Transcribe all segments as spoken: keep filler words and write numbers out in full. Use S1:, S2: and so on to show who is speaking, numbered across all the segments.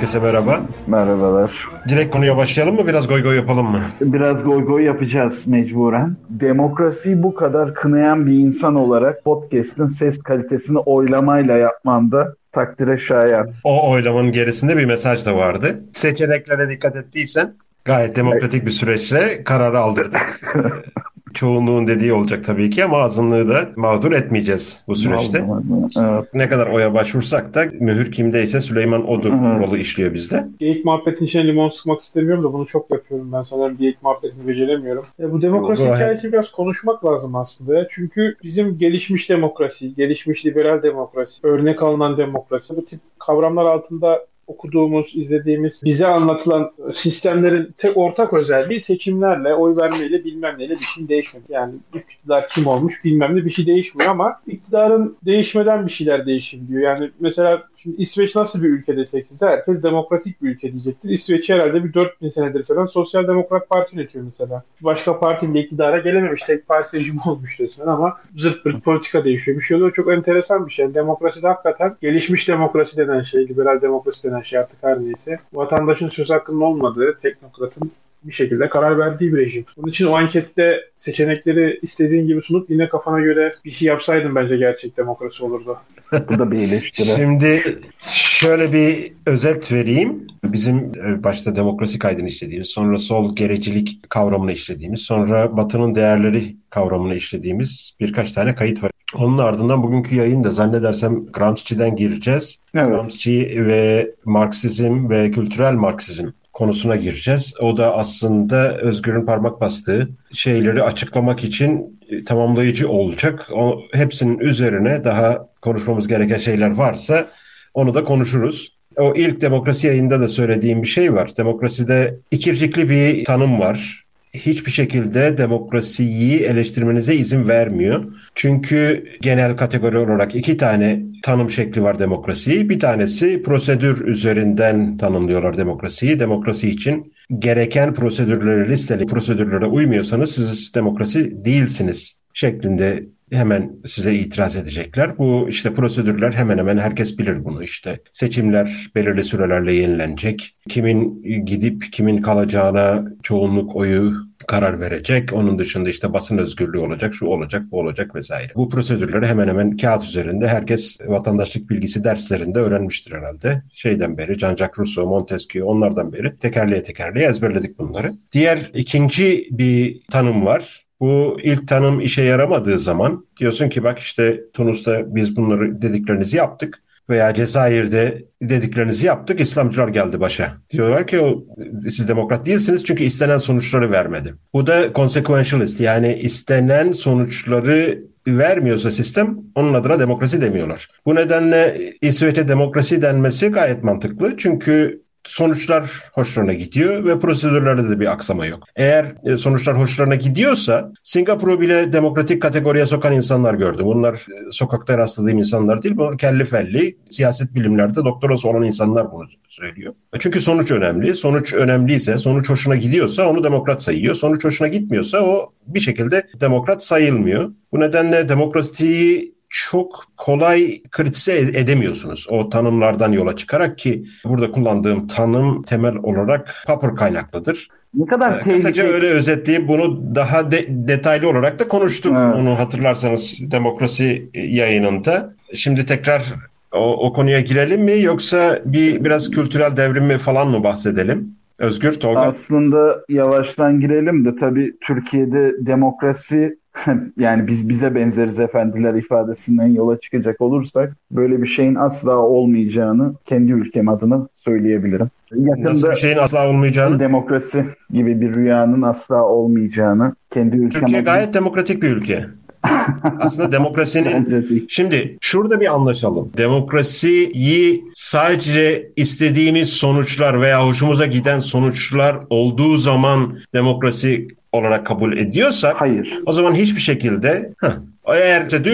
S1: Herkese merhaba.
S2: Merhabalar.
S1: Direkt konuya başlayalım mı? Biraz goy goy yapalım mı?
S2: Biraz goy goy yapacağız mecburen. Demokrasiyi bu kadar kınayan bir insan olarak podcast'ın ses kalitesini oylamayla yapmanda takdire şayan.
S1: O oylamanın gerisinde bir mesaj da vardı. Seçeneklere dikkat ettiysen gayet demokratik bir süreçle kararı aldırdık. Çoğunluğun dediği olacak tabii ki ama azınlığı da mağdur etmeyeceğiz bu süreçte.
S2: Evet.
S1: Ne kadar oya başvursak da mühür kimdeyse Süleyman odur
S2: Evet.
S1: kuralı işliyor bizde.
S3: Geyik muhabbetin içine limon sıkmak istemiyorum da bunu çok yapıyorum ben. Sanırım geyik muhabbetini beceremiyorum. Ya bu demokrasi
S1: Go ahead.
S3: hikayesi biraz konuşmak lazım aslında ya. Çünkü bizim gelişmiş demokrasi, gelişmiş liberal demokrasi, örnek alınan demokrasi bu tip kavramlar altında okuduğumuz, izlediğimiz, bize anlatılan sistemlerin tek ortak özelliği seçimlerle, oy vermeyle bilmem neyle bir şey değişmedi. Yani iktidar kim olmuş bilmem ne bir şey değişmiyor ama iktidarın değişmeden bir şeyler değişebiliyor. Yani mesela şimdi İsveç nasıl bir ülke desek size herkes demokratik bir ülke diyecektir. İsveç herhalde bir dört bin senedir falan Sosyal Demokrat Parti yönetiyor mesela. Başka partinin de iktidara gelememiş. Tek parti rejimi olmuş resmen ama zırt pırt politika değişiyor. Bir şey oluyor. Çok enteresan bir şey. Demokrasi de hakikaten gelişmiş demokrasi denen şey, liberal demokrasi denen şey artık her neyse. Vatandaşın söz hakkının olmadığı, teknokratın bir şekilde karar verdiği bir rejim. Bunun için o ankette seçenekleri istediğin gibi sunup yine kafana göre bir şey yapsaydın bence gerçek demokrasi olurdu.
S2: Bu da bir eleştiri.
S1: Şimdi şöyle bir özet vereyim. Bizim başta demokrasi kaydını işlediğimiz, sonra sol gericilik kavramını işlediğimiz, sonra Batı'nın değerleri kavramını işlediğimiz birkaç tane kayıt var. Onun ardından bugünkü yayında zannedersem Gramsci'den gireceğiz.
S2: Evet.
S1: Gramsci ve Marksizm ve kültürel Marksizm konusuna gireceğiz. O da aslında Özgür'ün parmak bastığı şeyleri açıklamak için tamamlayıcı olacak. O, hepsinin üzerine daha konuşmamız gereken şeyler varsa onu da konuşuruz. O ilk demokrasi yayında da söylediğim bir şey var. Demokraside ikircikli bir tanım var. Hiçbir şekilde demokrasiyi eleştirmenize izin vermiyor. Çünkü genel kategori olarak iki tane tanım şekli var demokrasiyi. Bir tanesi prosedür üzerinden tanımlıyorlar demokrasiyi. Demokrasi için gereken prosedürleri listeli prosedürlere uymuyorsanız siz demokrasi değilsiniz şeklinde hemen size itiraz edecekler. Bu işte prosedürler hemen hemen herkes bilir bunu işte. Seçimler belirli sürelerle yenilenecek. Kimin gidip kimin kalacağına çoğunluk oyu karar verecek. Onun dışında işte basın özgürlüğü olacak, şu olacak, bu olacak vesaire. Bu prosedürleri hemen hemen kağıt üzerinde herkes vatandaşlık bilgisi derslerinde öğrenmiştir herhalde. Şeyden beri Jean-Jacques Rousseau, Montesquieu onlardan beri tekerleğe tekerleğe ezberledik bunları. Diğer ikinci bir tanım var. Bu ilk tanım işe yaramadığı zaman diyorsun ki bak işte Tunus'ta biz bunları dediklerinizi yaptık veya Cezayir'de dediklerinizi yaptık, İslamcılar geldi başa. Diyorlar ki o, siz demokrat değilsiniz çünkü istenen sonuçları vermedi. Bu da consequentialist, yani istenen sonuçları vermiyorsa sistem onun adına demokrasi demiyorlar. Bu nedenle İsveç'e demokrasi denmesi gayet mantıklı çünkü sonuçlar hoşlarına gidiyor ve prosedürlerde de bir aksama yok. Eğer sonuçlar hoşlarına gidiyorsa Singapur'u bile demokratik kategoriye sokan insanlar gördüm. Bunlar sokakta rastladığım insanlar değil. Bu kelli felli siyaset bilimlerde doktorası olan insanlar bunu söylüyor. Çünkü sonuç önemli. Sonuç önemliyse, sonuç hoşuna gidiyorsa onu demokrat sayıyor. Sonuç hoşuna gitmiyorsa o bir şekilde demokrat sayılmıyor. Bu nedenle demokrasiyi çok kolay kritize edemiyorsunuz o tanımlardan yola çıkarak ki burada kullandığım tanım temel olarak Popper kaynaklıdır.
S2: Ne kadar
S1: Kısaca
S2: tehlikeli.
S1: öyle özetleyip bunu daha de, detaylı olarak da konuştuk.
S2: Evet.
S1: Onu hatırlarsanız demokrasi yayınında. Şimdi tekrar o, o konuya girelim mi yoksa bir biraz kültürel devrimi falan mı bahsedelim? Özgür, Tolga.
S2: Aslında yavaştan girelim de tabii Türkiye'de demokrasi yani biz bize benzeriz efendiler ifadesinden yola çıkacak olursak böyle bir şeyin asla olmayacağını kendi ülkem adına söyleyebilirim. Yakında
S1: Nasıl bir şeyin asla olmayacağını?
S2: Demokrasi gibi bir rüyanın asla olmayacağını kendi ülkem
S1: Türkiye
S2: adına...
S1: gayet demokratik bir ülke. Aslında demokrasinin... Şimdi şurada bir anlaşalım. Demokrasiyi sadece istediğimiz sonuçlar veya hoşumuza giden sonuçlar olduğu zaman demokrasi olarak kabul ediyorsak,
S2: hayır.
S1: O zaman hiçbir şekilde heh, eğer prosedür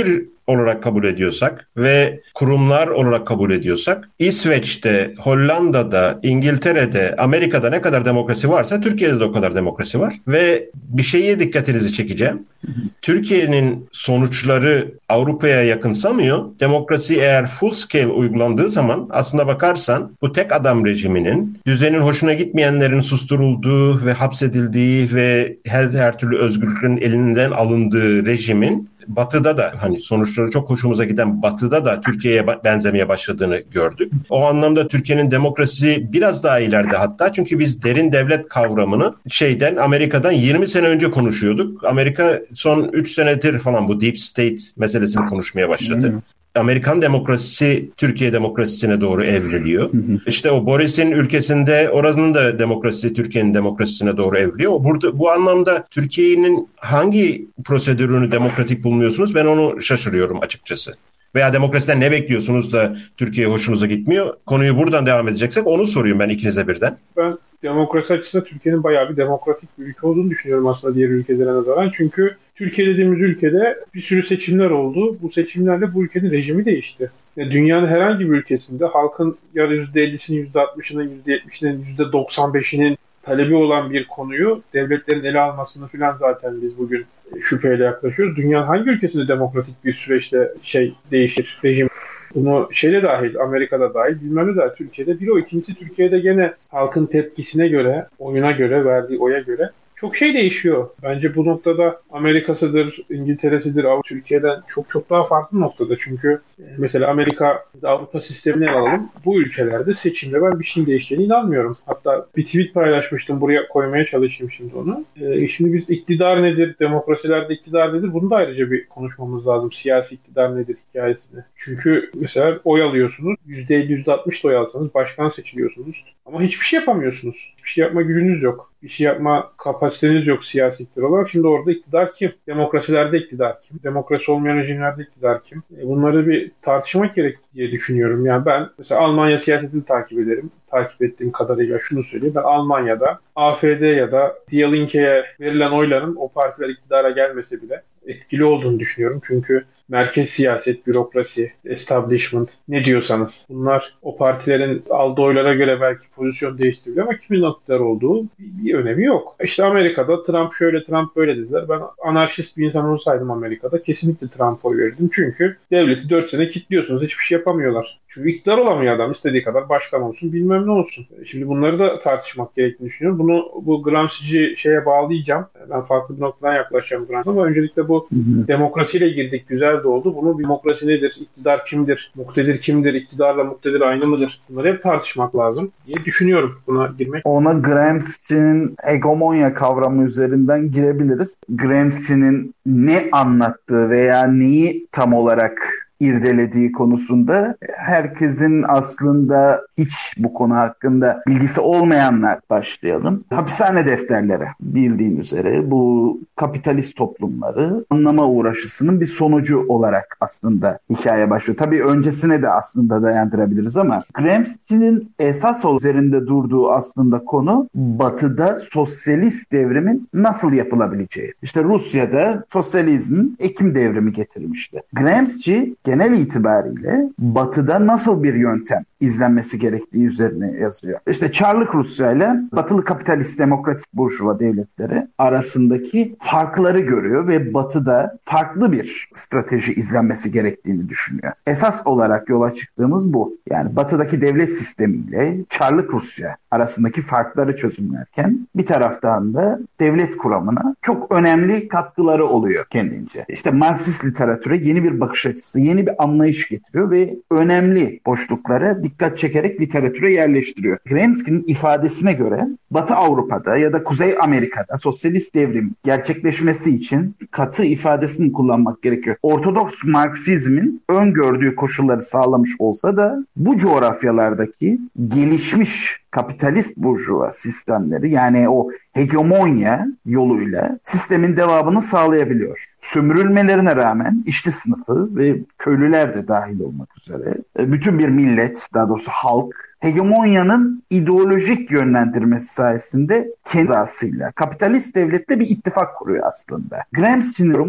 S1: olarak kabul ediyorsak ve kurumlar olarak kabul ediyorsak, İsveç'te, Hollanda'da, İngiltere'de, Amerika'da ne kadar demokrasi varsa Türkiye'de de o kadar demokrasi var. Ve bir şeye dikkatinizi çekeceğim. Türkiye'nin sonuçları Avrupa'ya yakınsamıyor. Demokrasi eğer full scale uygulandığı zaman aslında bakarsan bu tek adam rejiminin, düzenin hoşuna gitmeyenlerin susturulduğu ve hapsedildiği ve her, her türlü özgürlüklerin elinden alındığı rejimin Batı'da da, hani sonuçları çok hoşumuza giden Batı'da da Türkiye'ye benzemeye başladığını gördük. O anlamda Türkiye'nin demokrasisi biraz daha ileride hatta, çünkü biz derin devlet kavramını şeyden, Amerika'dan yirmi sene önce konuşuyorduk. Amerika son üç senedir falan bu deep state meselesini konuşmaya başladı. Hmm. Amerikan demokrasisi Türkiye demokrasisine doğru evriliyor. Hı hı. İşte o Boris'in ülkesinde oranın da demokrasisi Türkiye'nin demokrasisine doğru evriliyor. Burada bu anlamda Türkiye'nin hangi prosedürünü demokratik bulmuyorsunuz? Ben onu şaşırıyorum açıkçası. Veya demokrasiden ne bekliyorsunuz da Türkiye hoşunuza gitmiyor? Konuyu buradan devam edeceksek onu soruyorum ben ikinize birden.
S3: Ben demokrasi açısından Türkiye'nin bayağı bir demokratik bir ülke olduğunu düşünüyorum aslında diğer ülkelere nazaran. Çünkü Türkiye dediğimiz ülkede bir sürü seçimler oldu. Bu seçimlerle bu ülkenin rejimi değişti. Yani dünyanın herhangi bir ülkesinde halkın ya yüzde ellisinin, yüzde altmışının, yüzde yetmişinin, yüzde doksan beşinin talebi olan bir konuyu devletlerin ele almasını falan zaten biz bugün şüpheyle yaklaşıyoruz. Dünyanın hangi ülkesinde demokratik bir süreçte şey değişir, rejim? Bunu şeyde dahil, Amerika'da dahil, bilmem ne dahil, Türkiye'de bir o. İkincisi Türkiye'de gene halkın tepkisine göre, oyuna göre, verdiği oya göre çok şey değişiyor. Bence bu noktada Amerika'sıdır, İngiltere'sidir, Avrupa Türkiye'den çok çok daha farklı noktada. Çünkü mesela Amerika, Avrupa sistemini alalım. Bu ülkelerde seçimde ben bir şeyin değişeceğine inanmıyorum. Hatta bir tweet paylaşmıştım, buraya koymaya çalışayım şimdi onu. Ee, şimdi biz iktidar nedir, demokrasilerde iktidar nedir? Bunu da ayrıca bir konuşmamız lazım. Siyasi iktidar nedir hikayesini. Çünkü mesela oy alıyorsunuz, yüzde elli yüzde altmış da oy alsanız başkan seçiliyorsunuz. Ama hiçbir şey yapamıyorsunuz. Hiçbir şey yapma gücünüz yok. Bir şey yapma kapasiteniz yok siyasi iktidar olarak. Şimdi orada iktidar kim? Demokrasilerde iktidar kim? Demokrasi olmayan rejimlerde iktidar kim? E bunları bir tartışmak gerek diye düşünüyorum. Yani ben mesela Almanya siyasetini takip ederim. Takip ettiğim kadarıyla şunu söyleyeyim. Ben Almanya'da A F D ya da Die Linke'ye verilen oyların o partiler iktidara gelmese bile etkili olduğunu düşünüyorum. Çünkü merkez siyaset, bürokrasi, establishment ne diyorsanız bunlar o partilerin aldığı oylara göre belki pozisyon değiştiriyor ama kimin iktidar olduğu bir, bir önemi yok. İşte Amerika'da Trump şöyle, Trump böyle dediler. Ben anarşist bir insan olsaydım Amerika'da kesinlikle Trump'a oy verirdim. Çünkü devleti dört sene kilitliyorsunuz. Hiçbir şey yapamıyorlar. Çünkü iktidar olamıyor adam. İstediği kadar başkan olsun, bilmem ne olsun. Şimdi bunları da tartışmak gerektiğini düşünüyorum. Bunu bu Gramsci'ci şeye bağlayacağım. Ben farklı bir noktadan yaklaşacağım Gramsci'ye ama öncelikle bu hı hı. demokrasiyle girdik. Güzel de oldu. Bunu demokrasi nedir? İktidar kimdir? Muktedir kimdir? İktidarla muktedir aynı mıdır? Bunları hep tartışmak lazım diye düşünüyorum. Buna girmek.
S2: Ona Gramsci'nin hegemonya kavramı üzerinden girebiliriz. Gramsci'nin ne anlattığı veya neyi tam olarak irdelediği konusunda herkesin aslında hiç bu konu hakkında bilgisi olmayanlar başlayalım. Hapishane defterleri bildiğin üzere bu kapitalist toplumları anlama uğraşısının bir sonucu olarak aslında hikaye başlıyor. Tabii öncesine de aslında dayandırabiliriz ama Gramsci'nin esas üzerinde durduğu aslında konu Batı'da sosyalist devrimin nasıl yapılabileceği. İşte Rusya'da sosyalizmin Ekim devrimi getirmişti. Gramsci genel itibariyle Batı'da nasıl bir yöntem izlenmesi gerektiği üzerine yazıyor. İşte Çarlık Rusya ile Batılı kapitalist demokratik burjuva devletleri arasındaki farkları görüyor ve Batı'da farklı bir strateji izlenmesi gerektiğini düşünüyor. Esas olarak yola çıktığımız bu. Yani Batı'daki devlet sistemiyle Çarlık Rusya arasındaki farkları çözümlerken bir taraftan da devlet kuramına çok önemli katkıları oluyor kendince. İşte Marksist literatüre yeni bir bakış açısı, yeni bir anlayış getiriyor ve önemli boşluklara dikkat çekerek literatüre yerleştiriyor. Gramsci'nin ifadesine göre Batı Avrupa'da ya da Kuzey Amerika'da sosyalist devrim gerçekleşmesi için katı ifadesini kullanmak gerekiyor. Ortodoks Marksizmin öngördüğü koşulları sağlamış olsa da bu coğrafyalardaki gelişmiş kapitalist burjuva sistemleri yani o hegemonya yoluyla sistemin devamını sağlayabiliyor. Sömürülmelerine rağmen işçi sınıfı ve köylüler de dahil olmak üzere bütün bir millet, daha doğrusu halk, hegemonyanın ideolojik yönlendirmesi sayesinde kendi rızasıyla kapitalist devletle bir ittifak kuruyor aslında. Gramsci'nin durumu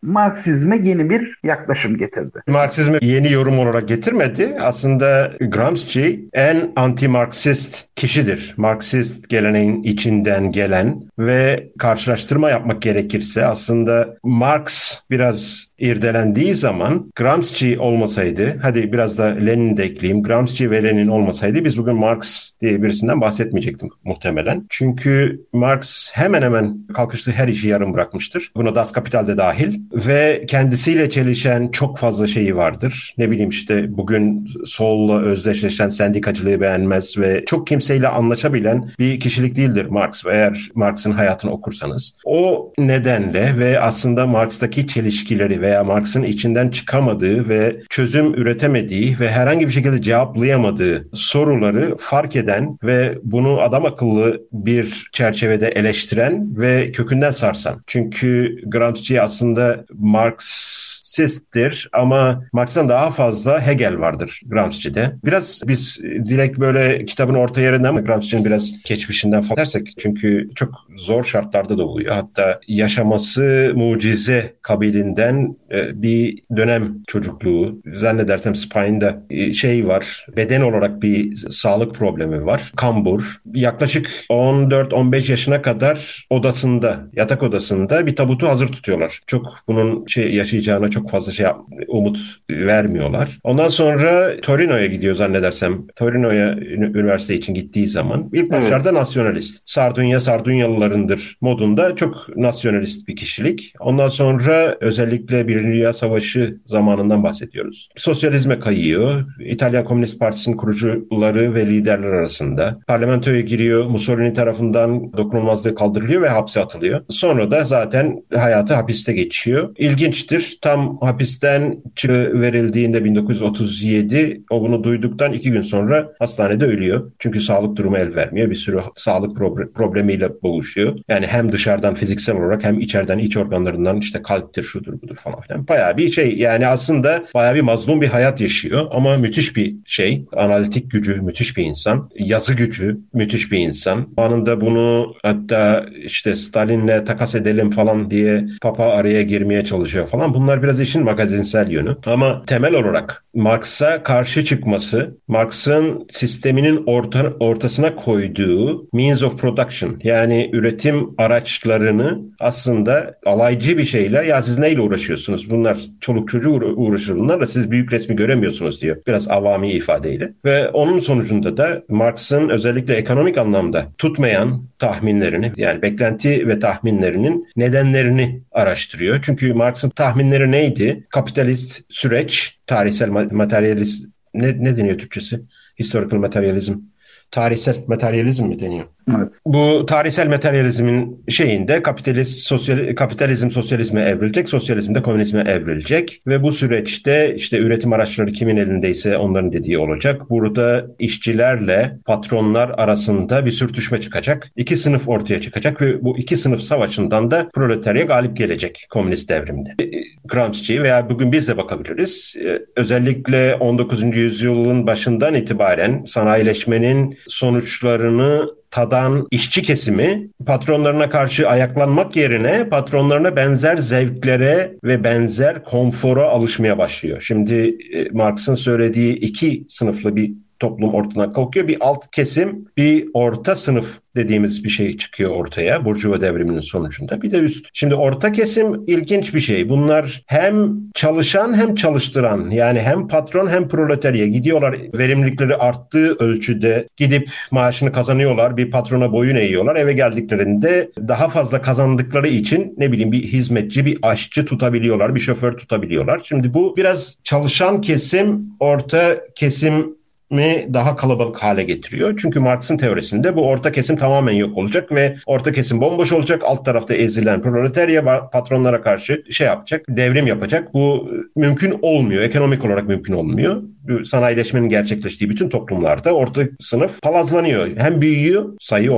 S2: Marksizme yeni bir yaklaşım getirdi.
S1: Marksizmi yeni yorum olarak getirmedi. Aslında Gramsci en anti-Marksist kişidir. Marksist geleneğin içinden gelen ve karşılaştırma yapmak gerekirse aslında Marx biraz irdelendiği zaman Gramsci olmasaydı, hadi biraz da Lenin de ekleyeyim, Gramsci ve Lenin olmasaydı biz bugün Marx diye birisinden bahsetmeyecektik muhtemelen. Çünkü Marx hemen hemen kalkıştığı her işi yarım bırakmıştır. Buna Das Kapital de dahil ve kendisiyle çelişen çok fazla şeyi vardır. Ne bileyim işte bugün solla özdeşleşen sendikacılığı beğenmez ve çok kimseyle anlaşabilen bir kişilik değildir Marx. Eğer Marx'ın hayatını okursanız. O nedenle ve aslında Marx'taki çelişkileri veya Marx'ın içinden çıkamadığı ve çözüm üretemediği ve herhangi bir şekilde cevaplayamadığı soruları fark eden ve bunu adam akıllı bir çerçevede eleştiren ve kökünden sarsan. Çünkü Gramsci aslında Marksisttir ama Marx'tan daha fazla Hegel vardır Gramsci'de. Biraz biz direkt böyle kitabın orta yerinden ama Gramsci'nin biraz geçmişinden falan dersek çünkü çok zor şartlarda doğuyor. Hatta yaşaması mucize kabilinden bir dönem çocukluğu. Zannedersem spinede şey var, beden olarak bir sağlık problemi var. Kambur. Yaklaşık on dört on beş yaşına kadar odasında, yatak odasında bir tabutu hazır tutuyorlar. Çok bunun şey yaşayacağına çok fazla şey umut vermiyorlar. Ondan sonra Torino'ya gidiyor zannedersem. Torino'ya üniversite için gittiği zaman ilk başlarda evet. Nasyonalist. Sardunya Sardunyalılarındır modunda çok nasyonalist bir kişilik. Ondan sonra özellikle Birinci Dünya Savaşı zamanından bahsediyoruz. Sosyalizme kayıyor. İtalyan Komünist Partisi'nin kurucuları ve liderler arasında. Parlamentoya giriyor. Mussolini tarafından dokunulmazlığı kaldırılıyor ve hapse atılıyor. Sonra da zaten hayatı hapiste geçiyor. İlginçtir. Tam hapisten verildiğinde bin dokuz yüz otuz yedi o bunu duyduktan iki gün sonra hastanede ölüyor. Çünkü sağlık durumu el vermiyor. Bir sürü sağlık problemiyle boğuşuyor. Yani hem dışarıdan fiziksel olarak hem içeriden iç organlarından işte kalptir, şudur budur falan filan. Bayağı bir şey yani aslında bayağı bir mazlum bir hayat yaşıyor ama müthiş bir şey. Analitik gücü müthiş bir insan. Yazı gücü müthiş bir insan. Anında bunu hatta işte Stalin'le takas edelim falan diye Papa araya girmeye çalışıyor falan. Bunlar biraz işin magazinsel yönü. Ama temel olarak Marx'a karşı çıkması, Marx'ın sisteminin orta, ortasına koyduğu means of production yani üretim araçlarını aslında alaycı bir şeyle ya siz neyle uğraşıyorsunuz? Bunlar çoluk çocuğu uğraşır bunlarla siz büyük resmi göremiyorsunuz diyor. Biraz avami ifadeyle. Ve onun sonucunda da Marx'ın özellikle ekonomik anlamda tutmayan tahminlerini yani beklenti ve tahminlerinin nedenlerini araştırıyor. Çünkü Marx'ın tahminleri neydi? Kapitalist süreç, tarihsel materyalist ne, ne deniyor Türkçesi? Historical materialism. Tarihsel materyalizm mi deniyor?
S2: Evet.
S1: Bu tarihsel materyalizmin şeyinde kapitalist sosyal kapitalizm sosyalizme evrilecek, sosyalizm de komünizme evrilecek ve bu süreçte işte üretim araçları kimin elindeyse onların dediği olacak. Burada işçilerle patronlar arasında bir sürtüşme çıkacak. İki sınıf ortaya çıkacak ve bu iki sınıf savaşından da proletarya galip gelecek komünist devrimde. Gramsci veya bugün biz de bakabiliriz. Özellikle on dokuzuncu yüzyılın başından itibaren sanayileşmenin sonuçlarını tadan işçi kesimi patronlarına karşı ayaklanmak yerine patronlarına benzer zevklere ve benzer konfora alışmaya başlıyor. Şimdi e, Marx'ın söylediği iki sınıflı bir toplum ortadan kalkıyor. Bir alt kesim, bir orta sınıf dediğimiz bir şey çıkıyor ortaya Burjuva devriminin sonucunda. Bir de üst. Şimdi orta kesim ilginç bir şey. Bunlar hem çalışan hem çalıştıran yani hem patron hem proletarya gidiyorlar verimlilikleri arttığı ölçüde gidip maaşını kazanıyorlar. Bir patrona boyun eğiyorlar. Eve geldiklerinde daha fazla kazandıkları için ne bileyim bir hizmetçi, bir aşçı tutabiliyorlar. Bir şoför tutabiliyorlar. Şimdi bu biraz çalışan kesim, orta kesim mi daha kalabalık hale getiriyor. Çünkü Marx'ın teorisinde bu orta kesim tamamen yok olacak ve orta kesim bomboş olacak. Alt tarafta ezilen proletarya patronlara karşı şey yapacak, devrim yapacak. Bu mümkün olmuyor. Ekonomik olarak mümkün olmuyor. Sanayileşmenin gerçekleştiği bütün toplumlarda orta sınıf palazlanıyor. Hem büyüyor sayı olarak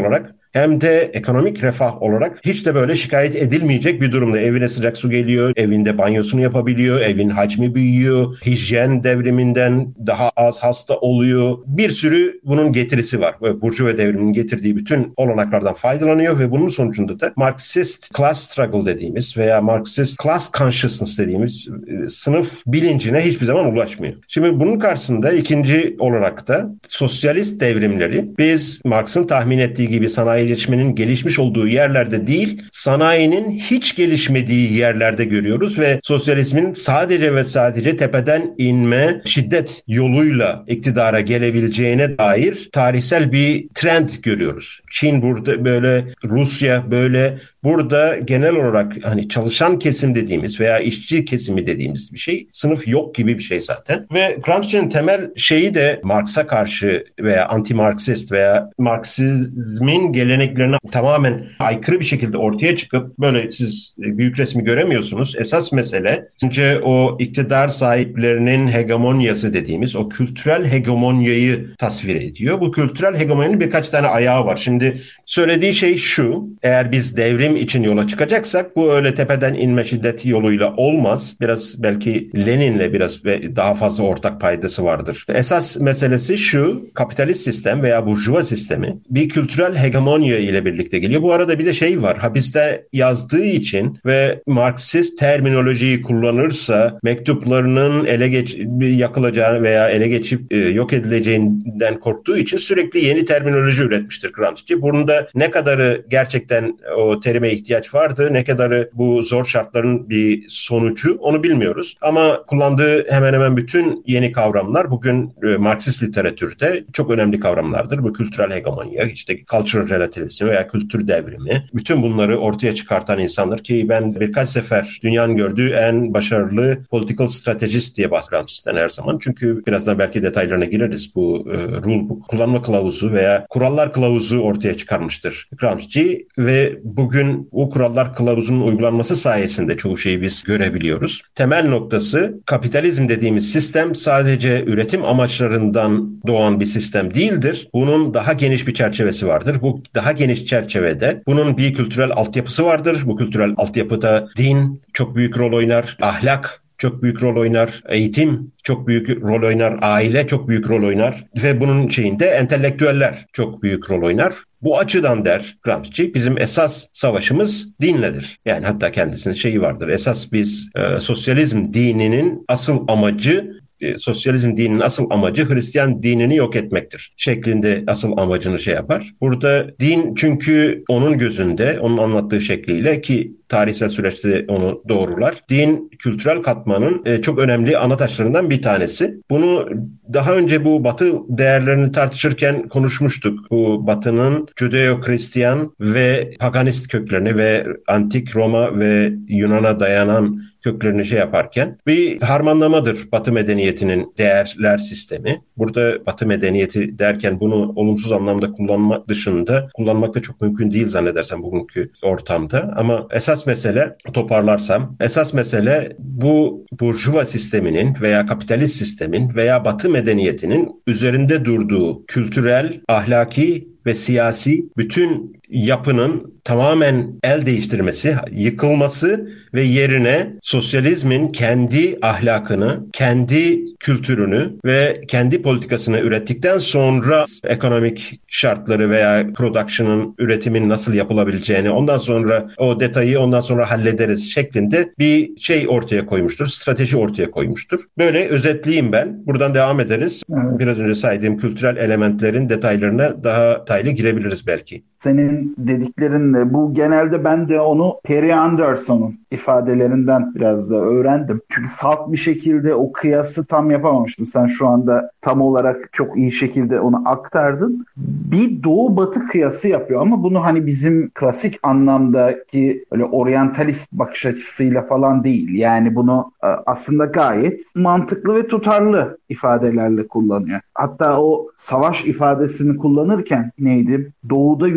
S1: hem de ekonomik refah olarak hiç de böyle şikayet edilmeyecek bir durumda. Evine sıcak su geliyor, evinde banyosunu yapabiliyor, evin hacmi büyüyor, hijyen devriminden daha az hasta oluyor. Bir sürü bunun getirisi var. Böyle Burjuva devriminin getirdiği bütün olanaklardan faydalanıyor ve bunun sonucunda da Marksist class struggle dediğimiz veya Marksist class consciousness dediğimiz e, sınıf bilincine hiçbir zaman ulaşmıyor. Şimdi bunun karşısında ikinci olarak da sosyalist devrimleri biz Marx'ın tahmin ettiği gibi sanayileşmenin gelişmiş olduğu yerlerde değil, sanayinin hiç gelişmediği yerlerde görüyoruz ve sosyalizmin sadece ve sadece tepeden inme, şiddet yoluyla iktidara gelebileceğine dair tarihsel bir trend görüyoruz. Çin burada böyle, Rusya böyle. Burada genel olarak hani çalışan kesim dediğimiz veya işçi kesimi dediğimiz bir şey, sınıf yok gibi bir şey zaten. Ve Gramsci'nin temel şeyi de Marx'a karşı veya anti-Marksist veya Marksizmin geleneklerine tamamen aykırı bir şekilde ortaya çıkıp böyle siz büyük resmi göremiyorsunuz. Esas mesele önce o iktidar sahiplerinin hegemonyası dediğimiz o kültürel hegemonyayı tasvir ediyor. Bu kültürel hegemonyanın birkaç tane ayağı var. Şimdi söylediği şey şu: eğer biz devrim için yola çıkacaksak bu öyle tepeden inme şiddet yoluyla olmaz. Biraz belki Lenin'le biraz ve daha fazla ortak paydası vardır. Esas meselesi şu: kapitalist sistem veya burjuva sistemi bir kültürel hegemonya ile birlikte geliyor. Bu arada bir de şey var. Hapiste yazdığı için ve Marksist terminolojiyi kullanırsa mektuplarının ele geç yakılacağını veya ele geçip e, yok edileceğinden korktuğu için sürekli yeni terminoloji üretmiştir Gramsci. Bunda ne kadarı gerçekten o terime ihtiyaç vardı, ne kadarı bu zor şartların bir sonucu, onu bilmiyoruz. Ama kullandığı hemen hemen bütün yeni kavramlar bugün e, Marksist literatürde çok önemli kavramlardır. Bu kültürel hegemonya, işte cultural relativism veya kültür devrimi. Bütün bunları ortaya çıkartan insanlar ki ben birkaç sefer dünyanın gördüğü en başarılı political strategist diye bahsediyorum her zaman. Çünkü birazdan belki detaylarına gireriz. Bu e, rule book, kullanma kılavuzu veya kurallar kılavuzu ortaya çıkarmıştır Gramsci ve bugün o kurallar kılavuzunun uygulanması sayesinde çoğu şeyi biz görebiliyoruz. Temel noktası, kapitalizm dediğimiz sistem sadece üretim amaçlarından doğan bir sistem değildir. Bunun daha geniş bir çerçevesi vardır. Bu daha geniş çerçevede bunun bir kültürel altyapısı vardır. Bu kültürel altyapıda din çok büyük rol oynar, ahlak çok büyük rol oynar, eğitim çok büyük rol oynar, aile çok büyük rol oynar ve bunun şeyinde entelektüeller çok büyük rol oynar. Bu açıdan der Gramsci, bizim esas savaşımız dinledir. Yani hatta kendisinin şeyi vardır. Esas biz e, sosyalizm dininin asıl amacı E, sosyalizm dininin asıl amacı Hristiyan dinini yok etmektir şeklinde asıl amacını şey yapar. Burada din çünkü onun gözünde, onun anlattığı şekliyle ki tarihsel süreçte onu doğrular. Din kültürel katmanın e, çok önemli ana taşlarından bir tanesi. Bunu daha önce bu Batı değerlerini tartışırken konuşmuştuk. Bu Batı'nın Judeo-Hristiyan ve paganist köklerini ve antik Roma ve Yunan'a dayanan köklerini şey yaparken bir harmanlamadır Batı medeniyetinin değerler sistemi. Burada Batı medeniyeti derken bunu olumsuz anlamda kullanmak dışında kullanmak da çok mümkün değil zannedersem bugünkü ortamda. Ama esas mesele, toparlarsam, esas mesele bu burjuva sisteminin veya kapitalist sistemin veya Batı medeniyetinin üzerinde durduğu kültürel, ahlaki ve siyasi bütün yapının tamamen el değiştirmesi, yıkılması ve yerine sosyalizmin kendi ahlakını, kendi kültürünü ve kendi politikasını ürettikten sonra ekonomik şartları veya production'ın, üretimin nasıl yapılabileceğini, ondan sonra o detayı ondan sonra hallederiz şeklinde bir şey ortaya koymuştur, strateji ortaya koymuştur. Böyle özetleyeyim ben. Buradan devam ederiz. Evet. Biraz önce saydığım kültürel elementlerin detaylarına daha detaylı girebiliriz belki.
S2: Senin dediklerinle bu genelde ben de onu Perry Anderson'un ifadelerinden biraz da öğrendim. Çünkü salt bir şekilde o kıyası tam yapamamıştım. Sen şu anda tam olarak çok iyi şekilde onu aktardın. Bir doğu batı kıyası yapıyor ama bunu hani bizim klasik anlamdaki öyle oryantalist bakış açısıyla falan değil. Yani bunu aslında gayet mantıklı ve tutarlı ifadelerle kullanıyor. Hatta o savaş ifadesini kullanırken neydi? Doğuda yürü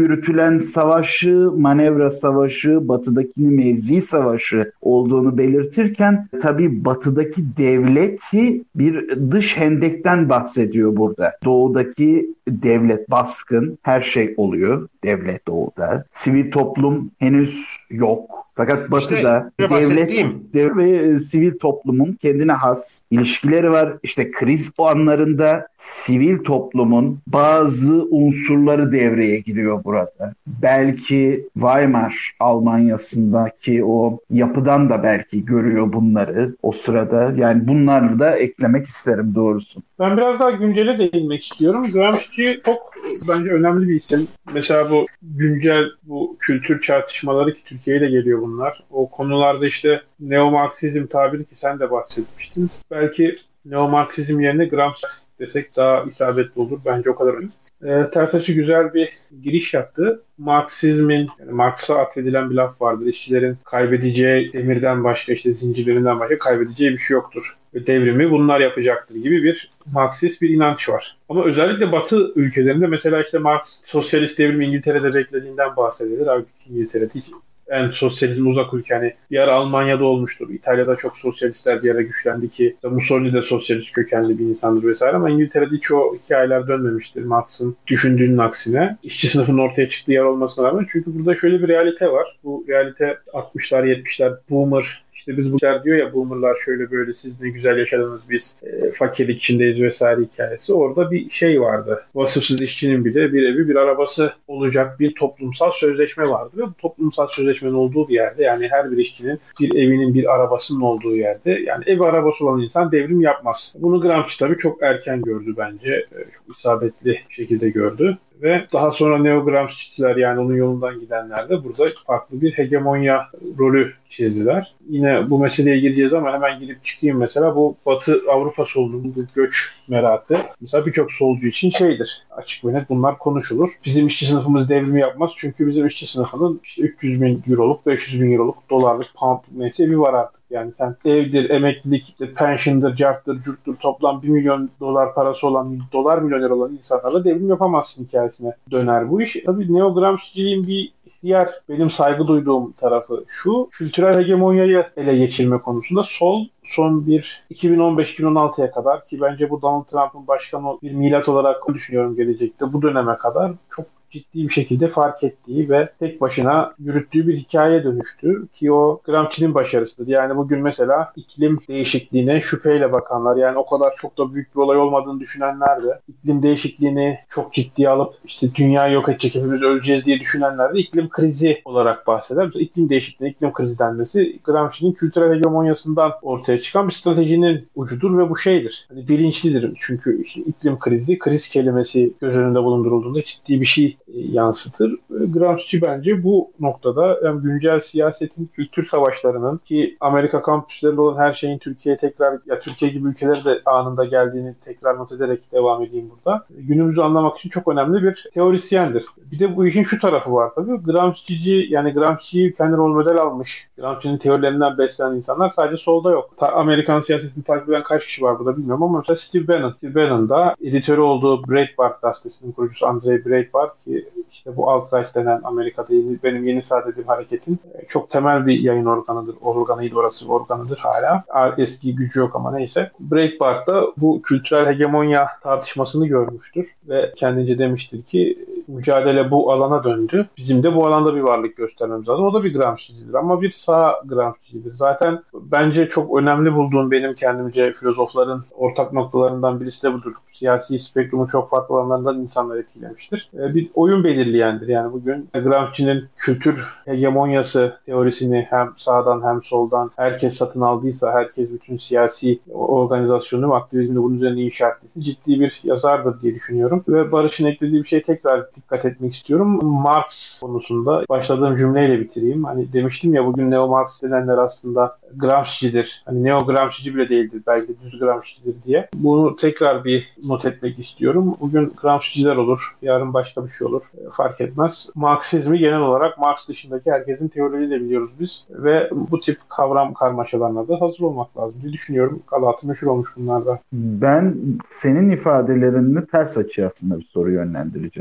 S2: yürütülen savaşı, manevra savaşı, batıdakini mevzi savaşı olduğunu belirtirken tabii batıdaki devleti bir dış hendekten bahsediyor burada. Doğudaki devlet baskın, her şey oluyor devlet doğuda. Sivil toplum henüz yok. Fakat Batı'da
S1: işte,
S2: devlet, devlet ve sivil toplumun kendine has ilişkileri var. İşte kriz o anlarında sivil toplumun bazı unsurları devreye giriyor burada. Belki Weimar Almanya'sındaki o yapıdan da belki görüyor bunları o sırada. Yani bunları da eklemek isterim doğrusu.
S3: Ben biraz daha güncele değinmek istiyorum. Gramsci çok bence önemli bir isim. Mesela bu güncel bu kültür çatışmaları ki Türkiye'ye de geliyor bunlar. O konularda işte neo-Marksizm tabiri ki sen de bahsetmiştin. Belki neo-Marksizm yerine Gramsci desek daha isabetli olur. Bence o kadar önemli. E, Tertaş'ı güzel bir giriş yaptı. Marksizmin, yani Marx'a atfedilen bir laf vardır. İşçilerin kaybedeceği demirden başka, işte zincirlerinden başka kaybedeceği bir şey yoktur. Ve devrimi bunlar yapacaktır gibi bir Marksist bir inanç var. Ama özellikle Batı ülkelerinde mesela işte Marx sosyalist devrimi İngiltere'de beklediğinden bahsedilir. Halbuki İngiltere'de hiç en sosyalizm uzak ülke. Hani bir ara Almanya'da olmuştur. İtalya'da çok sosyalistler bir ara güçlendi ki Mussolini de sosyalist kökenli bir insandır vesaire ama İngiltere'de hiç o hikayeler dönmemiştir Marx'ın düşündüğünün aksine. İşçi sınıfının ortaya çıktığı yer olmasına rağmen. Çünkü burada şöyle bir realite var. Bu realite altmışlar yetmişler boomer İşte biz bu diyor ya boomerlar şöyle böyle siz ne güzel yaşadınız biz e, fakirlik içindeyiz vesaire hikayesi. Orada bir şey vardı. Vasıfsız işçinin bile bir evi bir arabası olacak bir toplumsal sözleşme vardı. Ve bu toplumsal sözleşmenin olduğu bir yerde yani her bir işçinin bir evinin bir arabasının olduğu yerde yani ev arabası olan insan devrim yapmaz. Bunu Gramsci tabii çok erken gördü bence. E, çok isabetli şekilde gördü. Ve daha sonra neo-Gramsci'ciler yani onun yolundan gidenler de burada farklı bir hegemonya rolü çizdiler. Yine bu meseleye gireceğiz ama hemen girip çıkayım mesela. Bu Batı Avrupa solunun bu göç merakı mesela birçok solcu için şeydir. Açık ve net bunlar konuşulur. Bizim işçi sınıfımız devrimi yapmaz. Çünkü bizim işçi sınıfının işte üç yüz bin euroluk, beş yüz bin euroluk, dolarlık, pound neyse evi var artık. Yani sen evdir, emeklilik, pension'dır, carttır, curttur toplam bir milyon dolar parası olan, dolar milyoner olan insanlarla devrim yapamazsın hikayesine döner bu iş. Tabii neo-Gramsci'liğin bir diğer benim saygı duyduğum tarafı şu, kültürel hegemonyayı ele geçirme konusunda sol son bir iki bin on beş iki bin on altıya kadar ki bence bu Donald Trump'ın başkanı bir milat olarak düşünüyorum gelecekte bu döneme kadar çok ciddi bir şekilde fark ettiği ve tek başına yürüttüğü bir hikaye dönüştü ki o Gramsci'nin başarısıdır. Yani bugün mesela iklim değişikliğine şüpheyle bakanlar yani o kadar çok da büyük bir olay olmadığını düşünenler de iklim değişikliğini çok ciddiye alıp işte dünyayı yok edecek hepimiz öleceğiz diye düşünenler de iklim krizi olarak bahseder. Mesela iklim değişikliğine iklim krizi denmesi Gramsci'nin kültürel hegemonyasından ortaya çıkan bir stratejinin ucudur ve bu şeydir. Hani bilinçlidir çünkü işte iklim krizi, kriz kelimesi göz önünde bulundurulduğunda ciddi bir şey yansıtır. Gramsci bence bu noktada hem güncel siyasetin, kültür savaşlarının ki Amerika kampüslerinde olan her şeyin Türkiye'ye tekrar ya Türkiye gibi ülkelere de anında geldiğini tekrar not ederek devam edeyim burada. Günümüzü anlamak için çok önemli bir teorisyendir. Bir de bu işin şu tarafı var tabii. Gramsci'ci yani Gramsci'yi kendi rol model almış. Gramsci'nin teorilerinden beslenen insanlar sadece solda yok. Ta- Amerikan siyasetini takip eden kaç kişi var burada bilmiyorum ama mesela Steve Bannon. Steve Bannon da editörü olduğu Breitbart gazetesinin kurucusu Andrei Breitbart ki işte bu alt-right denen Amerika'da yeni, benim yeni sağ dediğim hareketin çok temel bir yayın organıdır. Organıydı orası organıdır hala. Eski gücü yok ama neyse. Breitbart da bu kültürel hegemonya tartışmasını görmüştür ve kendince demiştir ki mücadele bu alana döndü. Bizim de bu alanda bir varlık göstermemiz lazım. O da bir Gramsci'cidir ama bir sağ Gramsci'cidir. Zaten bence çok önemli bulduğum benim kendimce filozofların ortak noktalarından birisi de budur. Siyasi spektrumun çok farklı alanlarından insanlar etkilemiştir. Bir oyun belirleyendir. Yani bugün Gramsci'nin kültür hegemonyası teorisini hem sağdan hem soldan herkes satın aldıysa, herkes bütün siyasi organizasyonu ve aktivizmini bunun üzerine inşa ettiyse ciddi bir yazardır diye düşünüyorum. Ve Barış'ın eklediği bir şey tekrar dikkat etmek istiyorum. Marx konusunda başladığım cümleyle bitireyim. Hani demiştim ya bugün neo-Marx denenler aslında Gramsci'dir. Hani neo-Gramsci'ci bile değildir. Belki düz Gramsci'dir diye. Bunu tekrar bir not etmek istiyorum. Bugün Gramsci'ciler olur. Yarın başka bir şey olur. Fark etmez. Marksizmi genel olarak Marx dışındaki herkesin teorileriyle biliyoruz biz. Ve bu tip kavram karmaşalarına da hazır olmak lazım diye düşünüyorum. Galatı meşhur olmuş bunlarda.
S2: Ben senin ifadelerinde ters açı aslında bir soru yönlendireceğim burada.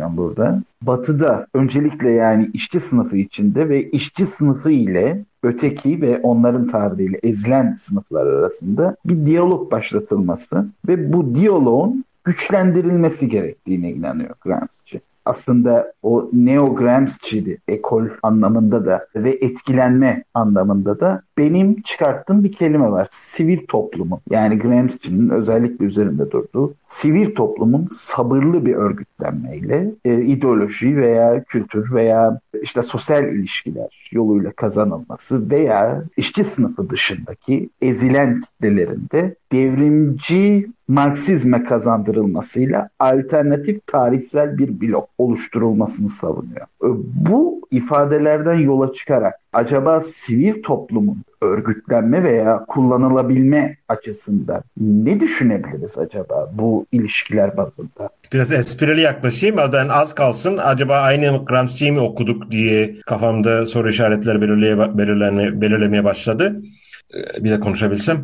S2: aslında Batı'da öncelikle yani işçi sınıfı içinde ve işçi sınıfı ile öteki ve onların tabiriyle ezilen sınıflar arasında bir diyalog başlatılması ve bu diyaloğun güçlendirilmesi gerektiğine inanıyor Gramsci. Aslında o neo-Gramsci'di ekol anlamında da ve etkilenme anlamında da benim çıkarttığım bir kelime var. Sivil toplumu. Yani Gramsci'nin özellikle üzerinde durduğu sivil toplumun sabırlı bir örgütlenmeyle e, ideoloji veya kültür veya işte sosyal ilişkiler yoluyla kazanılması veya işçi sınıfı dışındaki ezilen kitlelerinde devrimci Marksizme kazandırılmasıyla alternatif tarihsel bir blok oluşturulmasını savunuyor. Bu ifadelerden yola çıkarak acaba sivil toplumun örgütlenme veya kullanılabilme açısından ne düşünebiliriz acaba bu ilişkiler bazında?
S1: Biraz esprili yaklaşayım. Ben az kalsın acaba aynı Gramsci'yi mi okuduk diye kafamda soru işaretleri belirleye, belirleme, belirlemeye başladı. Bir de konuşabilsem.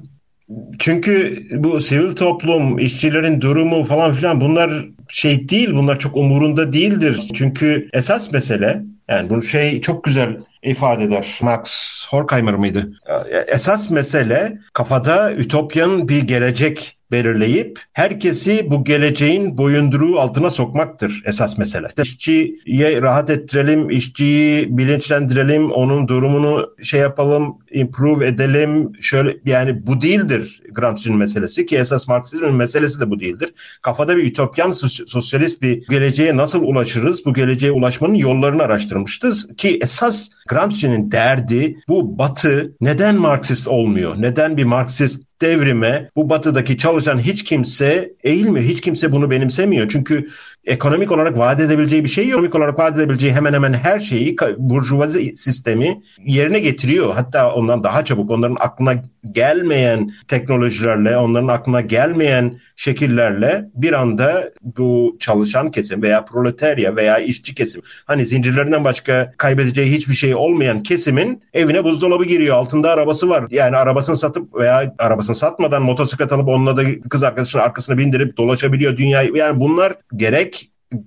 S1: Çünkü bu sivil toplum, işçilerin durumu falan filan bunlar şey değil, bunlar çok umurunda değildir. Çünkü esas mesele, yani bunu şey çok güzel ifade eder. Max Horkheimer mıydı? Esas mesele kafada ütopyanın bir gelecek belirleyip herkesi bu geleceğin boyunduruğu altına sokmaktır esas mesele. İşçiye rahat ettirelim, işçiyi bilinçlendirelim, onun durumunu şey yapalım, improve edelim. Şöyle, yani bu değildir Gramsci'nin meselesi, ki esas Marksizmin meselesi de bu değildir. Kafada bir ütopyan sosyalist bir geleceğe nasıl ulaşırız? Bu geleceğe ulaşmanın yollarını araştırmıştır ki esas Gramsci'nin derdi bu Batı neden Marksist olmuyor? Neden bir Marksist devrime bu batıdaki çalışan hiç kimse eğilmiyor. Hiç kimse bunu benimsemiyor. Çünkü ekonomik olarak vaat edebileceği bir şey yok. Ekonomik olarak vaat edebileceği hemen hemen her şeyi burjuvazi sistemi yerine getiriyor. Hatta ondan daha çabuk, onların aklına gelmeyen teknolojilerle, onların aklına gelmeyen şekillerle bir anda bu çalışan kesim veya proletarya veya işçi kesim, hani zincirlerinden başka kaybedeceği hiçbir şey olmayan kesimin evine buzdolabı giriyor. Altında arabası var. Yani arabasını satıp veya arabasını satmadan motosiklet alıp onunla da kız arkadaşının arkasına bindirip dolaşabiliyor dünyayı. Yani bunlar gerek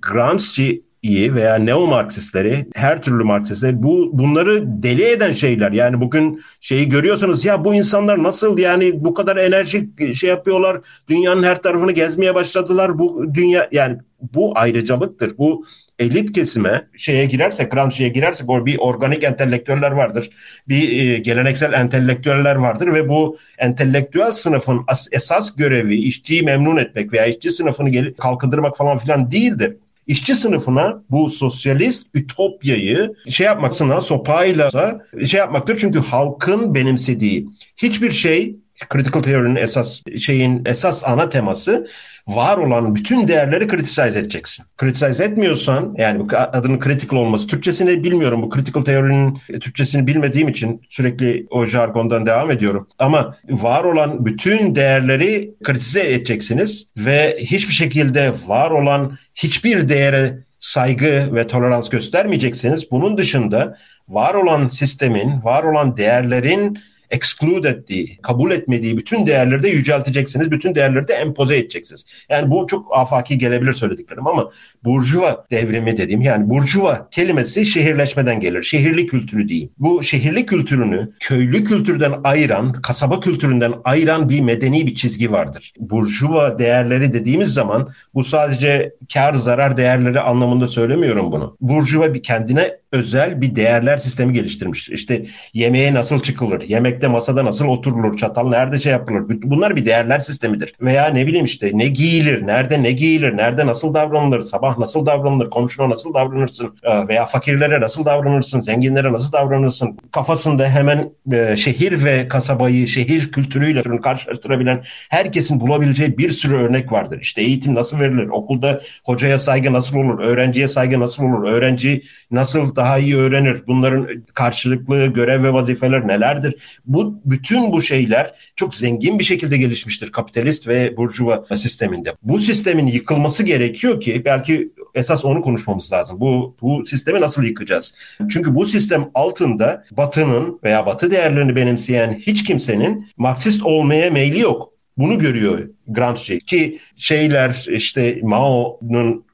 S1: Gramsci'yi veya neo-Marksistleri, her türlü Marksistleri, bu bunları deli eden şeyler. Yani bugün şeyi görüyorsanız, ya bu insanlar nasıl yani bu kadar enerjik şey yapıyorlar, dünyanın her tarafını gezmeye başladılar. Bu dünya, yani bu ayrıcalıktır. Bu elit kesime şeye girersek, Gramsci'ye girersek, or bir organik entelektüeller vardır. Bir e, geleneksel entelektüeller vardır ve bu entelektüel sınıfın as- esas görevi işçiyi memnun etmek veya işçi sınıfını gel- kalkındırmak falan filan değildir. İşçi sınıfına bu sosyalist ütopyayı şey yapmaksına, sopayla şey yapmaktır. Çünkü halkın benimsediği hiçbir şey, critical theory'nin esas şeyin esas ana teması, var olan bütün değerleri criticize edeceksin. Criticize etmiyorsan, yani adının critical olması, Türkçesini bilmiyorum, bu critical theory'nin Türkçesini bilmediğim için sürekli o jargondan devam ediyorum. Ama var olan bütün değerleri kritize edeceksiniz ve hiçbir şekilde var olan hiçbir değere saygı ve tolerans göstermeyeceksiniz. Bunun dışında var olan sistemin, var olan değerlerin exclude ettiği, kabul etmediği bütün değerleri de yücelteceksiniz. Bütün değerleri de empoze edeceksiniz. Yani bu çok afaki gelebilir söylediklerim ama burjuva devrimi dediğim, yani burjuva kelimesi şehirleşmeden gelir. Şehirli kültürü değil. Bu şehirli kültürünü köylü kültürden ayıran, kasaba kültüründen ayıran bir medeni bir çizgi vardır. Burjuva değerleri dediğimiz zaman bu sadece kar zarar değerleri anlamında söylemiyorum bunu. Burjuva bir kendine özel bir değerler sistemi geliştirmiştir. İşte yemeğe nasıl çıkılır, yemekte masada nasıl oturulur, çatal nerede şey yapılır. Bunlar bir değerler sistemidir. Veya ne bileyim işte ne giyilir, nerede ne giyilir, nerede nasıl davranılır, sabah nasıl davranılır, komşuna nasıl davranırsın veya fakirlere nasıl davranırsın, zenginlere nasıl davranırsın. Kafasında hemen e, şehir ve kasabayı şehir kültürüyle karşılaştırabilen herkesin bulabileceği bir sürü örnek vardır. İşte eğitim nasıl verilir, okulda hocaya saygı nasıl olur, öğrenciye saygı nasıl olur, öğrenci nasıl daha iyi öğrenir, bunların karşılıklı görev ve vazifeler nelerdir? Bu bütün bu şeyler çok zengin bir şekilde gelişmiştir kapitalist ve burjuva sisteminde. Bu sistemin yıkılması gerekiyor ki belki esas onu konuşmamız lazım. Bu bu sistemi nasıl yıkacağız? Çünkü bu sistem altında Batı'nın veya Batı değerlerini benimseyen hiç kimsenin Marksist olmaya meyli yok. Bunu görüyor Gramsci ki şeyler işte Mao'nun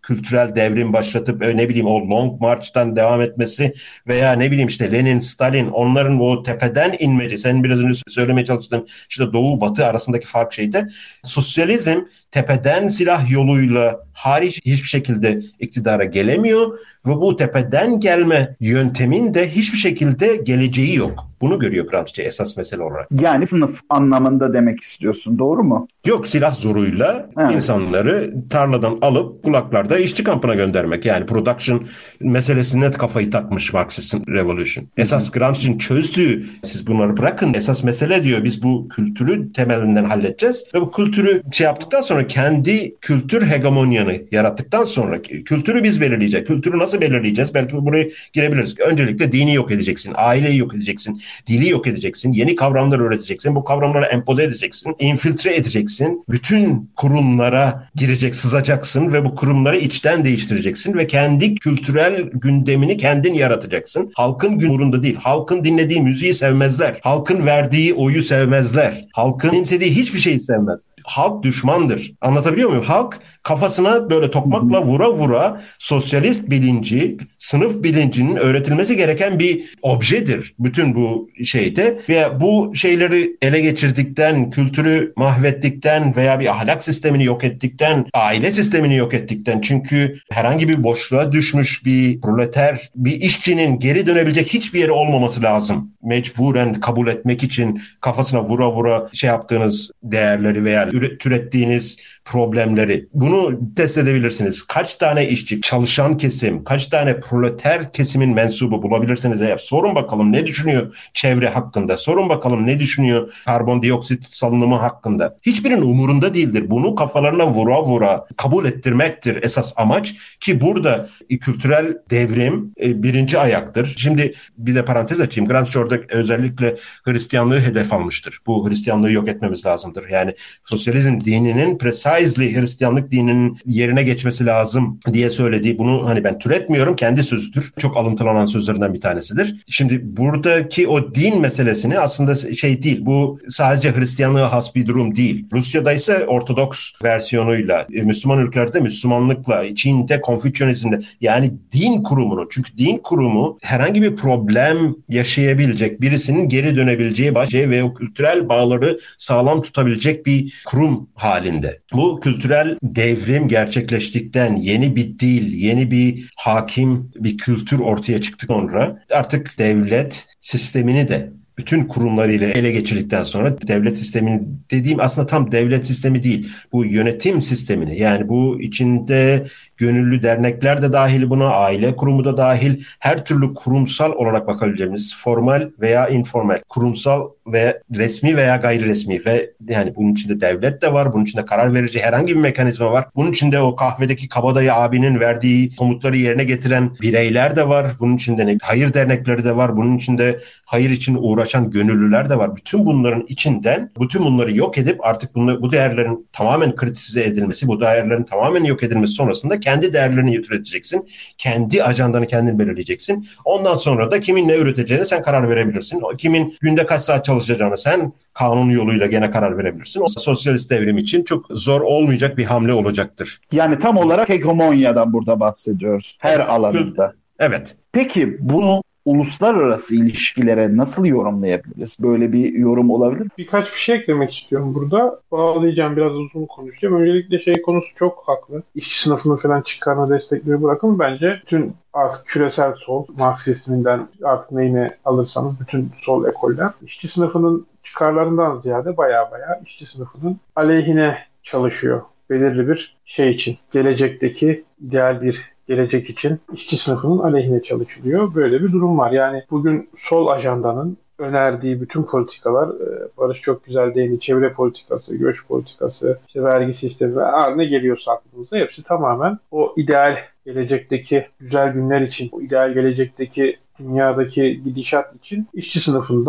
S1: kültürel devrim başlatıp ne bileyim o Long March'tan devam etmesi veya ne bileyim işte Lenin, Stalin, onların o tepeden inmeci, senin biraz önce söylemeye çalıştığın işte Doğu Batı arasındaki fark şeyde, sosyalizm tepeden silah yoluyla hariç hiçbir şekilde iktidara gelemiyor ve bu tepeden gelme yöntemin de hiçbir şekilde geleceği yok. Bunu görüyor Gramsci esas mesele olarak.
S2: Yani sınıf anlamında demek istiyorsun, doğru mu?
S1: Yok, silah zoruyla evet. insanları tarladan alıp kulaklarda işçi kampına göndermek. Yani production meselesine kafayı takmış Marxist Revolution. Esas Gramsci'nin çözdüğü, siz bunları bırakın, esas mesele diyor, biz bu kültürü temelinden halledeceğiz ve bu kültürü şey yaptıktan sonra kendi kültür hegemonyanı yarattıktan sonra kültürü biz belirleyeceğiz. Kültürü nasıl belirleyeceğiz? Belki buraya girebiliriz. Öncelikle dini yok edeceksin, aileyi yok edeceksin, dili yok edeceksin, yeni kavramlar öğreteceksin, bu kavramları empoze edeceksin, infiltre edeceksin, bütün kurumlara girecek, sızacaksın ve bu kurumları içten değiştireceksin ve kendi kültürel gündemini kendin yaratacaksın. Halkın umurunda değil. Halkın dinlediği müziği sevmezler. Halkın verdiği oyu sevmezler. Halkın istediği hiçbir şeyi sevmez. Halk düşmandır. Anlatabiliyor muyum? Halk kafasına böyle tokmakla vura vura sosyalist bilinci, sınıf bilincinin öğretilmesi gereken bir objedir. Bütün bu şeyde ve bu şeyleri ele geçirdikten, kültürü mahvettikten veya bir ahlak sistemini yok ettikten, aile sistemini yok ettikten, çünkü herhangi bir boşluğa düşmüş bir proleter, bir işçinin geri dönebilecek hiçbir yeri olmaması lazım. Mecburen kabul etmek için kafasına vura vura şey yaptığınız değerleri veya türettiğiniz problemleri. Bunu test edebilirsiniz. Kaç tane işçi, çalışan kesim, kaç tane proleter kesimin mensubu bulabilirsiniz eğer. Sorun bakalım ne düşünüyor çevre hakkında. Sorun bakalım ne düşünüyor karbondioksit salınımı hakkında. Hiçbirinin umurunda değildir. Bunu kafalarına vura vura kabul ettirmektir esas amaç ki burada kültürel devrim birinci ayaktır. Şimdi bir de parantez açayım. Gramsci orada özellikle Hristiyanlığı hedef almıştır. Bu Hristiyanlığı yok etmemiz lazımdır. Yani sosyalizm dininin precisely Hristiyanlık dininin yerine geçmesi lazım diye söylediği, bunu hani ben türetmiyorum, kendi sözüdür. Çok alıntılanan sözlerinden bir tanesidir. Şimdi buradaki o din meselesini aslında şey değil, bu sadece Hristiyanlığa has bir durum değil. Rusya'da ise Ortodoks versiyonuyla, Müslüman ülkelerde Müslümanlıkla, Çin'de Konfüçyanizmde, yani din kurumunun, çünkü din kurumu herhangi bir problem yaşayabilecek birisinin geri dönebileceği başlığı ve o kültürel bağları sağlam tutabilecek bir kurum halinde. Bu kültürel devrim gerçekleştikten, yeni bir dil, yeni bir hakim, bir kültür ortaya çıktıktan sonra artık devlet sistemini de bütün kurumlarıyla ele geçirdikten sonra, devlet sistemini dediğim aslında tam devlet sistemi değil, bu yönetim sistemini, yani bu içinde gönüllü dernekler de dahil buna, aile kurumu da dahil, her türlü kurumsal olarak bakabileceğimiz formal veya informal, kurumsal ve resmi veya gayri resmi ve yani bunun içinde devlet de var, bunun içinde karar verici herhangi bir mekanizma var, bunun içinde o kahvedeki kabadayı abinin verdiği komutları yerine getiren bireyler de var, bunun içinde hayır dernekleri de var, bunun içinde hayır için uğraşan gönüllüler de var. Bütün bunların içinden bütün bunları yok edip artık bunu, bu değerlerin tamamen kritisize edilmesi, bu değerlerin tamamen yok edilmesi sonrasında kendi değerlerini üreteceksin. Kendi ajandanı kendin belirleyeceksin. Ondan sonra da kimin ne üreteceğine sen karar verebilirsin. Kimin günde kaç saat çalışacağını sen kanun yoluyla gene karar verebilirsin. O sosyalist devrim için çok zor olmayacak bir hamle olacaktır.
S2: Yani tam olarak hegemonyadan burada bahsediyoruz. Her evet, alanında.
S1: Evet.
S2: Peki bunu uluslararası ilişkilere nasıl yorumlayabiliriz? Böyle bir yorum olabilir mi?
S3: Birkaç bir şey eklemek istiyorum burada. Bağlayacağım, biraz uzun konuşacağım. Öncelikle şey konusu çok haklı. İşçi sınıfını falan çıkarma destekleri bırakın. Bence bütün artık küresel sol, Marksizminden artık neyine alırsanız bütün sol ekoller, işçi sınıfının çıkarlarından ziyade baya baya işçi sınıfının aleyhine çalışıyor. Belirli bir şey için. Gelecekteki ideal bir gelecek için işçi sınıfının aleyhine çalışılıyor. Böyle bir durum var. Yani bugün sol ajandanın önerdiği bütün politikalar, Barış çok güzel değindi, çevre politikası, göç politikası, işte vergi sistemi, ne geliyorsa aklınıza hepsi tamamen o ideal gelecekteki güzel günler için, o ideal gelecekteki dünyadaki gidişat için işçi sınıfından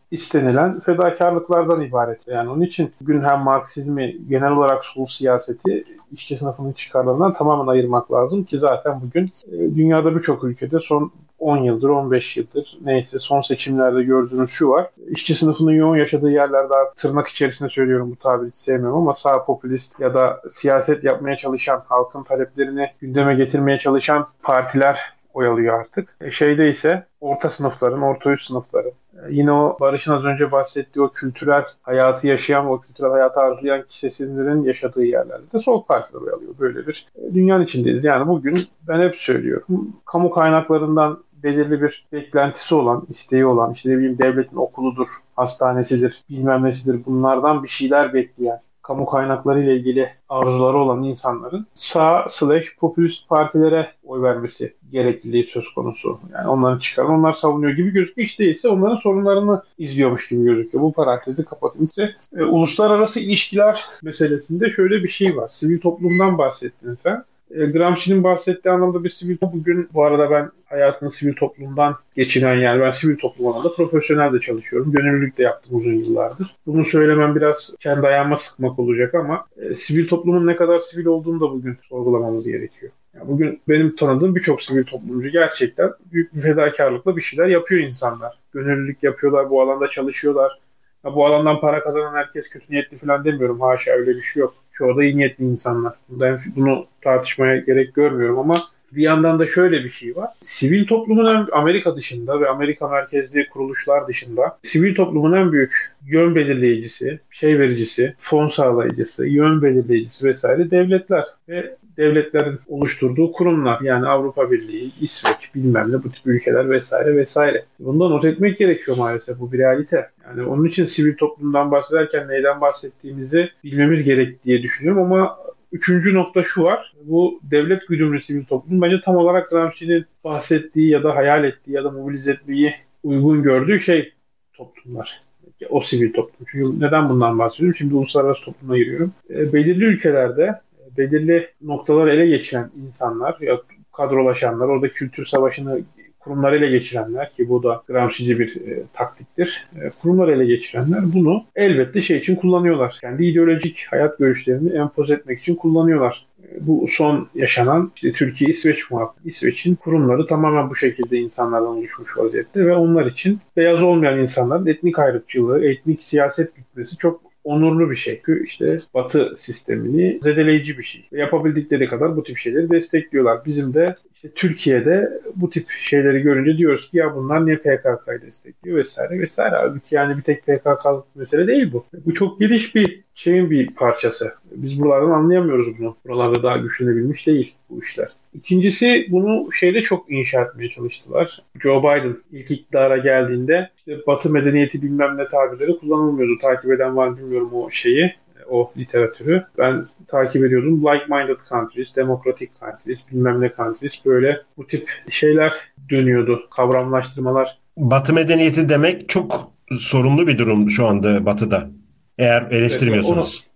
S3: istenilen fedakarlıklardan ibaret. Yani onun için bugün hem Marksizmi genel olarak sol siyaseti işçi sınıfının çıkarlarından tamamen ayırmak lazım ki zaten bugün e, dünyada birçok ülkede son on yıldır, on beş yıldır neyse son seçimlerde gördüğünüz şu var. İşçi sınıfının yoğun yaşadığı yerlerde artık tırnak içerisinde söylüyorum bu tabiri sevmiyorum ama sağ popülist ya da siyaset yapmaya çalışan, halkın taleplerini gündeme getirmeye çalışan partiler oy alıyor artık. E şeyde ise orta sınıfların, orta üst sınıfların, e, yine o Barış'ın az önce bahsettiği o kültürel hayatı yaşayan, o kültürel hayatı arzulayan kesimlerin yaşadığı yerlerde de sol partiler oy alıyor. Böyle bir e, dünyanın içindeyiz. Yani bugün ben hep söylüyorum, kamu kaynaklarından belirli bir beklentisi olan, isteği olan, işte ne bileyim devletin okuludur, hastanesidir, bilmem nesidir bunlardan bir şeyler bekleyen, kamu kaynakları ile ilgili arzuları olan insanların sağ slash popülist partilere oy vermesi gerekliliği söz konusu. Yani onların çıkarını onlar savunuyor gibi gözüküyor. Hiç değilse onların sorunlarını izliyormuş gibi gözüküyor. Bu parantezi kapatayım. İşte, e, uluslararası ilişkiler meselesinde şöyle bir şey var. Sivil toplumdan bahsettin sen. E, Gramsci'nin bahsettiği anlamda bir sivil toplum. Bugün bu arada ben hayatını sivil toplumdan geçiren yani ben sivil toplum alanında profesyonel de çalışıyorum. Gönüllülük de yaptım uzun yıllardır. Bunu söylemem biraz kendi ayağıma sıkmak olacak ama e, sivil toplumun ne kadar sivil olduğunu da bugün sorgulamamız gerekiyor. Yani bugün benim tanıdığım birçok sivil toplumcu gerçekten büyük bir fedakarlıkla bir şeyler yapıyor insanlar. Gönüllülük yapıyorlar, bu alanda çalışıyorlar. Ya bu alandan para kazanan herkes kötü niyetli falan demiyorum. Haşa öyle bir şey yok. Çoğu da iyi niyetli insanlar. Ben bunu tartışmaya gerek görmüyorum ama bir yandan da şöyle bir şey var. Sivil toplumun en, Amerika dışında ve Amerika merkezli kuruluşlar dışında sivil toplumun en büyük yön belirleyicisi, şey vericisi, fon sağlayıcısı, yön belirleyicisi vesaire devletler ve devletlerin oluşturduğu kurumlar yani Avrupa Birliği, İsveç, bilmem ne bu tip ülkeler vesaire vesaire. Bundan not etmek gerekiyor maalesef bu bir realite. Yani onun için sivil toplumdan bahsederken neyden bahsettiğimizi bilmemiz gerek diye düşünüyorum ama üçüncü nokta şu var. Bu devlet güdümlü sivil toplum bence tam olarak Gramsci'nin bahsettiği ya da hayal ettiği ya da mobilize etmeyi uygun gördüğü şey toplumlar. O sivil toplum. Çünkü neden bundan bahsediyorum? Şimdi uluslararası topluma giriyorum. E, belirli ülkelerde belirli noktaları ele geçiren insanlar ya kadrolaşanlar, orada kültür savaşını kurumları ele geçirenler ki bu da Gramsci'ci bir e, taktiktir. E, kurumları ele geçirenler bunu elbette şey için kullanıyorlar. Kendi ideolojik hayat görüşlerini empoze etmek için kullanıyorlar. E, bu son yaşanan işte Türkiye-İsveç muhabbeti. İsveç'in kurumları tamamen bu şekilde insanlardan oluşmuş vaziyette ve onlar için beyaz olmayan insanların etnik ayrımcılığı, etnik siyaset gütmesi çok onurlu bir şey. Çünkü işte Batı sistemini zedeleyici bir şey. Ve yapabildikleri kadar bu tip şeyleri destekliyorlar. Bizim de işte Türkiye'de bu tip şeyleri görünce diyoruz ki ya bunlar niye P K K'yı destekliyor vesaire vesaire. Halbuki yani bir tek P K K mesele değil bu. Bu çok geniş bir şeyin bir parçası. Biz buralardan anlayamıyoruz bunu. Buralarda daha güçlenebilmiş değil bu işler. İkincisi bunu şeyde çok inşa etmeye çalıştılar. Joe Biden ilk iktidara geldiğinde işte Batı medeniyeti bilmem ne tabirleri kullanılmıyordu. Takip eden var bilmiyorum o şeyi, o literatürü. Ben takip ediyordum. Like-minded countries, democratic countries, bilmem ne countries böyle bu tip şeyler dönüyordu. Kavramlaştırmalar.
S1: Batı medeniyeti demek çok sorunlu bir durum şu anda Batı'da. Eğer eleştirmiyorsanız.
S3: Evet,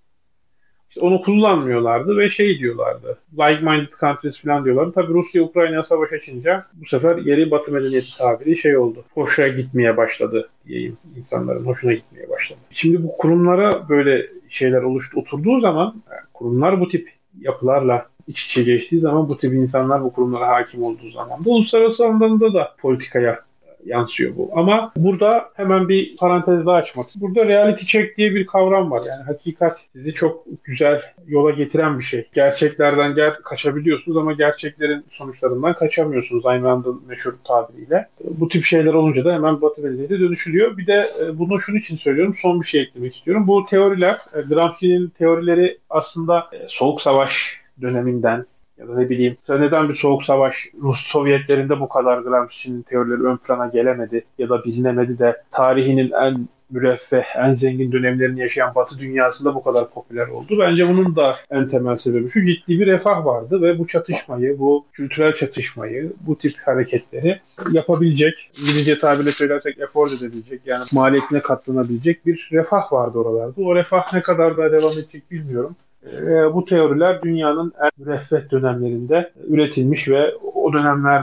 S3: onu kullanmıyorlardı ve şey diyorlardı. Like-minded countries falan diyorlardı. Tabii Rusya-Ukrayna savaş açınca bu sefer geri Batı medeniyeti tabiri şey oldu. Hoşuna gitmeye başladı diyeyim. İnsanların hoşuna gitmeye başladı. Şimdi bu kurumlara böyle şeyler oluştu, oturduğu zaman yani kurumlar bu tip yapılarla iç içe geçtiği zaman bu tip insanlar bu kurumlara hakim olduğu zaman da uluslararası anlamda da politikaya yansıyor bu. Ama burada hemen bir parantez daha açmak. Burada reality check diye bir kavram var. Yani hakikat sizi çok güzel yola getiren bir şey. Gerçeklerden ger kaçabiliyorsunuz ama gerçeklerin sonuçlarından kaçamıyorsunuz. Aynı anda meşhur tabiriyle. Bu tip şeyler olunca da hemen Batı medeniyete dönüşülüyor. Bir de bunu şunun için söylüyorum. Son bir şey eklemek istiyorum. Bu teoriler, Gramsci'nin teorileri aslında Soğuk Savaş döneminden ya da ne bileyim neden bir soğuk savaş Rus Sovyetlerinde bu kadar Gramsci'nin teorileri ön plana gelemedi ya da bilinemedi de tarihinin en müreffeh, en zengin dönemlerini yaşayan Batı dünyasında bu kadar popüler oldu. Bence bunun da en temel sebebi şu: ciddi bir refah vardı ve bu çatışmayı, bu kültürel çatışmayı, bu tip hareketleri yapabilecek, İngilizce tabirle söylersek afford edebilecek, yani maliyetine katlanabilecek bir refah vardı oralarda. O refah ne kadar daha devam edecek bilmiyorum. Bu teoriler dünyanın en müreffeh dönemlerinde üretilmiş ve o dönemlerde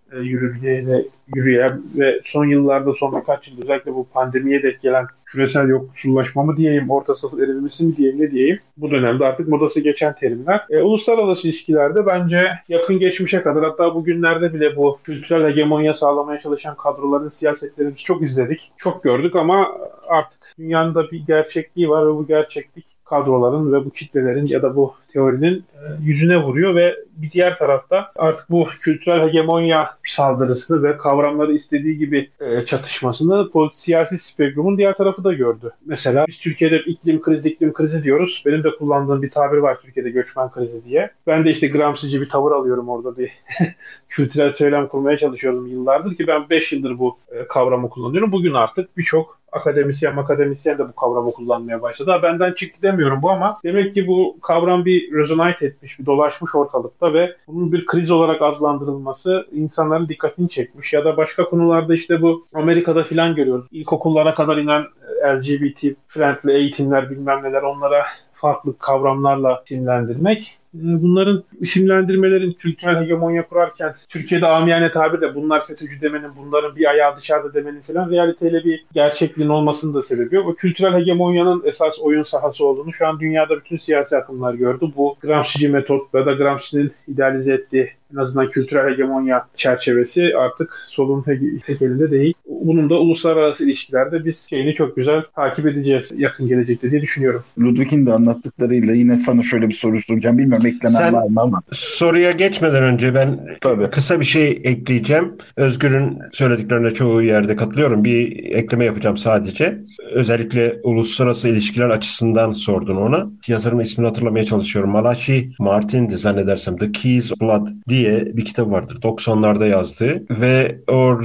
S3: e, yürürlüğe yürüyen ve son yıllarda, son birkaç yıl özellikle bu pandemiye denk gelen küresel yoksullaşma mı diyeyim, orta sınıf erimisi mi diyeyim, ne diyeyim, bu dönemde artık modası geçen terimler. E, uluslararası ilişkilerde bence yakın geçmişe kadar, hatta bugünlerde bile bu kültürel hegemonya sağlamaya çalışan kadroların siyasetlerini çok izledik, çok gördük ama artık dünyanın da bir gerçekliği var ve bu gerçeklik kadroların ve bu kitlelerin ya da bu teorinin e, yüzüne vuruyor ve bir diğer tarafta artık bu kültürel hegemonya saldırısını ve kavramları istediği gibi e, çatışmasını politik siyasi spektrumun diğer tarafı da gördü. Mesela biz Türkiye'de iklim krizi, iklim krizi diyoruz. Benim de kullandığım bir tabir var Türkiye'de, göçmen krizi diye. Ben de işte Gramsci'ci bir tavır alıyorum orada, bir kültürel söylem kurmaya çalışıyorum yıllardır ki ben beş yıldır bu e, kavramı kullanıyorum. Bugün artık birçok akademisyen akademisyen de bu kavramı kullanmaya başladı. Ha, benden çıktı demiyorum bu ama demek ki bu kavram bir resonate etmiş, bir dolaşmış ortalıkta ve bunun bir kriz olarak adlandırılması insanların dikkatini çekmiş. Ya da başka konularda işte bu Amerika'da filan görüyoruz. İlkokullara kadar inen L G B T friendly eğitimler, bilmem neler, onlara farklı kavramlarla isimlendirmek. Bunların isimlendirmelerin kültürel hegemonya kurarken Türkiye'de amiyane tabirle bunlar FETÖ'cü demenin, bunların bir ayağı dışarıda demenin falan realiteyle bir gerçekliğin olmasının da sebebi yok. O kültürel hegemonyanın esas oyun sahası olduğunu şu an dünyada bütün siyasi akımlar gördü. Bu Gramsci'ci metot ya da Gramsci'nin idealize ettiği en azından kültürel hegemonya çerçevesi artık solun tek elinde değil. Bunun da uluslararası ilişkilerde biz şeyini çok güzel takip edeceğiz yakın gelecekte diye düşünüyorum.
S2: Ludwig'in de anlattıklarıyla yine sana şöyle bir soru soracağım. Bilmiyorum eklenen
S1: Sen
S2: var mı ama.
S1: Soruya geçmeden önce ben Tabii. kısa bir şey ekleyeceğim. Özgür'ün söylediklerine çoğu yerde katılıyorum. Bir ekleme yapacağım sadece. Özellikle uluslararası ilişkiler açısından sordun ona. Yazarın ismini hatırlamaya çalışıyorum. Malachi Martin'di zannedersem. The Keys of Blood diye bir kitap vardır. doksanlarda yazdığı ve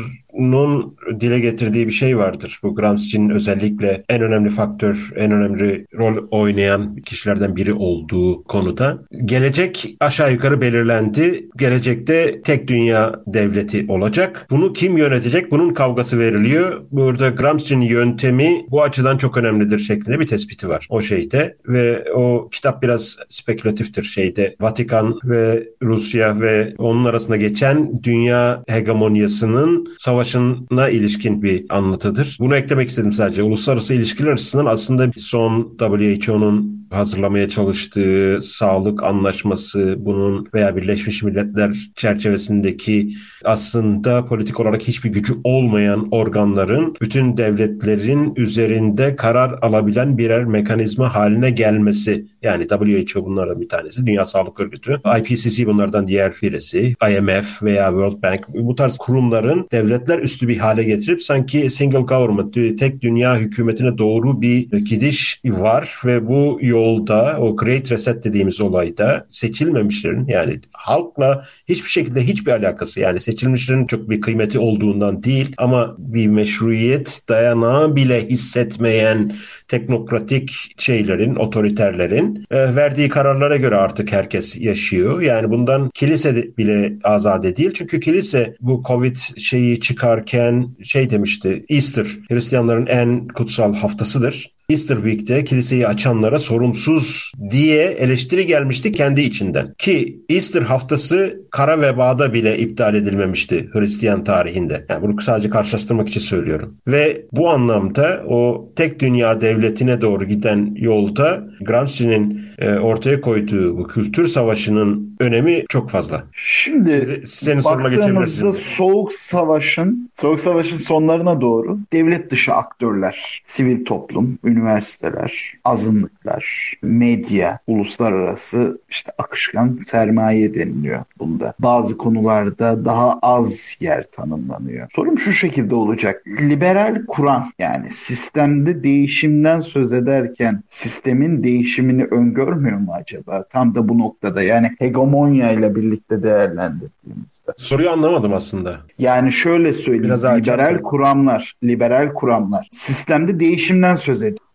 S1: onun dile getirdiği bir şey vardır. Bu Gramsci'nin özellikle en önemli faktör, en önemli rol oynayan kişilerden biri olduğu konuda. Gelecek aşağı yukarı belirlendi. Gelecekte tek dünya devleti olacak. Bunu kim yönetecek? Bunun kavgası veriliyor. Burada Gramsci'nin yöntemi bu açıdan çok önemlidir şeklinde bir tespiti var o şeyde ve o kitap biraz spekülatiftir şeyde. Vatikan ve Rusya ve onun arasında geçen dünya hegemonyasının savaşına ilişkin bir anlatıdır. Bunu eklemek istedim sadece. Uluslararası ilişkiler açısından aslında son W H O'nun hazırlamaya çalıştığı sağlık anlaşması, bunun veya Birleşmiş Milletler çerçevesindeki aslında politik olarak hiçbir gücü olmayan organların bütün devletlerin üzerinde karar alabilen birer mekanizma haline gelmesi. Yani W H O bunlardan bir tanesi. Dünya Sağlık Örgütü. I P C C bunlardan diğer birisi. I M F veya World Bank. Bu tarz kurumların devletler üstü bir hale getirip sanki single government, tek dünya hükümetine doğru bir gidiş var ve bu yolda o Great Reset dediğimiz olayda seçilmemişlerin, yani halkla hiçbir şekilde hiçbir alakası, yani seçilmişlerin çok bir kıymeti olduğundan değil ama bir meşruiyet dayanağı bile hissetmeyen teknokratik şeylerin, otoriterlerin e, verdiği kararlara göre artık herkes yaşıyor. Yani bundan kilise de bile azade değil. Çünkü kilise bu Covid şeyi çıkarken şey demişti. Easter Hristiyanların en kutsal haftasıdır. Easter Week'te kiliseyi açanlara sorumsuz diye eleştiri gelmişti kendi içinden. Ki Easter haftası kara vebada bile iptal edilmemişti Hristiyan tarihinde. Yani bunu sadece karşılaştırmak için söylüyorum. Ve bu anlamda o tek dünya devletine doğru giden yolda Gramsci'nin e, ortaya koyduğu bu kültür savaşının önemi çok fazla.
S2: Şimdi, Şimdi baktığımızda Soğuk Savaş'ın Soğuk Savaş'ın sonlarına doğru devlet dışı aktörler, sivil toplum, üniversiteler, azınlıklar, medya, uluslararası işte akışkan sermaye deniliyor bunda. Bazı konularda daha az yer tanımlanıyor. Sorum şu şekilde olacak. Liberal Kur'an, yani sistemde değişimden söz ederken sistemin değişimini öngörmüyor mu acaba? Tam da bu noktada, yani hegemonya ile birlikte değerlendirdiğimizde.
S1: Soruyu anlamadım aslında.
S2: Yani şöyle söyleyeyim. Liberal kuramlar, liberal kuramlar sistemde değişimden söz ediyor.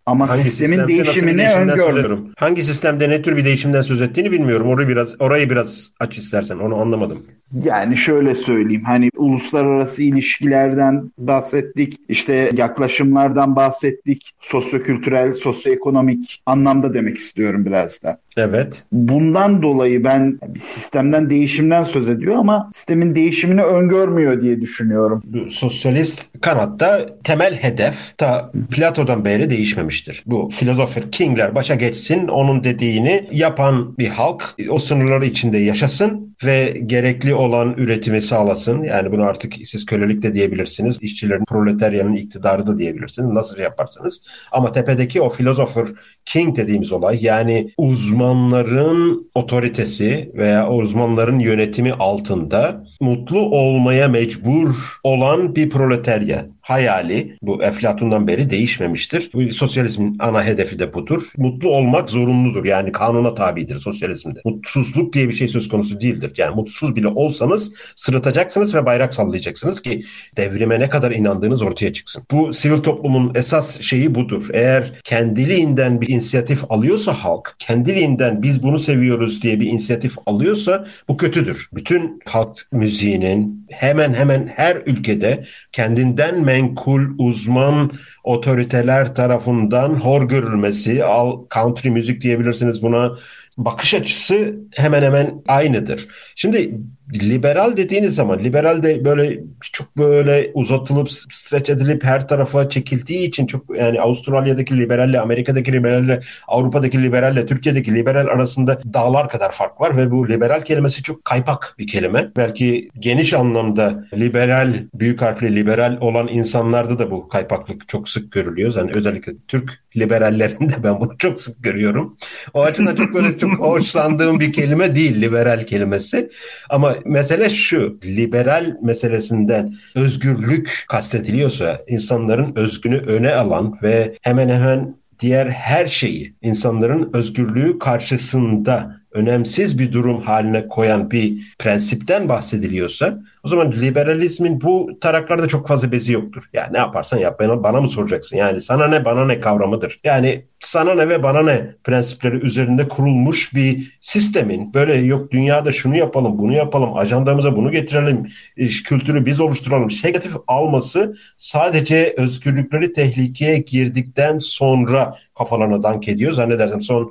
S2: Ama
S1: Hangi
S2: sistemin
S1: sistemde nasıl bir
S2: değişimini
S1: değişimden söz
S2: öngörmüyor.
S1: ediyorum? Hangi sistemde ne tür bir değişimden söz ettiğini bilmiyorum. Orayı biraz orayı biraz aç istersen. Onu anlamadım.
S2: Yani şöyle söyleyeyim, hani uluslararası ilişkilerden bahsettik, işte yaklaşımlardan bahsettik, sosyokültürel, sosyoekonomik anlamda demek istiyorum biraz da.
S1: Evet.
S2: Bundan dolayı ben bir sistemden, değişimden söz ediyor ama sistemin değişimini öngörmüyor diye düşünüyorum.
S1: Bu sosyalist kanatta temel hedef ta Plato'dan beri değişmemiştir. Bu filozofer King'ler başa geçsin, onun dediğini yapan bir halk o sınırları içinde yaşasın ve gerekli olan üretimi sağlasın. Yani bunu artık siz kölelik de diyebilirsiniz. İşçilerin, proletaryanın iktidarı da diyebilirsiniz. Nasıl yaparsınız? Ama tepedeki o filozofer King dediğimiz olay, yani uzmanların otoritesi veya uzmanların yönetimi altında mutlu olmaya mecbur olan bir proletarya hayali bu Eflatun'dan beri değişmemiştir. Bu sosyalizmin ana hedefi de budur. Mutlu olmak zorunludur. Yani kanuna tabidir sosyalizmde. Mutsuzluk diye bir şey söz konusu değildir. Yani mutsuz bile olsanız sırıtacaksınız ve bayrak sallayacaksınız ki devrime ne kadar inandığınız ortaya çıksın. Bu sivil toplumun esas şeyi budur. Eğer kendiliğinden bir inisiyatif alıyorsa halk, kendiliğinden biz bunu seviyoruz diye bir inisiyatif alıyorsa bu kötüdür. Bütün halk müziğinin hemen hemen her ülkede kendinden menkul uzman otoriteler tarafından hor görülmesi, al country müzik diyebilirsiniz buna, bakış açısı hemen hemen aynıdır. Şimdi liberal dediğiniz zaman, liberal de böyle çok böyle uzatılıp streç edilip her tarafa çekildiği için çok, yani Avustralya'daki liberalle, Amerika'daki liberalle, Avrupa'daki liberalle, Türkiye'deki liberal arasında dağlar kadar fark var ve bu liberal kelimesi çok kaypak bir kelime. Belki geniş anlamda liberal, büyük harfli liberal olan insanlarda da bu kaypaklık çok sık görülüyor. Yani özellikle Türk liberallerinde ben bunu çok sık görüyorum. O açıdan çok böyle çok hoşlandığım bir kelime değil liberal kelimesi. Ama mesele şu, liberal meselesinden özgürlük kastediliyorsa, insanların özgünü öne alan ve hemen hemen diğer her şeyi insanların özgürlüğü karşısında önemsiz bir durum haline koyan bir prensipten bahsediliyorsa, o zaman liberalizmin bu taraklarda çok fazla bezi yoktur. Ya ne yaparsan yap, bana, bana mı soracaksın? Yani sana ne bana ne kavramıdır. Yani sana ne ve bana ne prensipleri üzerinde kurulmuş bir sistemin böyle yok dünyada şunu yapalım, bunu yapalım, ajandamıza bunu getirelim, iş, kültürü biz oluşturalım, negatif alması sadece özgürlükleri tehlikeye girdikten sonra kafalarına dank ediyor. Zannedersem son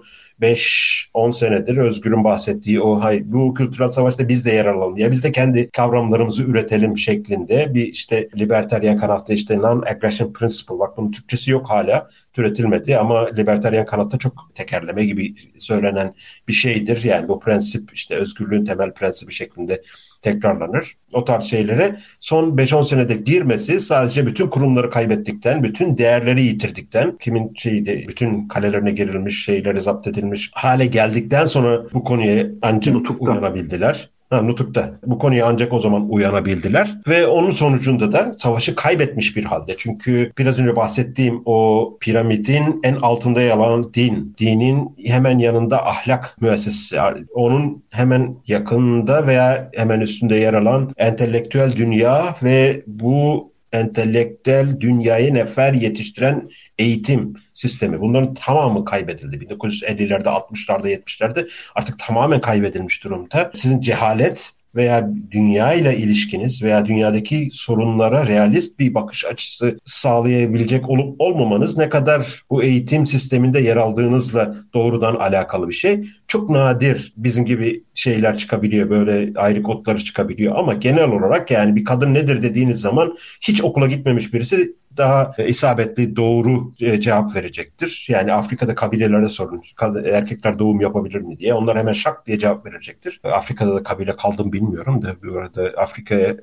S1: beş on senedir Özgür'ün bahsettiği o hay bu kültürel savaşta biz de yer alalım ya biz de kendi kavramlarımızı üretelim şeklinde bir işte libertaryen kanatta işte non-aggression principle, bak bunun Türkçesi yok hala, türetilmedi ama libertaryen kanatta çok tekerleme gibi söylenen bir şeydir. Yani bu prensip işte özgürlüğün temel prensibi şeklinde tekrarlanır. O tarz şeylere son beş on senede girmesi sadece bütün kurumları kaybettikten, bütün değerleri yitirdikten, kimin şeyde bütün kalelerine girilmiş, şeyleri zapt edilmiş hale geldikten sonra bu konuya ancak
S2: Nutuk'ta.
S1: uyanabildiler. Ha, Nutuk'ta. Bu konuya ancak o zaman uyanabildiler ve onun sonucunda da savaşı kaybetmiş bir halde. Çünkü biraz önce bahsettiğim o piramidin en altında yer alan din, dinin hemen yanında ahlak müessesesi, onun hemen yakınında veya hemen üstünde yer alan entelektüel dünya ve bu entelektüel dünyayı nefer yetiştiren eğitim sistemi. Bunların tamamı kaybedildi. bin dokuz yüz ellilerde, altmışlarda, yetmişlerde artık tamamen kaybedilmiş durumda. Sizin cehalet veya dünya ile ilişkiniz veya dünyadaki sorunlara realist bir bakış açısı sağlayabilecek olup olmamanız ne kadar bu eğitim sisteminde yer aldığınızla doğrudan alakalı bir şey. Çok nadir bizim gibi şeyler çıkabiliyor, böyle ayrık otları çıkabiliyor ama genel olarak yani bir kadın nedir dediğiniz zaman hiç okula gitmemiş birisi daha isabetli doğru cevap verecektir. Yani Afrika'da kabilelere sorun, erkekler doğum yapabilir mi diye. Onlar hemen şak diye cevap verecektir. Afrika'da da kabile kaldım bilmiyorum da bu arada Afrika'ya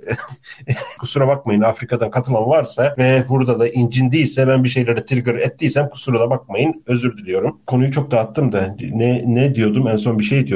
S1: kusura bakmayın, Afrika'dan katılan varsa ve burada da incindiyse, ben bir şeylere trigger ettiysem kusura da bakmayın, özür diliyorum. Konuyu çok dağıttım da ne ne diyordum, en son bir şey diyordum.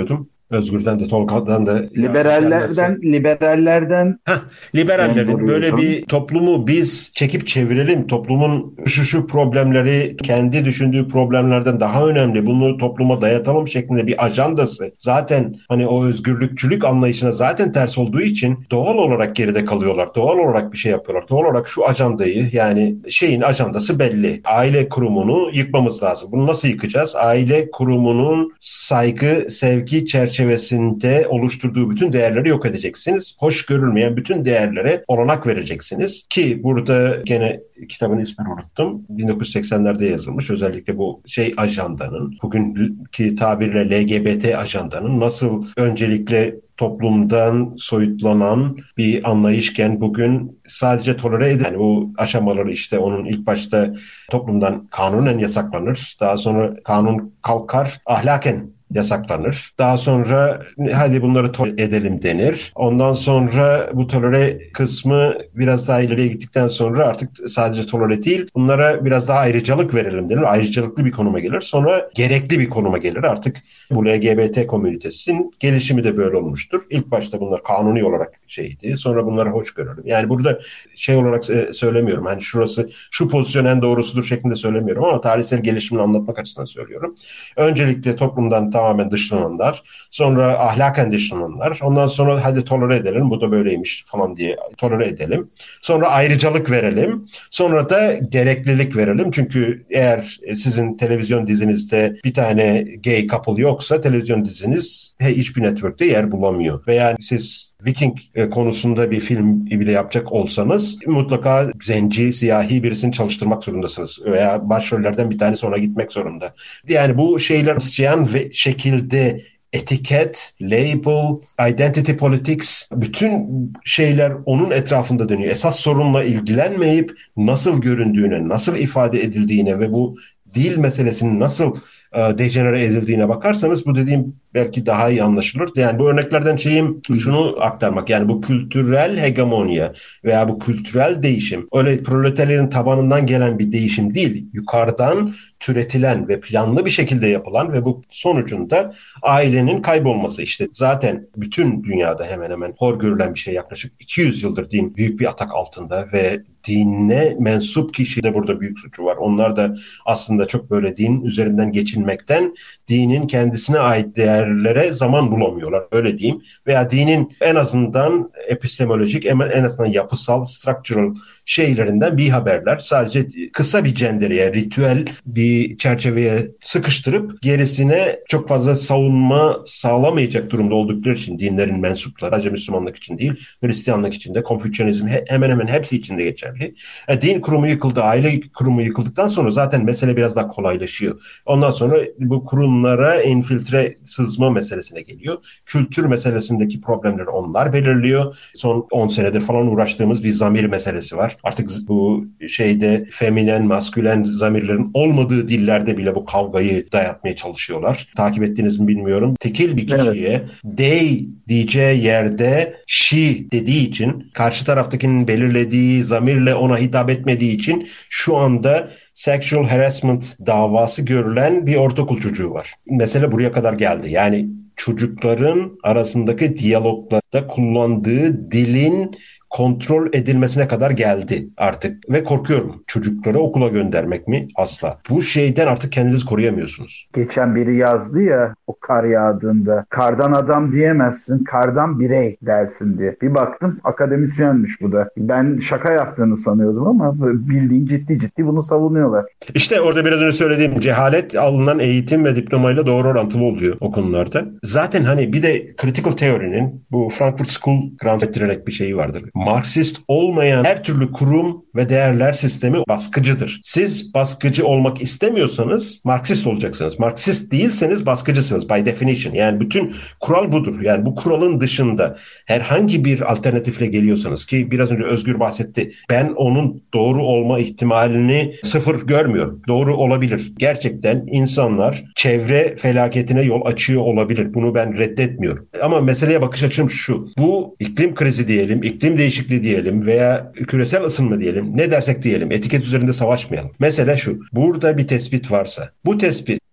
S1: Özgür'den de Tolga'dan da
S2: Liberallerden, liberallerden
S1: Heh, liberallerin böyle
S2: donduruyor.
S1: bir toplumu biz çekip çevirelim, toplumun şu şu problemleri kendi düşündüğü problemlerden daha önemli, bunu topluma dayatalım şeklinde bir ajandası zaten hani o özgürlükçülük anlayışına zaten ters olduğu için doğal olarak geride kalıyorlar. Doğal olarak bir şey yapıyorlar. Doğal olarak şu ajandayı, yani şeyin ajandası belli. Aile kurumunu yıkmamız lazım. Bunu nasıl yıkacağız? Aile kurumunun saygı, sevgi çerçevesinde oluşturduğu bütün değerleri yok edeceksiniz. Hoş görülmeyen bütün değerlere olanak vereceksiniz. Ki burada gene kitabın ismini unuttum. bin dokuz yüz seksenlerde yazılmış. Özellikle bu şey ajandanın, bugünkü tabirle L G B T ajandanın nasıl öncelikle toplumdan soyutlanan bir anlayışken bugün sadece tolere edilen, yani bu aşamaları işte onun ilk başta toplumdan kanunen yasaklanır. Daha sonra kanun kalkar, ahlaken yasaklanır. Daha sonra hadi bunları tolere edelim denir. Ondan sonra bu tolere kısmı biraz daha ileriye gittikten sonra artık sadece tolere değil, bunlara biraz daha ayrıcalık verelim denir. Ayrıcalıklı bir konuma gelir. Sonra gerekli bir konuma gelir. Artık bu L G B T komünitesinin gelişimi de böyle olmuştur. İlk başta bunlar kanuni olarak şeydi. Sonra bunları hoş görelim. Yani burada şey olarak söylemiyorum. Hani şurası şu pozisyon en doğrusudur şeklinde söylemiyorum ama tarihsel gelişimini anlatmak açısından söylüyorum. Öncelikle toplumdan tamamen dışlananlar, sonra ahlaken dışlananlar, ondan sonra hadi tolere edelim, bu da böyleymiş falan diye tolere edelim. Sonra ayrıcalık verelim, sonra da gereklilik verelim. Çünkü eğer sizin televizyon dizinizde bir tane gay couple yoksa televizyon diziniz hiçbir network'te yer bulamıyor. Veya siz Viking konusunda bir film bile yapacak olsanız mutlaka zenci, siyahi birisini çalıştırmak zorundasınız. Veya başrollerden bir tanesi ona gitmek zorunda. Yani bu şeyler isteyen ve şekilde etiket, label, identity politics, bütün şeyler onun etrafında dönüyor. Esas sorunla ilgilenmeyip nasıl göründüğüne, nasıl ifade edildiğine ve bu dil meselesinin nasıl e, dejenere edildiğine bakarsanız bu dediğim belki daha iyi anlaşılır. Yani bu örneklerden şeyim şunu aktarmak. Yani bu kültürel hegemonya veya bu kültürel değişim öyle proleterlerin tabanından gelen bir değişim değil. Yukarıdan türetilen ve planlı bir şekilde yapılan ve bu sonucunda ailenin kaybolması. İşte zaten bütün dünyada hemen hemen hor görülen bir şey, yaklaşık iki yüz yıldır diyeyim büyük bir atak altında ve dinine mensup kişi de burada büyük suçu var. Onlar da aslında çok böyle din üzerinden geçinmekten dinin kendisine ait değerlere zaman bulamıyorlar. Öyle diyeyim. Veya dinin en azından epistemolojik, en azından yapısal, structural şeylerinden bir haberler. Sadece kısa bir cendereye, ritüel bir çerçeveye sıkıştırıp gerisine çok fazla savunma sağlamayacak durumda oldukları için dinlerin mensupları, sadece Müslümanlık için değil, Hristiyanlık için de, Konfüçyanizm hemen hemen hepsi için de geçerli. E, din kurumu yıkıldı, aile kurumu yıkıldıktan sonra zaten mesele biraz daha kolaylaşıyor. Ondan sonra bu kurumlara infiltre, sızma meselesine geliyor. Kültür meselesindeki problemleri onlar belirliyor. Son on senedir falan uğraştığımız bir zamir meselesi var. Artık bu şeyde feminen, maskülen zamirlerin olmadığı dillerde bile bu kavgayı dayatmaya çalışıyorlar. Takip ettiğiniz mi bilmiyorum. Tekil bir kişiye evet. They diyeceği yerde she dediği için, karşı taraftakinin belirlediği zamirle ona hitap etmediği için şu anda sexual harassment davası görülen bir ortaokul çocuğu var. Mesele buraya kadar geldi. Yani çocukların arasındaki diyaloglarda kullandığı dilin kontrol edilmesine kadar geldi artık. Ve korkuyorum. Çocukları okula göndermek mi? Asla. Bu şeyden artık kendinizi koruyamıyorsunuz.
S2: Geçen biri yazdı ya, o kar yağdığında. Kardan adam diyemezsin, kardan birey dersin diye. Bir baktım akademisyenmiş bu da. Ben şaka yaptığını sanıyordum ama bildiğin ciddi ciddi bunu savunuyorlar.
S1: İşte orada biraz önce söylediğim cehalet alınan eğitim ve diplomayla doğru orantılı oluyor o konularda. Zaten hani bir de critical theory'nin bu Frankfurt School grant ettirerek bir şeyi vardır. Marksist olmayan her türlü kurum ve değerler sistemi baskıcıdır. Siz baskıcı olmak istemiyorsanız Marksist olacaksınız. Marksist değilseniz baskıcısınız by definition. Yani bütün kural budur. Yani bu kuralın dışında herhangi bir alternatifle geliyorsanız, ki biraz önce Özgür bahsetti. Ben onun doğru olma ihtimalini sıfır görmüyorum. Doğru olabilir. Gerçekten insanlar çevre felaketine yol açıyor olabilir. Bunu ben reddetmiyorum. Ama meseleye bakış açım şu. Bu iklim krizi diyelim, iklim değişikliği diyelim veya küresel ısınma diyelim, ne dersek diyelim, etiket üzerinde savaşmayalım. Mesele şu, burada bir tespit varsa, bu tespit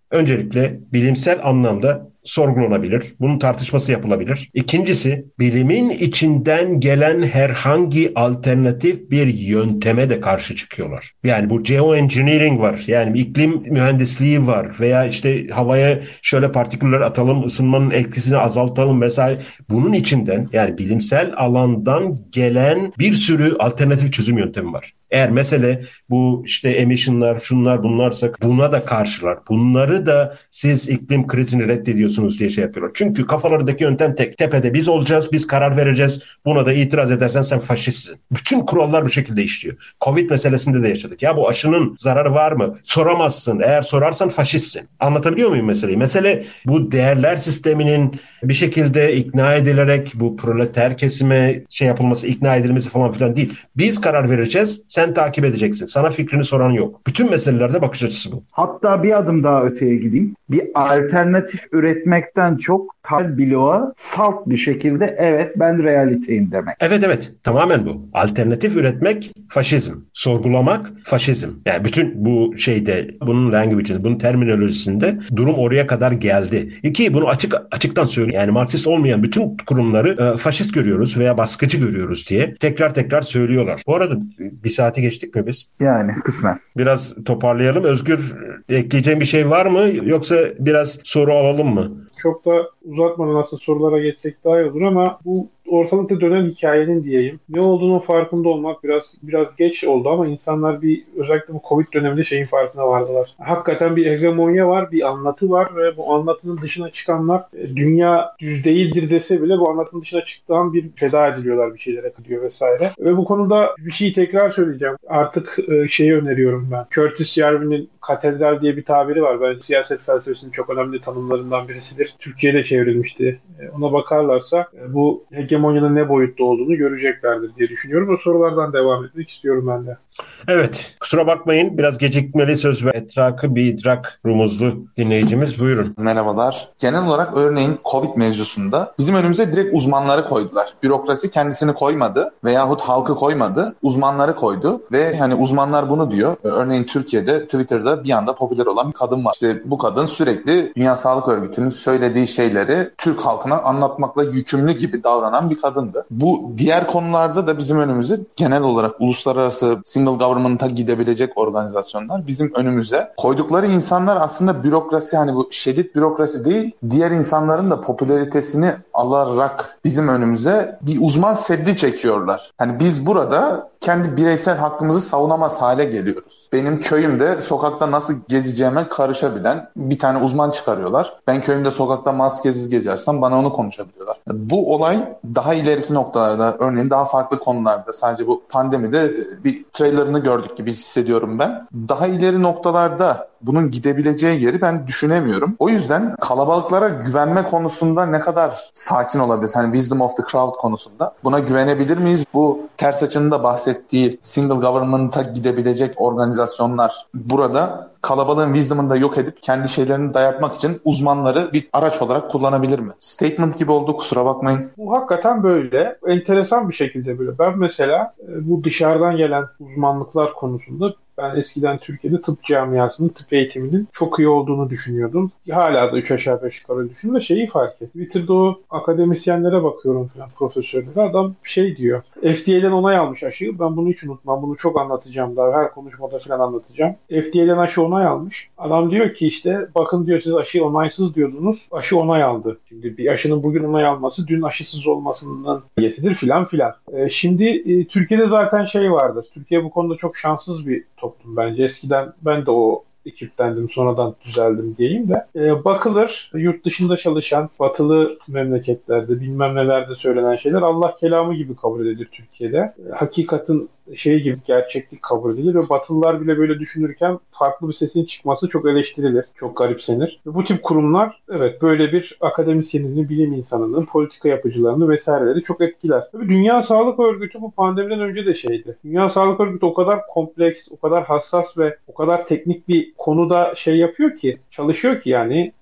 S1: Öncelikle bilimsel anlamda sorgulanabilir. Bunun tartışması yapılabilir. İkincisi, bilimin içinden gelen herhangi alternatif bir yönteme de karşı çıkıyorlar. Yani bu geoengineering var. Yani iklim mühendisliği var veya işte havaya şöyle partiküller atalım, ısınmanın etkisini azaltalım vesaire. Bunun içinden yani bilimsel alandan gelen bir sürü alternatif çözüm yöntemi var. Eğer mesele bu işte emissionlar, şunlar bunlarsa buna da karşılar. Bunları da siz iklim krizini reddediyorsunuz diye şey yapıyorlar. Çünkü kafalarındaki yöntem tek. Tepede biz olacağız, biz karar vereceğiz. Buna da itiraz edersen sen faşistsin. Bütün kurallar bu şekilde işliyor. Covid meselesinde de yaşadık. Ya bu aşının zararı var mı? Soramazsın. Eğer sorarsan faşistsin. Anlatabiliyor muyum meseleyi? Mesele bu değerler sisteminin bir şekilde ikna edilerek bu proleter kesime şey yapılması, ikna edilmesi falan filan değil. Biz karar vereceğiz, sen takip edeceksin. Sana fikrini soran yok. Bütün meselelerde bakış açısı bu.
S2: Hatta bir adım daha öteye gideyim. Bir alternatif üretmekten çok tar bloğa salt bir şekilde evet ben realiteyim demek.
S1: Evet evet tamamen bu. Alternatif üretmek faşizm. Sorgulamak faşizm. Yani bütün bu şeyde bunun language'inde, bunun terminolojisinde durum oraya kadar geldi. İki bunu açık açıktan söylüyor. Yani Marksist olmayan bütün kurumları e, faşist görüyoruz veya baskıcı görüyoruz diye tekrar tekrar söylüyorlar. Bu arada bir saati geçtik mi biz?
S2: Yani kısmen.
S1: Biraz toparlayalım. Özgür, ekleyeceğin bir şey var mı? Yoksa biraz soru alalım mı?
S3: Çok da uzatmadan aslında sorulara geçsek daha iyi olur ama bu ortalıkta dönen hikayenin diyeyim. Ne olduğunun farkında olmak biraz biraz geç oldu ama insanlar bir özellikle bu Covid döneminde şeyin farkına vardılar. Hakikaten bir hegemonya var, bir anlatı var ve bu anlatının dışına çıkanlar dünya düz değildir dese bile bu anlatının dışına çıktığı bir feda ediliyorlar, bir şeylere kılıyor vesaire. Ve bu konuda bir şeyi tekrar söyleyeceğim. Artık şeyi öneriyorum ben. Curtis Yarvin'in katedral diye bir tabiri var. Ben siyaset felsefesinin çok önemli tanımlarından birisidir. Türkiye'de çevrilmişti. Ona bakarlarsa bu hegemonyanın ne boyutta olduğunu göreceklerdir diye düşünüyorum. O sorulardan devam etmek istiyorum ben de.
S1: Evet, kusura bakmayın. Biraz gecikmeli söz ve etrakı bir idrak rumuzlu dinleyicimiz. Buyurun.
S4: Merhabalar. Genel olarak örneğin Covid mevzusunda bizim önümüze direkt uzmanları koydular. Bürokrasi kendisini koymadı veyahut halkı koymadı. Uzmanları koydu ve hani uzmanlar bunu diyor. Örneğin Türkiye'de Twitter'da bir anda popüler olan bir kadın var. İşte bu kadın sürekli Dünya Sağlık Örgütü'nün söylediği şeyleri Türk halkına anlatmakla yükümlü gibi davranan bir kadındı. Bu diğer konularda da bizim önümüze genel olarak uluslararası single government'a gidebilecek organizasyonlar bizim önümüze koydukları insanlar aslında bürokrasi, hani bu şiddet bürokrasi değil, diğer insanların da popülaritesini alarak bizim önümüze bir uzman seddi çekiyorlar. Hani biz burada kendi bireysel hakkımızı savunamaz hale geliyoruz. Benim köyümde sokakta nasıl gezeceğime karışabilen bir tane uzman çıkarıyorlar. Ben köyümde sokakta maskesiz gezersem bana onu konuşabiliyorlar. Bu olay daha ileriki noktalarda, örneğin daha farklı konularda, sadece bu pandemide bir trailerını gördük gibi hissediyorum ben. Daha ileri noktalarda bunun gidebileceği yeri ben düşünemiyorum. O yüzden kalabalıklara güvenme konusunda ne kadar sakin olabiliriz? Hani wisdom of the crowd konusunda. Buna güvenebilir miyiz? Bu ters açının da bahsettiği single government'a gidebilecek organizasyonlar burada kalabalığın wisdom'ını da yok edip kendi şeylerini dayatmak için uzmanları bir araç olarak kullanabilir mi? Statement gibi oldu, kusura bakmayın.
S3: Bu hakikaten böyle. Enteresan bir şekilde böyle. Ben mesela bu dışarıdan gelen uzmanlıklar konusunda ben eskiden Türkiye'de tıp camiasının, tıp eğitiminin çok iyi olduğunu düşünüyordum. Hala da üç aşağı beş yukarı düşünüyorum da şeyi fark ettim. Twitter'da o akademisyenlere bakıyorum falan, profesörlere. Adam şey diyor. F D A'den onay almış aşıyı. Ben bunu hiç unutmam. Bunu çok anlatacağım daha. Her konuşmada falan anlatacağım. F D A'den aşı onay almış. Adam diyor ki işte bakın diyor siz aşı onaysız diyordunuz. Aşı onay aldı. Şimdi bir aşının bugün onay alması dün aşısız olmasından yesidir filan filan. Ee, şimdi e, Türkiye'de zaten şey vardır. Türkiye bu konuda çok şanssız bir toplum bence. Eskiden ben de o ekiptendim, sonradan düzeldim diyeyim de. E, bakılır, yurt dışında çalışan batılı memleketlerde bilmem nelerde söylenen şeyler Allah kelamı gibi kabul edilir Türkiye'de. E, hakikatin şey gibi gerçeklik kabul edilir ve Batılılar bile böyle düşünürken farklı bir sesin çıkması çok eleştirilir, çok garipsenir. Ve bu tip kurumlar evet böyle bir akademisyenini, bilim insanının, politika yapıcılarını vesaireleri çok etkiler. Tabii Dünya Sağlık Örgütü bu pandemiden önce de şeydi. Dünya Sağlık Örgütü o kadar kompleks, o kadar hassas ve o kadar teknik bir konuda şey yapıyor ki, çalışıyor ki yani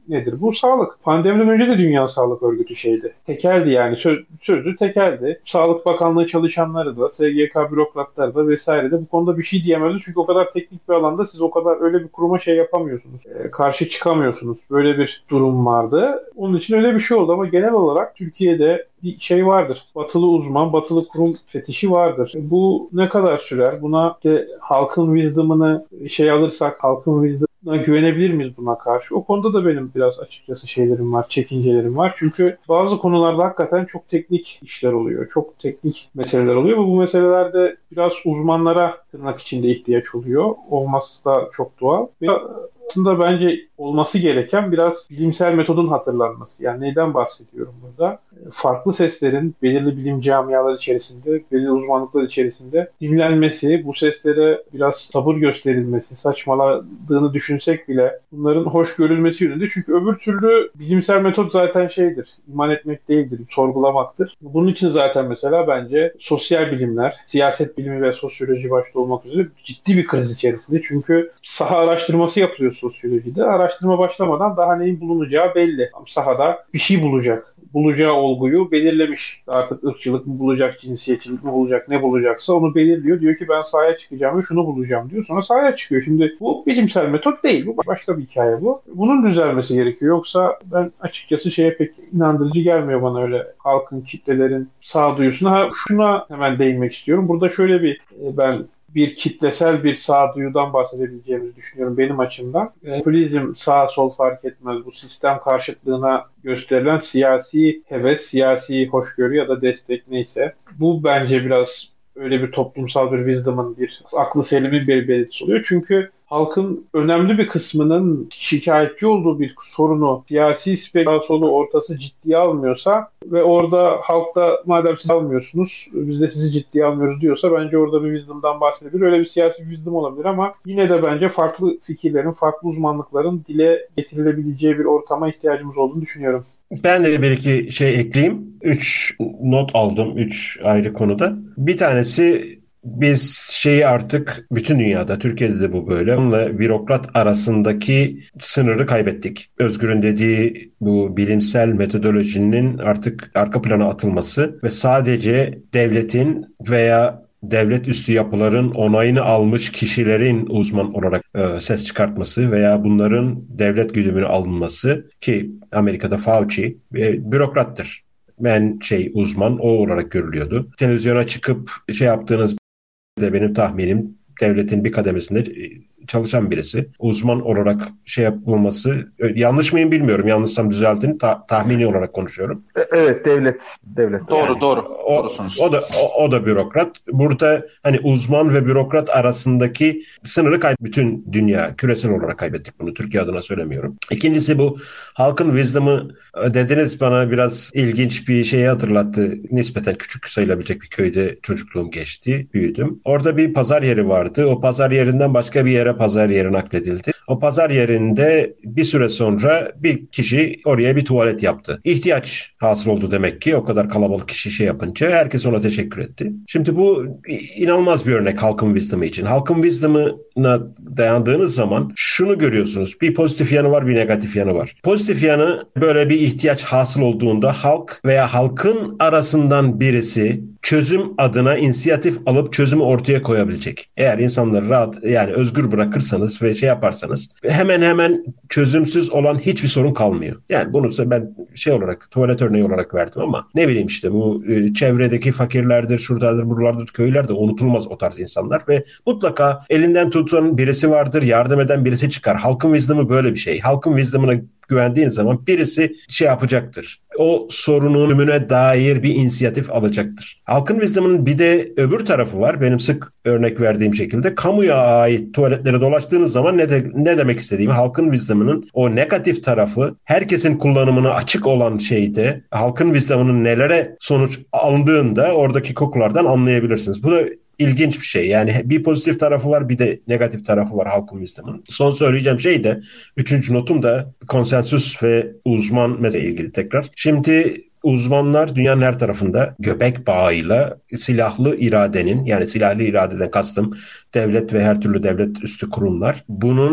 S3: nedir? Bu sağlık. Pandemiden önce de Dünya Sağlık Örgütü şeydi. Tekeldi yani. Söz, sözü tekeldi. Sağlık Bakanlığı çalışanları da, S G K bürokratları da vesaire de bu konuda bir şey diyemezdi. Çünkü o kadar teknik bir alanda siz o kadar öyle bir kuruma şey yapamıyorsunuz. E, karşı çıkamıyorsunuz. Böyle bir durum vardı. Onun için öyle bir şey oldu ama genel olarak Türkiye'de bir şey vardır. Batılı uzman, batılı kurum fetişi vardır. Bu ne kadar sürer? Buna işte halkın wisdom'ını şey alırsak, halkın wisdom'ına güvenebilir miyiz buna karşı? O konuda da benim biraz açıkçası şeylerim var, çekincelerim var. Çünkü bazı konularda hakikaten çok teknik işler oluyor. Çok teknik meseleler oluyor ve bu meselelerde biraz uzmanlara tırnak içinde ihtiyaç oluyor. Olması da çok doğal. Ve aslında bence olması gereken biraz bilimsel metodun hatırlanması. Yani neyden bahsediyorum burada? Farklı seslerin belirli bilim camiaları içerisinde, belirli uzmanlıklar içerisinde dinlenmesi, bu seslere biraz sabır gösterilmesi, saçmaladığını düşünsek bile bunların hoş görülmesi yönünde. Çünkü öbür türlü bilimsel metot zaten şeydir, iman etmek değildir, sorgulamaktır. Bunun için zaten mesela bence sosyal bilimler, siyaset bilimi ve sosyoloji başta olmak üzere ciddi bir kriz içerisinde. Çünkü saha araştırması yapılıyor sosyolojide. Araştırma başlamadan daha neyin bulunacağı belli. Sahada bir şey bulacak. Bulacağı olguyu belirlemiş. Artık ırkçılık mı bulacak, cinsiyetçilik mi bulacak, ne bulacaksa onu belirliyor. Diyor ki ben sahaya çıkacağım ve şunu bulacağım diyor. Sonra sahaya çıkıyor. Şimdi bu bilimsel metot değil. Bu başka bir hikaye bu. Bunun düzelmesi gerekiyor. Yoksa ben açıkçası şeye pek inandırıcı gelmiyor bana öyle halkın, kitlelerin sağduyusuna. Ha, şuna hemen değinmek istiyorum. Burada şöyle bir ben bir kitlesel bir sağduyudan bahsedebileceğimizi düşünüyorum benim açımdan. Popülizm sağ sol fark etmez. Bu sistem karşıtlığına gösterilen siyasi heves, siyasi hoşgörü ya da destek neyse. Bu bence biraz öyle bir toplumsal bir wisdom'ın, bir aklı selimin bir belirtisi oluyor. Çünkü halkın önemli bir kısmının şikayetçi olduğu bir sorunu siyasi spekülasyonu ortası ciddiye almıyorsa ve orada halkta madem siz almıyorsunuz biz de sizi ciddiye almıyoruz diyorsa bence orada bir wisdom'dan bahsedebilir. Öyle bir siyasi wisdom olabilir ama yine de bence farklı fikirlerin, farklı uzmanlıkların dile getirilebileceği bir ortama ihtiyacımız olduğunu düşünüyorum.
S1: Ben de bir iki şey ekleyeyim. Üç not aldım. Üç ayrı konuda. Bir tanesi biz şeyi artık bütün dünyada, Türkiye'de de bu böyle. Onunla bürokrat arasındaki sınırı kaybettik. Özgür'ün dediği bu bilimsel metodolojinin artık arka plana atılması ve sadece devletin veya devlet üstü yapıların onayını almış kişilerin uzman olarak e, ses çıkartması veya bunların devlet güdümüne alınması ki Amerika'da Fauci e, bürokrattır. Ben şey uzman o olarak görülüyordu. Televizyona çıkıp şey yaptığınız de benim tahminim devletin bir kademesinde çalışan birisi. Uzman olarak şey yapılması yanlış mıyım bilmiyorum. Yanlışsam düzeltin. Ta- tahmini olarak konuşuyorum.
S2: Evet devlet. devlet.
S4: Doğru
S1: yani,
S4: doğru.
S1: O,
S4: Doğrusunuz.
S1: o da o, o da bürokrat. Burada hani uzman ve bürokrat arasındaki sınırı kay bütün dünya küresel olarak kaybettik bunu. Türkiye adına söylemiyorum. İkincisi bu halkın wisdom'ı dediniz bana biraz ilginç bir şeyi hatırlattı. Nispeten küçük sayılabilecek bir köyde çocukluğum geçti. Büyüdüm. Orada bir pazar yeri vardı. O pazar yerinden başka bir yere pazar yeri nakledildi. O pazar yerinde bir süre sonra bir kişi oraya bir tuvalet yaptı. İhtiyaç hasıl oldu demek ki. O kadar kalabalık kişi şey yapınca herkes ona teşekkür etti. Şimdi bu inanılmaz bir örnek halkın wisdom'ı için. Halkın wisdom'ına dayandığınız zaman şunu görüyorsunuz. Bir pozitif yanı var, bir negatif yanı var. Pozitif yanı böyle bir ihtiyaç hasıl olduğunda halk veya halkın arasından birisi çözüm adına inisiyatif alıp çözümü ortaya koyabilecek. Eğer insanları rahat yani özgür bırakırsanız ve şey yaparsanız hemen hemen çözümsüz olan hiçbir sorun kalmıyor. Yani bunu ben şey olarak tuvalet örneği olarak verdim ama ne bileyim işte bu e, çevredeki fakirlerdir, şuradadır, buralardır, köylerde unutulmaz o tarz insanlar ve mutlaka elinden tutan birisi vardır, yardım eden birisi çıkar. Halkın wisdom'ı böyle bir şey. Halkın wisdom'ına güvendiğin zaman birisi şey yapacaktır. O sorunun çözümüne dair bir inisiyatif alacaktır. Halkın wisdom'ının bir de öbür tarafı var. Benim sık örnek verdiğim şekilde kamuya ait tuvaletlere dolaştığınız zaman ne, de, ne demek istediğimi halkın wisdom'ının o negatif tarafı herkesin kullanımına açık olan şeyde halkın wisdom'ının nelere sonuç alındığında oradaki kokulardan anlayabilirsiniz. Bu da İlginç bir şey. Yani bir pozitif tarafı var bir de negatif tarafı var halkın wisdom'ının. Son söyleyeceğim şey de üçüncü notum da konsensüs ve uzman meselesiyle ilgili tekrar. Şimdi uzmanlar dünyanın her tarafında göbek bağıyla silahlı iradenin yani silahlı iradeden kastım devlet ve her türlü devlet üstü kurumlar bunun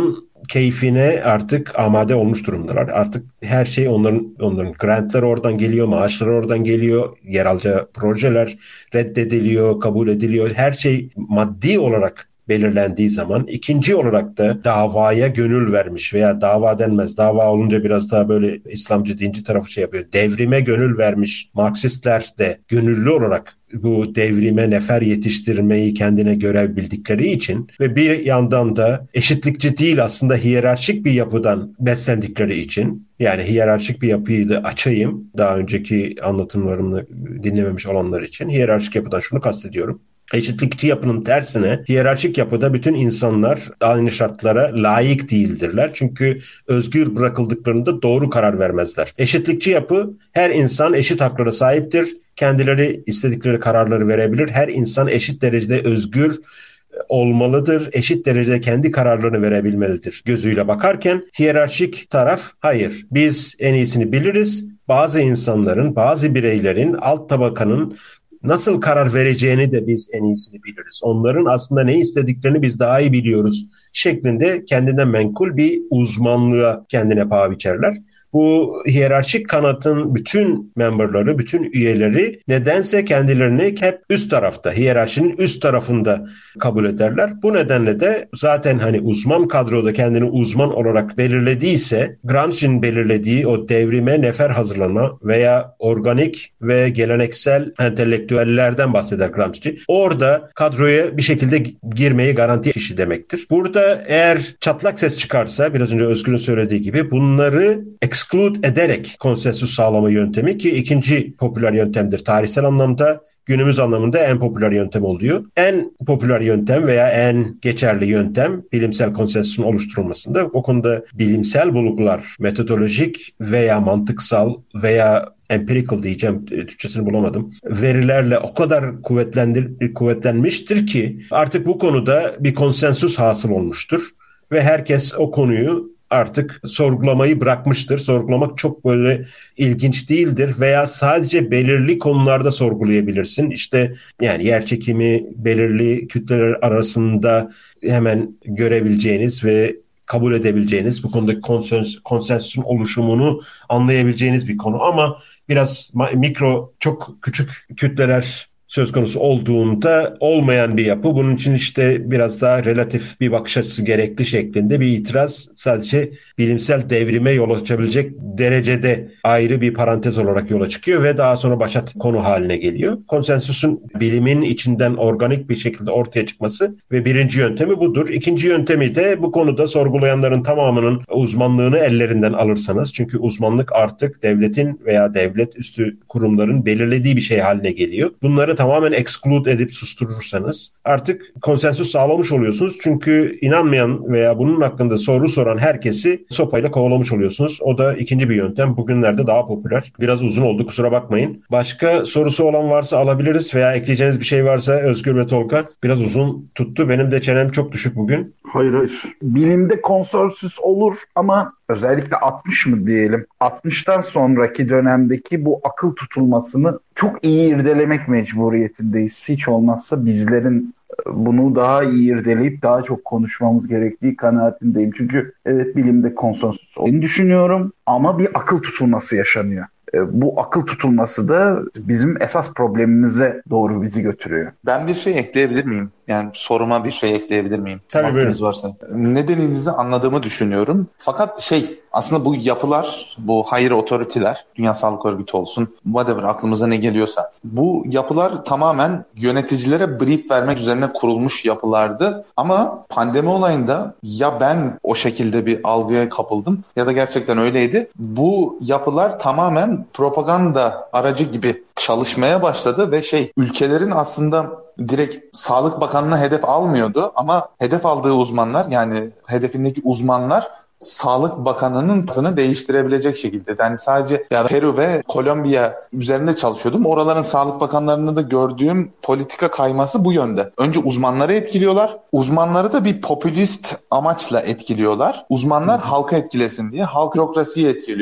S1: keyfine artık amade olmuş durumdalar. Artık her şey onların onların grantları oradan geliyor, maaşları oradan geliyor, yer alacağı projeler reddediliyor, kabul ediliyor. Her şey maddi olarak belirlendiği zaman, ikinci olarak da davaya gönül vermiş veya dava denmez. Dava olunca biraz daha böyle İslamcı dinci tarafı şey yapıyor. Devrime gönül vermiş Marksistler de gönüllü olarak bu devrime nefer yetiştirmeyi kendine görev bildikleri için ve bir yandan da eşitlikçi değil aslında hiyerarşik bir yapıdan beslendikleri için, yani hiyerarşik bir yapıyı da açayım daha önceki anlatımlarımı dinlememiş olanlar için, hiyerarşik yapıdan şunu kastediyorum. Eşitlikçi yapının tersine hiyerarşik yapıda bütün insanlar aynı şartlara layık değildirler. Çünkü özgür bırakıldıklarında doğru karar vermezler. Eşitlikçi yapı her insan eşit haklara sahiptir. Kendileri istedikleri kararları verebilir. Her insan eşit derecede özgür olmalıdır. Eşit derecede kendi kararlarını verebilmelidir gözüyle bakarken hiyerarşik taraf hayır. Biz en iyisini biliriz. Bazı insanların, bazı bireylerin, alt tabakanın nasıl karar vereceğini de biz en iyisini biliriz. Onların aslında ne istediklerini biz daha iyi biliyoruz şeklinde kendine menkul bir uzmanlığa kendine paha biçerler. Bu hiyerarşik kanatın bütün memberları, bütün üyeleri nedense kendilerini hep üst tarafta, hiyerarşinin üst tarafında kabul ederler. Bu nedenle de zaten hani uzman kadroda kendini uzman olarak belirlediyse, Gramsci'nin belirlediği o devrime nefer hazırlama veya organik ve geleneksel entelektüellerden bahseder Gramsci. Orada kadroya bir şekilde girmeyi garanti kişi demektir. Burada eğer çatlak ses çıkarsa, biraz önce Özgür'ün söylediği gibi bunları exclude ederek konsensüs sağlama yöntemi, ki ikinci popüler yöntemdir. Tarihsel anlamda, günümüz anlamında en popüler yöntem oluyor. En popüler yöntem veya en geçerli yöntem bilimsel konsensüsün oluşturulmasında. O konuda bilimsel bulgular, metodolojik veya mantıksal veya empirical diyeceğim, Türkçesini bulamadım, verilerle o kadar kuvvetlendir, kuvvetlenmiştir ki artık bu konuda bir konsensüs hasıl olmuştur. Ve herkes o konuyu artık sorgulamayı bırakmıştır. Sorgulamak çok böyle ilginç değildir veya sadece belirli konularda sorgulayabilirsin. İşte yani yer çekimi belirli kütleler arasında hemen görebileceğiniz ve kabul edebileceğiniz, bu konudaki konsens, konsensüsün oluşumunu anlayabileceğiniz bir konu. Ama biraz mikro, çok küçük kütleler söz konusu olduğunda olmayan bir yapı. Bunun için işte biraz daha relatif bir bakış açısı gerekli şeklinde bir itiraz sadece bilimsel devrime yol açabilecek derecede ayrı bir parantez olarak yola çıkıyor ve daha sonra başat konu haline geliyor. Konsensüsün bilimin içinden organik bir şekilde ortaya çıkması ve birinci yöntemi budur. İkinci yöntemi de bu konuda sorgulayanların tamamının uzmanlığını ellerinden alırsanız, çünkü uzmanlık artık devletin veya devlet üstü kurumların belirlediği bir şey haline geliyor. Bunları tamamen exclude edip susturursanız artık konsensüs sağlamış oluyorsunuz. Çünkü inanmayan veya bunun hakkında soru soran herkesi sopayla kovalamış oluyorsunuz. O da ikinci bir yöntem. Bugünlerde daha popüler. Biraz uzun oldu, kusura bakmayın. Başka sorusu olan varsa alabiliriz veya ekleyeceğiniz bir şey varsa Özgür ve Tolga. Biraz uzun tuttu. Benim de çenem çok düşük bugün.
S2: Hayır hayır. Bilimde konsensüs olur ama özellikle altmış mı diyelim, altmıştan sonraki dönemdeki bu akıl tutulmasını çok iyi irdelemek mecburiyetindeyiz. Hiç olmazsa bizlerin bunu daha iyi irdeleyip daha çok konuşmamız gerektiği kanaatindeyim. Çünkü evet, bilimde konsensüs olduğunu düşünüyorum ama bir akıl tutulması yaşanıyor. Bu akıl tutulması da bizim esas problemimize doğru bizi götürüyor.
S4: Ben bir şey ekleyebilir miyim? Yani soruma bir şey ekleyebilir miyim?
S1: Tabii, buyurun.
S4: Varsa. Nedeninizi anladığımı düşünüyorum. Fakat şey, aslında bu yapılar, bu higher authority'ler, Dünya Sağlık Örgütü olsun, whatever aklımıza ne geliyorsa, bu yapılar tamamen yöneticilere brief vermek üzerine kurulmuş yapılardı. Ama pandemi olayında ya ben o şekilde bir algıya kapıldım ya da gerçekten öyleydi. Bu yapılar tamamen propaganda aracı gibi çalışmaya başladı ve şey, ülkelerin aslında direkt Sağlık Bakanlığı'na hedef almıyordu ama hedef aldığı uzmanlar, yani hedefindeki uzmanlar Sağlık Bakanı'nın tasını değiştirebilecek şekilde. Yani sadece ya Peru ve Kolombiya üzerinde çalışıyordum. Oraların Sağlık Bakanlarında da gördüğüm politika kayması bu yönde. Önce uzmanları etkiliyorlar. Uzmanları da bir popülist amaçla etkiliyorlar. Uzmanlar halka etkilesin diye halk bürokrasiyi etkiliyor.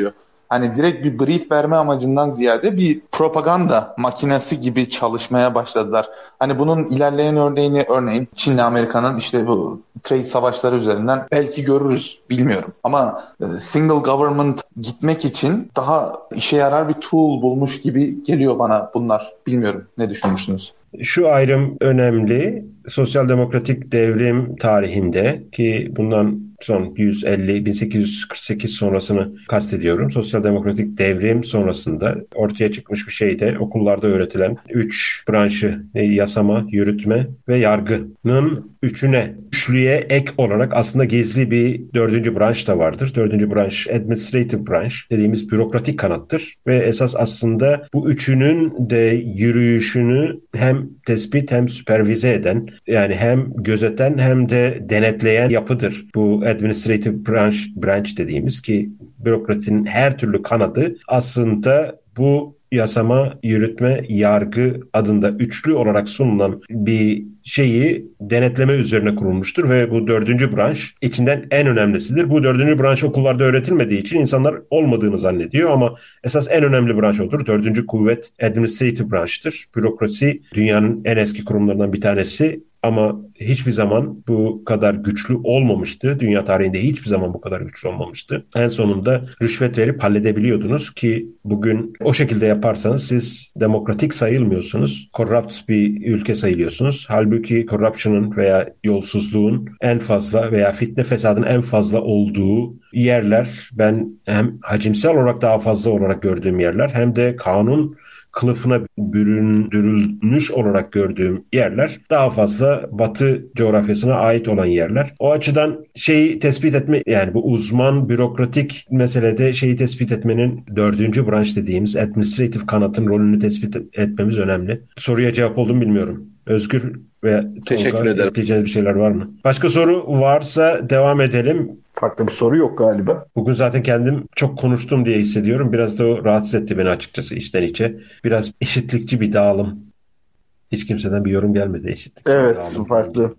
S4: hani direkt bir brief verme amacından ziyade bir propaganda makinesi gibi çalışmaya başladılar. Hani bunun ilerleyen örneğini örneğin Çin'le Amerika'nın işte bu trade savaşları üzerinden belki görürüz, bilmiyorum. Ama single government gitmek için daha işe yarar bir tool bulmuş gibi geliyor bana bunlar. Bilmiyorum. Ne düşünmüşsünüz?
S1: Şu ayrım önemli. Sosyal demokratik devrim tarihinde, ki bundan son yüz elli bin sekiz yüz kırk sekiz sonrasını kastediyorum. Sosyal demokratik devrim sonrasında ortaya çıkmış bir şey de okullarda öğretilen üç branşı, yasama, yürütme ve yargının üçüne, üçlüye ek olarak aslında gizli bir dördüncü branş da vardır. Dördüncü branş administrative branch dediğimiz bürokratik kanattır ve esas aslında bu üçünün de yürüyüşünü hem tespit hem süpervize eden, yani hem gözeten hem de denetleyen yapıdır. Bu administrative branch, branch dediğimiz, ki bürokratinin her türlü kanadı aslında bu yasama, yürütme, yargı adında üçlü olarak sunulan bir şeyi denetleme üzerine kurulmuştur ve bu dördüncü branş içinden en önemlisidir. Bu dördüncü branş okullarda öğretilmediği için insanlar olmadığını zannediyor ama esas en önemli branş odur. Dördüncü kuvvet administrative branştır. Bürokrasi dünyanın en eski kurumlarından bir tanesi. Ama hiçbir zaman bu kadar güçlü olmamıştı. Dünya tarihinde hiçbir zaman bu kadar güçlü olmamıştı. En sonunda rüşvet verip halledebiliyordunuz ki bugün o şekilde yaparsanız siz demokratik sayılmıyorsunuz. Corrupt bir ülke sayılıyorsunuz. Halbuki corruption'ın veya yolsuzluğun en fazla veya fitne fesadın en fazla olduğu yerler, ben hem hacimsel olarak daha fazla olarak gördüğüm yerler hem de kanun kılıfına büründürülmüş olarak gördüğüm yerler daha fazla Batı coğrafyasına ait olan yerler. O açıdan şeyi tespit etme, yani bu uzman bürokratik meselede şeyi tespit etmenin, dördüncü branş dediğimiz administrative kanatın rolünü tespit etmemiz önemli. Soruya cevap oldu mu bilmiyorum. Özgür ve
S4: Teşekkür
S1: Tolga,
S4: ederim.
S1: ekleyeceğiniz bir şeyler var mı? Başka soru varsa devam edelim.
S2: Farklı bir soru yok galiba.
S1: Bugün zaten kendim çok konuştum diye hissediyorum. Biraz da o rahatsız etti beni açıkçası içten içe. Biraz eşitlikçi bir dağılım. Hiç kimseden bir yorum gelmedi eşitlikçi bir
S2: Evet,
S1: dağılım.
S2: farklı.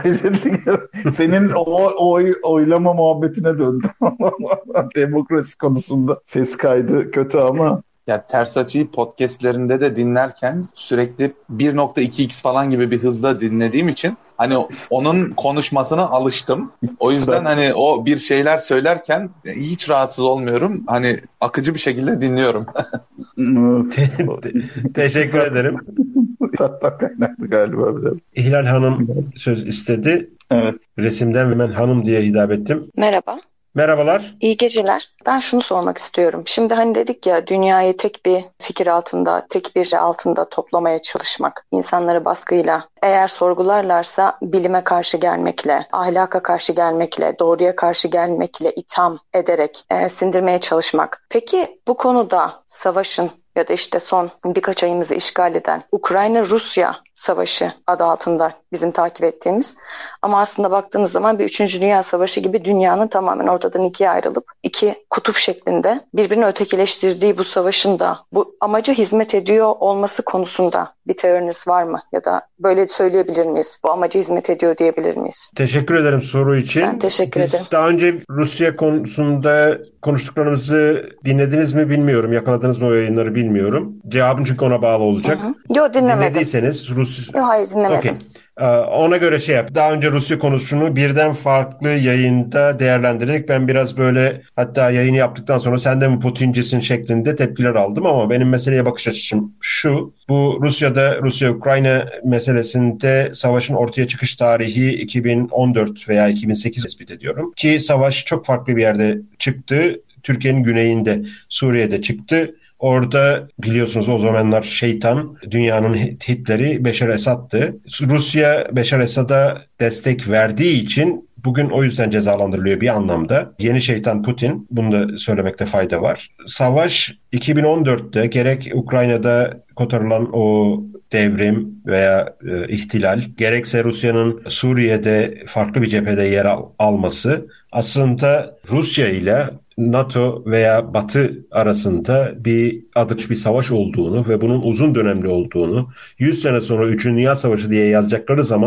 S2: Senin o oy, oylama muhabbetine döndüm. Demokrasi konusunda ses kaydı kötü ama.
S4: Ya Ters Açı'yı podcastlerinde de dinlerken sürekli bir nokta iki x falan gibi bir hızla dinlediğim için hani onun konuşmasına alıştım. O yüzden hani o bir şeyler söylerken hiç rahatsız olmuyorum. Hani akıcı bir şekilde dinliyorum.
S1: Teşekkür ederim.
S2: Sattan kaynaklı galiba biraz.
S1: Hilal Hanım söz istedi.
S2: Evet.
S1: Resimden hemen hanım diye hitap ettim.
S5: Merhaba.
S1: Merhabalar.
S5: İyi geceler. Ben şunu sormak istiyorum. Şimdi hani dedik ya, dünyayı tek bir fikir altında, tek bir altında toplamaya çalışmak, insanları baskıyla, eğer sorgularlarsa bilime karşı gelmekle, ahlaka karşı gelmekle, doğruya karşı gelmekle itham ederek e, sindirmeye çalışmak. Peki bu konuda savaşın ya da işte son birkaç ayımızı işgal eden Ukrayna-Rusya savaşı adı altında bizim takip ettiğimiz, ama aslında baktığınız zaman bir üçüncü Dünya Savaşı gibi dünyanın tamamen ortadan ikiye ayrılıp iki kutup şeklinde birbirini ötekileştirdiği bu savaşın da bu amaca hizmet ediyor olması konusunda bir teoriniz var mı? Ya da böyle söyleyebilir miyiz? Bu amaca hizmet ediyor diyebilir miyiz?
S1: Teşekkür ederim soru için.
S5: Ben teşekkür
S1: Biz
S5: ederim.
S1: daha önce Rusya konusunda konuştuklarımızı dinlediniz mi bilmiyorum. Yakaladınız mı o yayınları bilmiyorum. Cevabım çünkü ona bağlı olacak.
S5: Yok, dinlemedim.
S1: Dinlediyseniz Rus...
S5: Yok, hayır dinlemedim.
S1: Okay. Ona göre şey yap. Daha önce Rusya konusunu birden farklı yayında değerlendirdik. Ben biraz böyle, hatta yayını yaptıktan sonra sen de mi Putincisin şeklinde tepkiler aldım ama benim meseleye bakış açım şu. Bu Rusya'da, Rusya-Ukrayna meselesinde savaşın ortaya çıkış tarihi iki bin on dört veya iki bin sekiz tespit ediyorum. Ki savaş çok farklı bir yerde çıktı. Türkiye'nin güneyinde, Suriye'de çıktı. Orada biliyorsunuz o zamanlar şeytan, dünyanın Hitler'i Beşar Esad'tı. Rusya Beşar Esad'a destek verdiği için bugün o yüzden cezalandırılıyor bir anlamda. Yeni şeytan Putin, bunu da söylemekte fayda var. Savaş iki bin on dörtte gerek Ukrayna'da kotarılan o devrim veya e, ihtilal, gerekse Rusya'nın Suriye'de farklı bir cephede yer al- alması aslında Rusya ile NATO veya Batı arasında bir adıç bir savaş olduğunu ve bunun uzun dönemli olduğunu, yüz sene sonra üçüncü Dünya Savaşı diye yazacakları zaman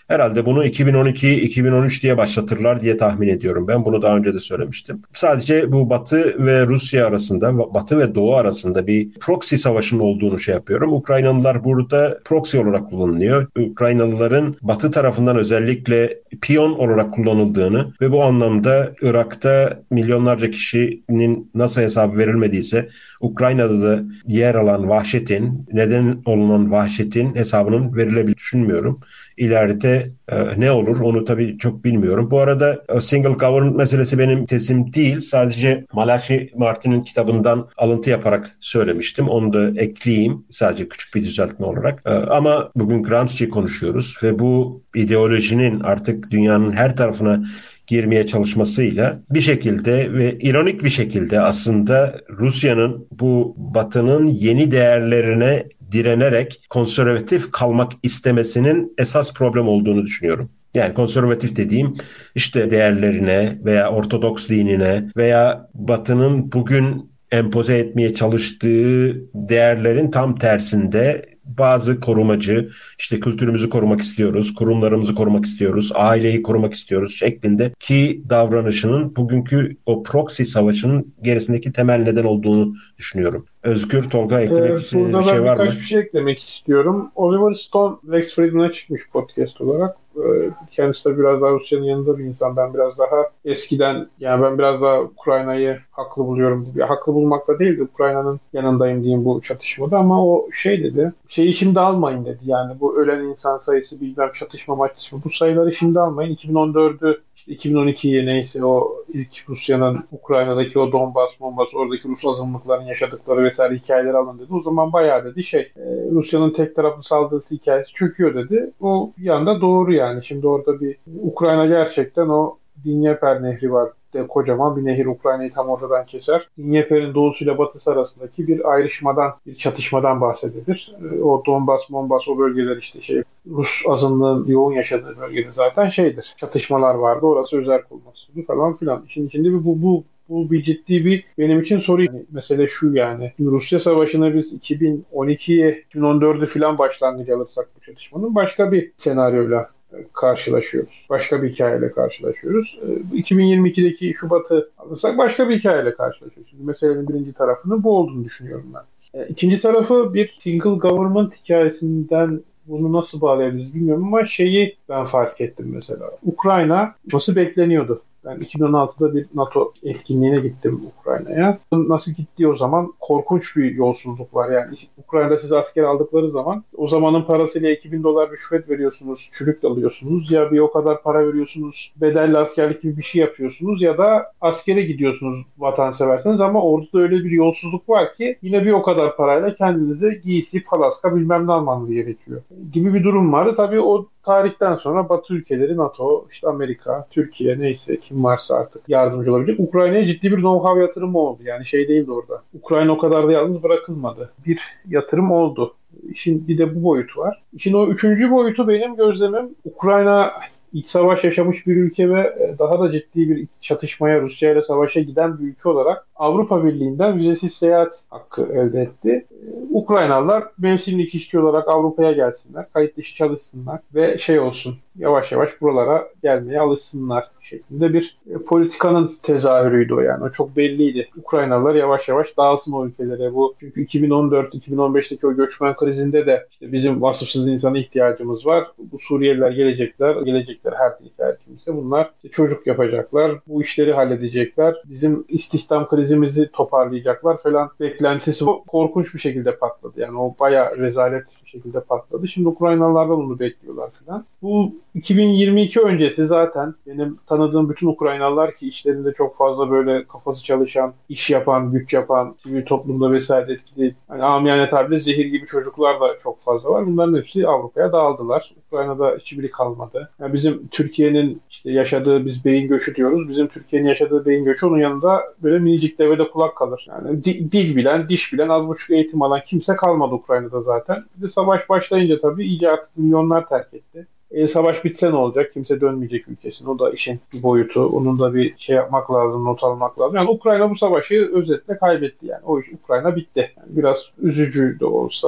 S1: Herhalde bunu iki bin on iki iki bin on üç diye başlatırlar diye tahmin ediyorum. Ben bunu daha önce de söylemiştim. Sadece bu Batı ve Rusya arasında, Batı ve Doğu arasında bir proxy savaşının olduğunu şey yapıyorum. Ukraynalılar burada proxy olarak kullanılıyor. Ukraynalıların Batı tarafından özellikle piyon olarak kullanıldığını ve bu anlamda Irak'ta milyonlarca kişinin nasıl hesabı verilmediyse Ukrayna'da da yer alan vahşetin, neden olunan vahşetin hesabının verilebildiğini düşünmüyorum. İleride e, ne olur onu tabii çok bilmiyorum. Bu arada single government meselesi benim tezim değil. Sadece Malachi Martin'in kitabından alıntı yaparak söylemiştim. Onu da ekleyeyim. Sadece küçük bir düzeltme olarak. E, ama bugün Gramsci konuşuyoruz ve bu ideolojinin artık dünyanın her tarafına girmeye çalışmasıyla bir şekilde ve ironik bir şekilde aslında Rusya'nın bu Batı'nın yeni değerlerine direnerek konservatif kalmak istemesinin esas problem olduğunu düşünüyorum. Yani konservatif dediğim işte değerlerine veya Ortodoks dinine veya Batı'nın bugün empoze etmeye çalıştığı değerlerin tam tersinde bazı korumacı, işte kültürümüzü korumak istiyoruz, kurumlarımızı korumak istiyoruz, aileyi korumak istiyoruz şeklinde ki davranışının bugünkü o proxy savaşının gerisindeki temel neden olduğunu düşünüyorum. Özgür, Tolga eklemek
S3: Ee,
S1: istediğiniz
S3: burada
S1: bir şey
S3: ben
S1: var mı?
S3: birkaç bir şey eklemek istiyorum. Oliver Stone, Lex Friedman'a çıkmış podcast olarak. Ee, kendisi de biraz daha Rusya'nın yanında bir insan. Ben biraz daha eskiden, yani ben biraz daha Ukrayna'yı haklı buluyorum. Ya, haklı bulmakla değil de Ukrayna'nın yanındayım diyeyim bu çatışmada, ama o şey dedi, şeyi şimdi almayın dedi. Yani bu ölen insan sayısı, bilmem çatışma maçışma, bu sayıları şimdi almayın. iki bin on dördü iki bin on ikiyi neyse o ilk Rusya'nın Ukrayna'daki o Donbas, Monbas, oradaki Rus azınlıkların yaşadıkları vesaire hikayeleri alın dedi. O zaman bayağı dedi şey e, Rusya'nın tek taraflı saldırısı hikayesi çöküyor dedi. O bir yanda doğru yani. Şimdi orada bir Ukrayna gerçekten o Dnieper Nehri var. De, kocaman bir nehir Ukrayna'yı tam ortadan keser. Dnieper'in doğusuyla batısı arasındaki bir ayrışmadan, bir çatışmadan bahsedilir. O Donbas, Monbas, o bölgeler işte şey Rus azınlığın yoğun yaşadığı bölgede zaten şeydir. Çatışmalar vardı. Orası özerk olması falan filan. İşin içinde bir bu bu Bu bir ciddi bir benim için soru. Yani mesele şu yani. Rusya Savaşı'na biz iki bin on ikiye, iki bin on dördü falan başlangıcı alırsak bu çatışmanın başka bir senaryoyla karşılaşıyoruz. Başka bir hikayeyle karşılaşıyoruz. iki bin yirmi ikideki Şubat'ı alırsak başka bir hikayeyle karşılaşıyoruz. Şimdi meselenin birinci tarafının bu olduğunu düşünüyorum ben. İkinci tarafı bir single government hikayesinden bunu nasıl bağlayabiliriz bilmiyorum ama şeyi ben fark ettim mesela. Ukrayna nasıl bekleniyordu? Ben iki bin on altıda bir NATO etkinliğine gittim Ukrayna'ya. Nasıl gittiği o zaman korkunç bir yolsuzluk var. Yani Ukrayna'da siz asker aldıkları zaman o zamanın parasıyla iki bin dolar rüşvet veriyorsunuz, çürük alıyorsunuz. Ya bir o kadar para veriyorsunuz, bedelli askerlik gibi bir şey yapıyorsunuz ya da askere gidiyorsunuz vatanseverseniz, ama orada öyle bir yolsuzluk var ki yine bir o kadar parayla kendinize giysi, palaska bilmem ne almanız gerekiyor gibi bir durum vardı. Tabii o tarihten sonra Batı ülkeleri, NATO, işte Amerika, Türkiye neyse kim varsa artık yardımcı olabilecek. Ukrayna'ya ciddi bir know-how yatırımı oldu. Yani şey değildi orada. Ukrayna o kadar da yalnız bırakılmadı. Bir yatırım oldu. İşin bir de bu boyutu var. İşin o üçüncü boyutu benim gözlemim, Ukrayna iç savaş yaşamış bir ülke ve daha da ciddi bir çatışmaya, Rusya ile savaşa giden bir ülke olarak Avrupa Birliği'nden vizesiz seyahat hakkı elde etti. Ukraynalılar mevsimlik işçi olarak Avrupa'ya gelsinler, kayıt dışı çalışsınlar ve şey olsun, yavaş yavaş buralara gelmeye alışsınlar şeklinde bir politikanın tezahürüydü o yani. O çok belliydi. Ukraynalılar yavaş yavaş dağılsın o ülkelere. Bu çünkü iki bin on dört iki bin on beşteki o göçmen krizinde de işte bizim vasıfsız insana ihtiyacımız var. Bu Suriyeliler gelecekler, gelecekler her neyse her kimse. Bunlar işte çocuk yapacaklar, bu işleri halledecekler, bizim istihdam krizimizi toparlayacaklar falan beklentisi korkunç bir şekilde patladı. Yani o bayağı rezalet bir şekilde patladı. Şimdi Ukraynalılardan onu bekliyorlar falan. Bu iki bin yirmi iki öncesi zaten benim tanıdığım bütün Ukraynalılar ki işlerinde çok fazla böyle kafası çalışan, iş yapan, güç yapan, sivil toplumda vesaire etkili, yani amiyane tabirle zehir gibi çocuklar da çok fazla var. Bunların hepsi Avrupa'ya dağıldılar. Ukrayna'da hiçbiri kalmadı. Yani bizim Türkiye'nin işte yaşadığı, biz beyin göçü diyoruz. Bizim Türkiye'nin yaşadığı beyin göçü onun yanında böyle minicik devede kulak kalır. Yani di, dil bilen, diş bilen, az buçuk eğitim alan kimse kalmadı Ukrayna'da zaten. Bir de savaş başlayınca tabii iyice artık milyonlar terk etti. E, savaş bitse ne olacak? Kimse dönmeyecek ülkesine. O da işin boyutu. Onun da bir şey yapmak lazım, not almak lazım. Yani Ukrayna bu savaşı özetle kaybetti yani. O iş Ukrayna bitti. Yani biraz üzücü de olsa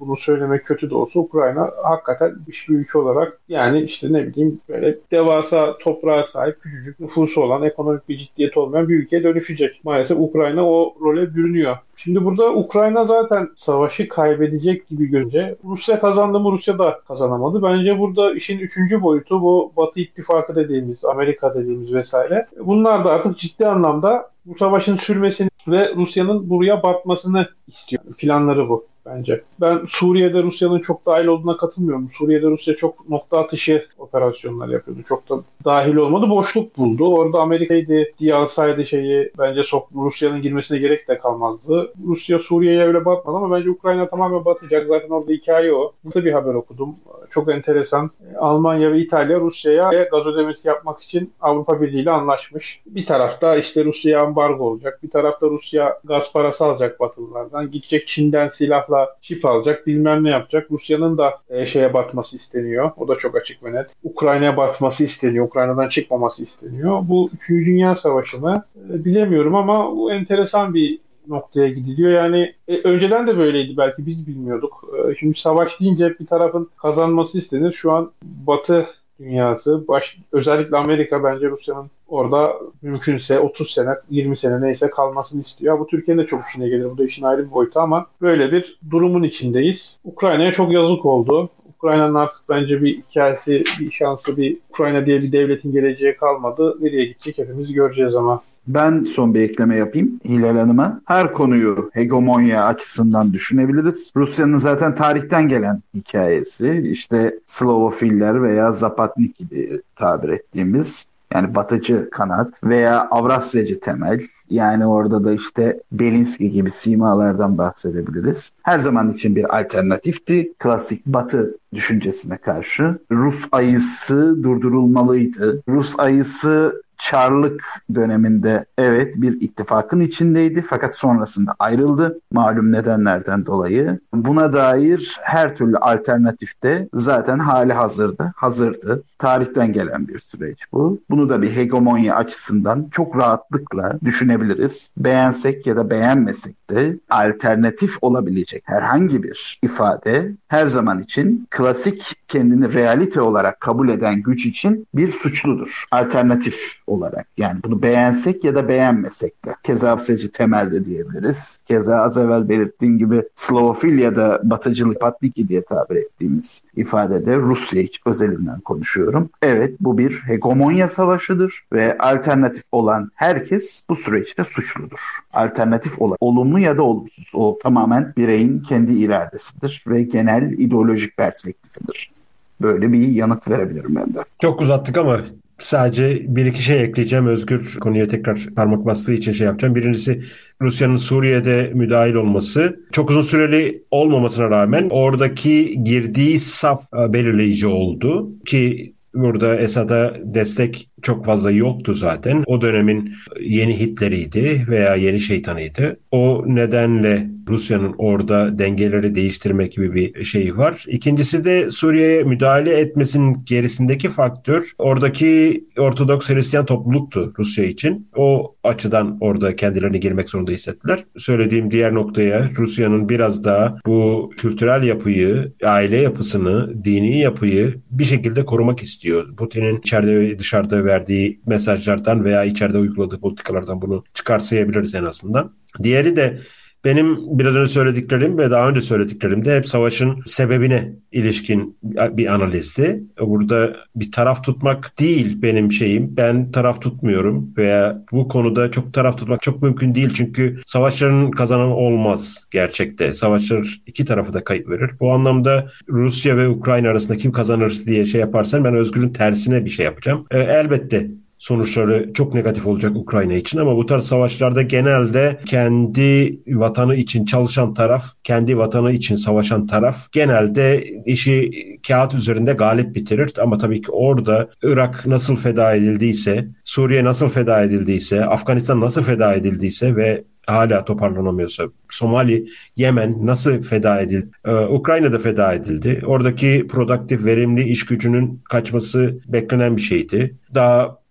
S3: bunu söylemek kötü de olsa Ukrayna hakikaten bir ülke olarak yani işte ne bileyim böyle devasa toprağa sahip küçücük nüfusu olan ekonomik bir ciddiyet olmayan bir ülkeye dönüşecek. Maalesef Ukrayna o role bürünüyor. Şimdi burada Ukrayna zaten savaşı kaybedecek gibi görünce Rusya kazandı mı Rusya da kazanamadı. Bence burada işin üçüncü boyutu bu Batı İttifakı dediğimiz, Amerika dediğimiz vesaire. Bunlar da artık ciddi anlamda bu savaşın sürmesini ve Rusya'nın buraya batmasını istiyor. Planları bu bence. Ben Suriye'de Rusya'nın çok dahil olduğuna katılmıyorum. Suriye'de Rusya çok nokta atışı operasyonlar yapıyordu. Çok da dahil olmadı. Boşluk buldu. Orada Amerika'ydı diye alsaydı şeyi bence çok Rusya'nın girmesine gerek de kalmazdı. Rusya Suriye'ye öyle batmadı ama bence Ukrayna tamamen batacak. Zaten orada hikaye o. Burada bir haber okudum. Çok enteresan. Almanya ve İtalya Rusya'ya gaz ödemesi yapmak için Avrupa Birliği ile anlaşmış. Bir tarafta işte Rusya'ya ambargo olacak. Bir tarafta Rusya gaz parası alacak Batılılardan. Gidecek Çin'den silahla çip alacak, bilmem ne yapacak. Rusya'nın da e, şeye batması isteniyor. O da çok açık ve net. Ukrayna'ya batması isteniyor. Ukrayna'dan çıkmaması isteniyor. Bu üçüncü Dünya Savaşı'nı e, bilemiyorum ama bu enteresan bir noktaya gidiliyor. Yani e, önceden de böyleydi belki biz bilmiyorduk. E, şimdi savaş deyince hep bir tarafın kazanması istenir. Şu an Batı dünyası, baş, özellikle Amerika bence Rusya'nın orada mümkünse otuz sene, yirmi sene neyse kalmasını istiyor. Bu Türkiye'nin de çok işine gelir. Bu da işin ayrı bir boyutu ama böyle bir durumun içindeyiz. Ukrayna'ya çok yazık oldu. Ukrayna'nın artık bence bir hikayesi, bir şansı, bir Ukrayna diye bir devletin geleceği kalmadı. Nereye gidecek hepimiz göreceğiz ama.
S2: Ben son bir ekleme yapayım Hilal Hanım'a. Her konuyu hegemonya açısından düşünebiliriz. Rusya'nın zaten tarihten gelen hikayesi işte Slavofiller veya Zapatniki diye tabir ettiğimiz yani batıcı kanat veya Avrasyacı temel. Yani orada da işte Belinski gibi simalardan bahsedebiliriz. Her zaman için bir alternatifti. Klasik Batı düşüncesine karşı. Rus ayısı durdurulmalıydı. Rus ayısı Çarlık döneminde evet bir ittifakın içindeydi fakat sonrasında ayrıldı malum nedenlerden dolayı. Buna dair her türlü alternatifte zaten hali hazırdı, hazırdı. Tarihten gelen bir süreç bu. Bunu da bir hegemonya açısından çok rahatlıkla düşünebiliriz. Beğensek ya da beğenmesek de alternatif olabilecek herhangi bir ifade her zaman için klasik kendini realite olarak kabul eden güç için bir suçludur. Alternatif olarak. Yani bunu beğensek ya da beğenmesek de. Keza Avrasyacı temelde diyebiliriz. Keza az evvel belirttiğim gibi Slavofil ya da Batıcılık Patniki diye tabir ettiğimiz ifadede Rusya hiç özelinden konuşuyorum. Evet bu bir hegemonya savaşıdır ve alternatif olan herkes bu süreçte suçludur. Alternatif olan olumlu ya da olumsuz. O tamamen bireyin kendi iradesidir ve genel ideolojik perspektifidir. Böyle bir yanıt verebilirim ben de.
S1: Çok uzattık ama sadece bir iki şey ekleyeceğim. Özgür konuya tekrar parmak bastığı için şey yapacağım. Birincisi Rusya'nın Suriye'de müdahil olması. Çok uzun süreli olmamasına rağmen oradaki girdiği saf belirleyici oldu. Ki burada Esad'a destek çok fazla yoktu zaten. O dönemin yeni Hitler'iydi veya yeni şeytanıydı. O nedenle Rusya'nın orada dengeleri değiştirmek gibi bir şey var. İkincisi de Suriye'ye müdahale etmesinin gerisindeki faktör oradaki Ortodoks Hristiyan topluluktu Rusya için. O açıdan orada kendilerini girmek zorunda hissettiler. Söylediğim diğer noktaya Rusya'nın biraz daha bu kültürel yapıyı, aile yapısını, dini yapıyı bir şekilde korumak istiyor. Putin'in içeride ve dışarıda verdiği mesajlardan veya içeride uyguladığı politikalardan bunu çıkarsayabiliriz en azından. Diğeri de benim biraz önce söylediklerim ve daha önce söylediklerim de hep savaşın sebebine ilişkin bir analizdi. Burada bir taraf tutmak değil benim şeyim. Ben taraf tutmuyorum veya bu konuda çok taraf tutmak çok mümkün değil. Çünkü savaşların kazananı olmaz gerçekte. Savaşlar iki tarafı da kayıp verir. Bu anlamda Rusya ve Ukrayna arasında kim kazanır diye şey yaparsan ben Özgür'ün tersine bir şey yapacağım. E, elbette sonuçları çok negatif olacak Ukrayna için ama bu tarz savaşlarda genelde kendi vatanı için çalışan taraf, kendi vatanı için savaşan taraf genelde işi kağıt üzerinde galip bitirir. Ama tabii ki orada Irak nasıl feda edildiyse, Suriye nasıl feda edildiyse, Afganistan nasıl feda edildiyse ve hala toparlanamıyorsa, Somali, Yemen nasıl feda edildi? Ee, Ukrayna'da feda edildi. Oradaki produktif, verimli iş gücünün kaçması beklenen bir şeydi. Daha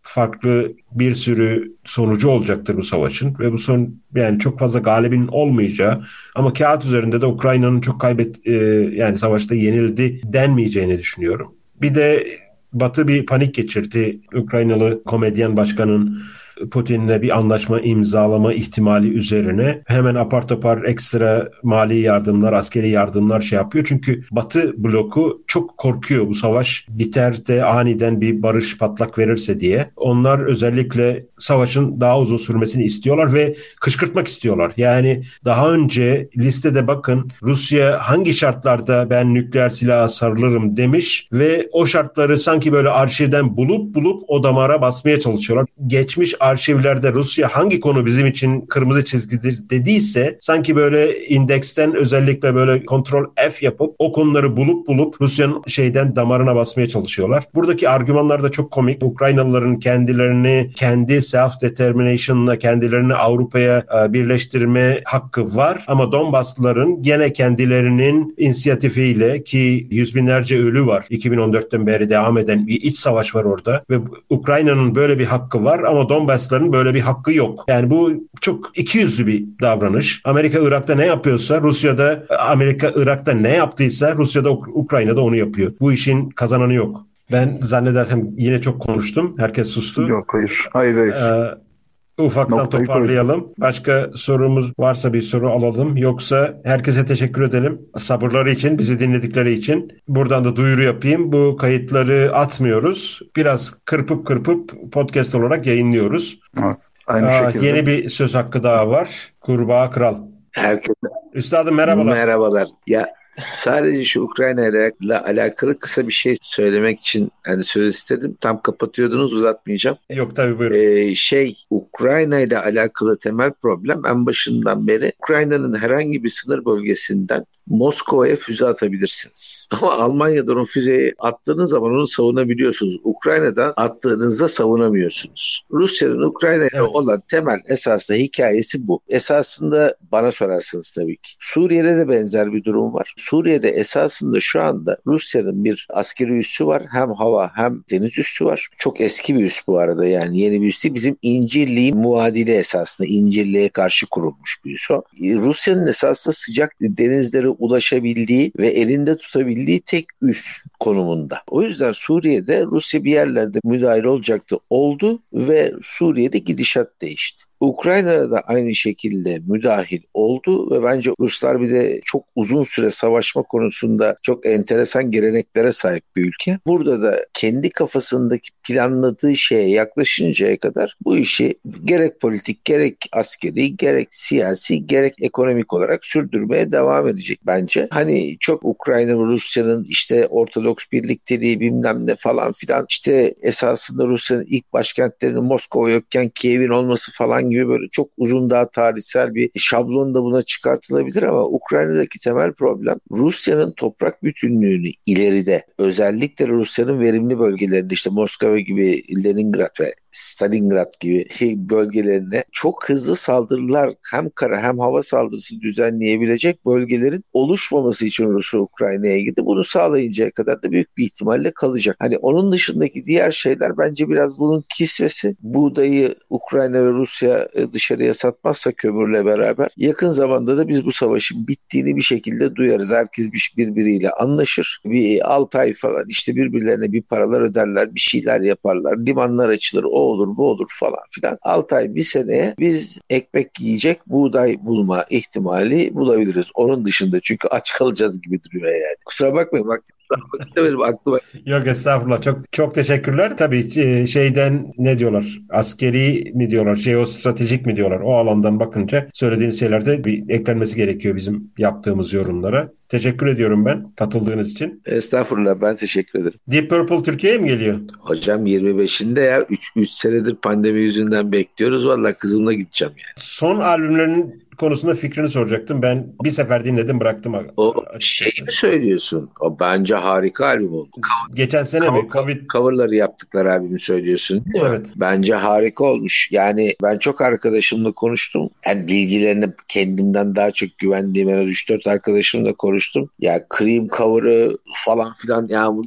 S1: farklı bir sürü sonucu olacaktır bu savaşın ve bu son yani çok fazla galibin olmayacağı ama kağıt üzerinde de Ukrayna'nın çok kaybet e, yani savaşta yenildi denmeyeceğini düşünüyorum. Bir de Batı bir panik geçirdi. Ukraynalı komedyen başkanın Putin'le bir anlaşma imzalama ihtimali üzerine hemen apar topar ekstra mali yardımlar, askeri yardımlar şey yapıyor. Çünkü Batı bloku çok korkuyor bu savaş biter de aniden bir barış patlak verirse diye. Onlar özellikle savaşın daha uzun sürmesini istiyorlar ve kışkırtmak istiyorlar. Yani daha önce listede bakın Rusya hangi şartlarda ben nükleer silaha sarılırım demiş ve o şartları sanki böyle arşivden bulup bulup o damara basmaya çalışıyorlar. Geçmiş arşivlerde Rusya hangi konu bizim için kırmızı çizgidir dediyse sanki böyle indeksten özellikle böyle kontrol F yapıp o konuları bulup bulup Rusya'nın şeyden damarına basmaya çalışıyorlar. Buradaki argümanlar da çok komik. Ukraynalıların kendilerini kendi self-determination'la kendilerini Avrupa'ya birleştirme hakkı var ama Donbaslıların gene kendilerinin inisiyatifiyle ki yüz binlerce ölü var. iki bin on dörtten beri devam eden bir iç savaş var orada ve Ukrayna'nın böyle bir hakkı var ama Donbaslıların böyle bir hakkı yok. Yani bu çok ikiyüzlü bir davranış. Amerika Irak'ta ne yapıyorsa Rusya'da Amerika Irak'ta ne yaptıysa Rusya'da Ukrayna'da onu yapıyor. Bu işin kazananı yok. Ben zannedersem yine çok konuştum. Herkes sustu.
S2: Yok hayır. Hayır hayır.
S1: Ee, ufaktan
S2: Noktayı
S1: toparlayalım.
S2: koydum.
S1: Başka sorumuz varsa bir soru alalım. Yoksa herkese teşekkür edelim. Sabırları için, bizi dinledikleri için. Buradan da duyuru yapayım. Bu kayıtları atmıyoruz. Biraz kırpıp kırpıp podcast olarak yayınlıyoruz.
S2: Evet, aynı
S1: Aa,
S2: şekilde.
S1: yeni bir söz hakkı daha var. Kurbağa Kral.
S6: Herkese
S1: Üstadım merhabalar.
S6: merhabalar. Ya sadece şu Ukrayna ile alakalı kısa bir şey söylemek için hani söz istedim. Tam kapatıyordunuz, uzatmayacağım.
S1: Yok tabii buyurun.
S6: Ee, şey Ukrayna ile alakalı temel problem en başından beri Ukrayna'nın herhangi bir sınır bölgesinden Moskova'ya füze atabilirsiniz. Ama Almanya'dan o füzeyi attığınız zaman onu savunabiliyorsunuz. Ukrayna'dan attığınızda savunamıyorsunuz. Rusya'nın Ukrayna ile
S1: Evet.
S6: olan temel esaslı hikayesi bu. Esasında bana sorarsınız tabii ki. Suriye'de de benzer bir durum var. Suriye'de esasında şu anda Rusya'nın bir askeri üssü var. Hem hava hem deniz üssü var. Çok eski bir üs bu arada, yani yeni bir üs değil. Bizim İncirli'nin muadili esasında. İncirli'ye karşı kurulmuş bir üs o. Rusya'nın esasında sıcak denizlere ulaşabildiği ve elinde tutabildiği tek üs konumunda. O yüzden Suriye'de Rusya bir yerlerde müdahil olacaktı, oldu ve Suriye'de gidişat değişti. Ukrayna'da da aynı şekilde müdahil oldu ve bence Ruslar bir de çok uzun süre savaşma konusunda çok enteresan geleneklere sahip bir ülke. Burada da kendi kafasındaki planladığı şeye yaklaşıncaya kadar bu işi gerek politik, gerek askeri, gerek siyasi, gerek ekonomik olarak sürdürmeye devam edecek bence. Hani çok Ukrayna ve Rusya'nın işte Ortodoks birlikteliği bilmem ne falan filan, işte esasında Rusya'nın ilk başkentlerinin Moskova yokken Kiev'in olması falan gibi böyle çok uzun daha tarihsel bir şablon da buna çıkartılabilir ama Ukrayna'daki temel problem Rusya'nın toprak bütünlüğünü ileride, özellikle Rusya'nın verimli bölgelerinde, işte Moskova gibi, Leningrad ve Stalingrad gibi bölgelerine çok hızlı saldırılar, hem kara hem hava saldırısı düzenleyebilecek bölgelerin oluşmaması için Rusya Ukrayna'ya girdi. Bunu sağlayıncaya kadar da büyük bir ihtimalle kalacak. Hani onun dışındaki diğer şeyler bence biraz bunun kisvesi. Buğdayı Ukrayna ve Rusya dışarıya satmazsa kömürle beraber yakın zamanda da biz bu savaşın bittiğini bir şekilde duyarız. Herkes birbiriyle anlaşır. Bir altı ay falan işte birbirlerine bir paralar öderler, bir şeyler yaparlar, limanlar açılır, o olur bu olur falan filan. altı ay bir seneye biz ekmek yiyecek buğday bulma ihtimali bulabiliriz. Onun dışında çünkü aç kalacağız gibi duruyor yani. Kusura bakmayın bak. Benim aklıma.
S1: Yok estağfurullah. Çok çok teşekkürler. Tabii şeyden ne diyorlar? Askeri mi diyorlar? Jeostratejik mi diyorlar? O alandan bakınca söylediğiniz şeylerde bir eklenmesi gerekiyor bizim yaptığımız yorumlara. Teşekkür ediyorum ben katıldığınız için.
S6: Estağfurullah, ben teşekkür ederim.
S1: Deep Purple Türkiye'ye mi geliyor?
S6: Hocam yirmi beşinde ya üç senedir pandemi yüzünden bekliyoruz. Vallahi kızımla gideceğim yani.
S1: Son albümlerinin konusunda fikrini soracaktım. Ben bir sefer dinledim bıraktım.
S6: O şey mi söylüyorsun? O bence harika albüm oldu.
S1: Geçen sene mi? Covid
S6: Coverları yaptıkları albümü söylüyorsun değil mi?
S1: Evet.
S6: Bence harika olmuş. Yani ben çok arkadaşımla konuştum. Yani bilgilerini kendimden daha çok güvendiğim en az üç dört arkadaşımla konuştum. Ya Cream cover'ı falan filan ya bunu hep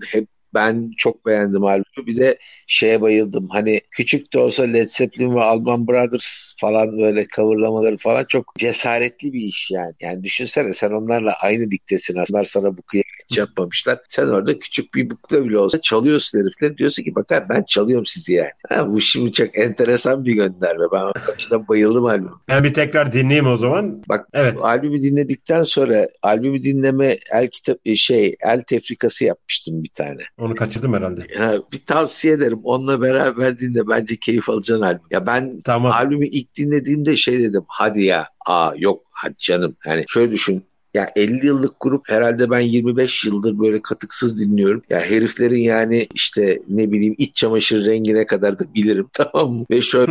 S6: Ben çok beğendim albümü. Bir de şeye bayıldım. Hani küçük de olsa Led Zeppelin ve Allman Brothers falan böyle coverlamaları falan çok cesaretli bir iş yani. Yani düşünsene sen onlarla aynı ligdesin. Onlar sana bu kıyak yapmamışlar. Sen orada küçük bir bukle bile olsa çalıyorsun herifler. Diyorsun ki bakar ben çalıyorum sizi yani. Ha, bu şimdi çok enteresan bir gönderme. Ben o açıdan bayıldım albüm.
S1: Ben bir tekrar dinleyeyim o zaman.
S6: Bak
S1: Evet.
S6: albümü dinledikten sonra albümü dinleme el kitap şey el tefrikası yapmıştım bir tane.
S1: Onu kaçırdım herhalde.
S6: Ha, bir tavsiye ederim. Onunla beraber dinle. Bence keyif alacaksın albüm. Ya ben
S1: Tamam.
S6: albümü ilk dinlediğimde şey dedim. Hadi ya. Aa yok hadi canım. Yani şöyle düşün. Ya elli yıllık grup herhalde ben yirmi beş yıldır böyle katıksız dinliyorum. Ya heriflerin yani işte ne bileyim iç çamaşır rengine kadar da bilirim tamam mı? Ve şöyle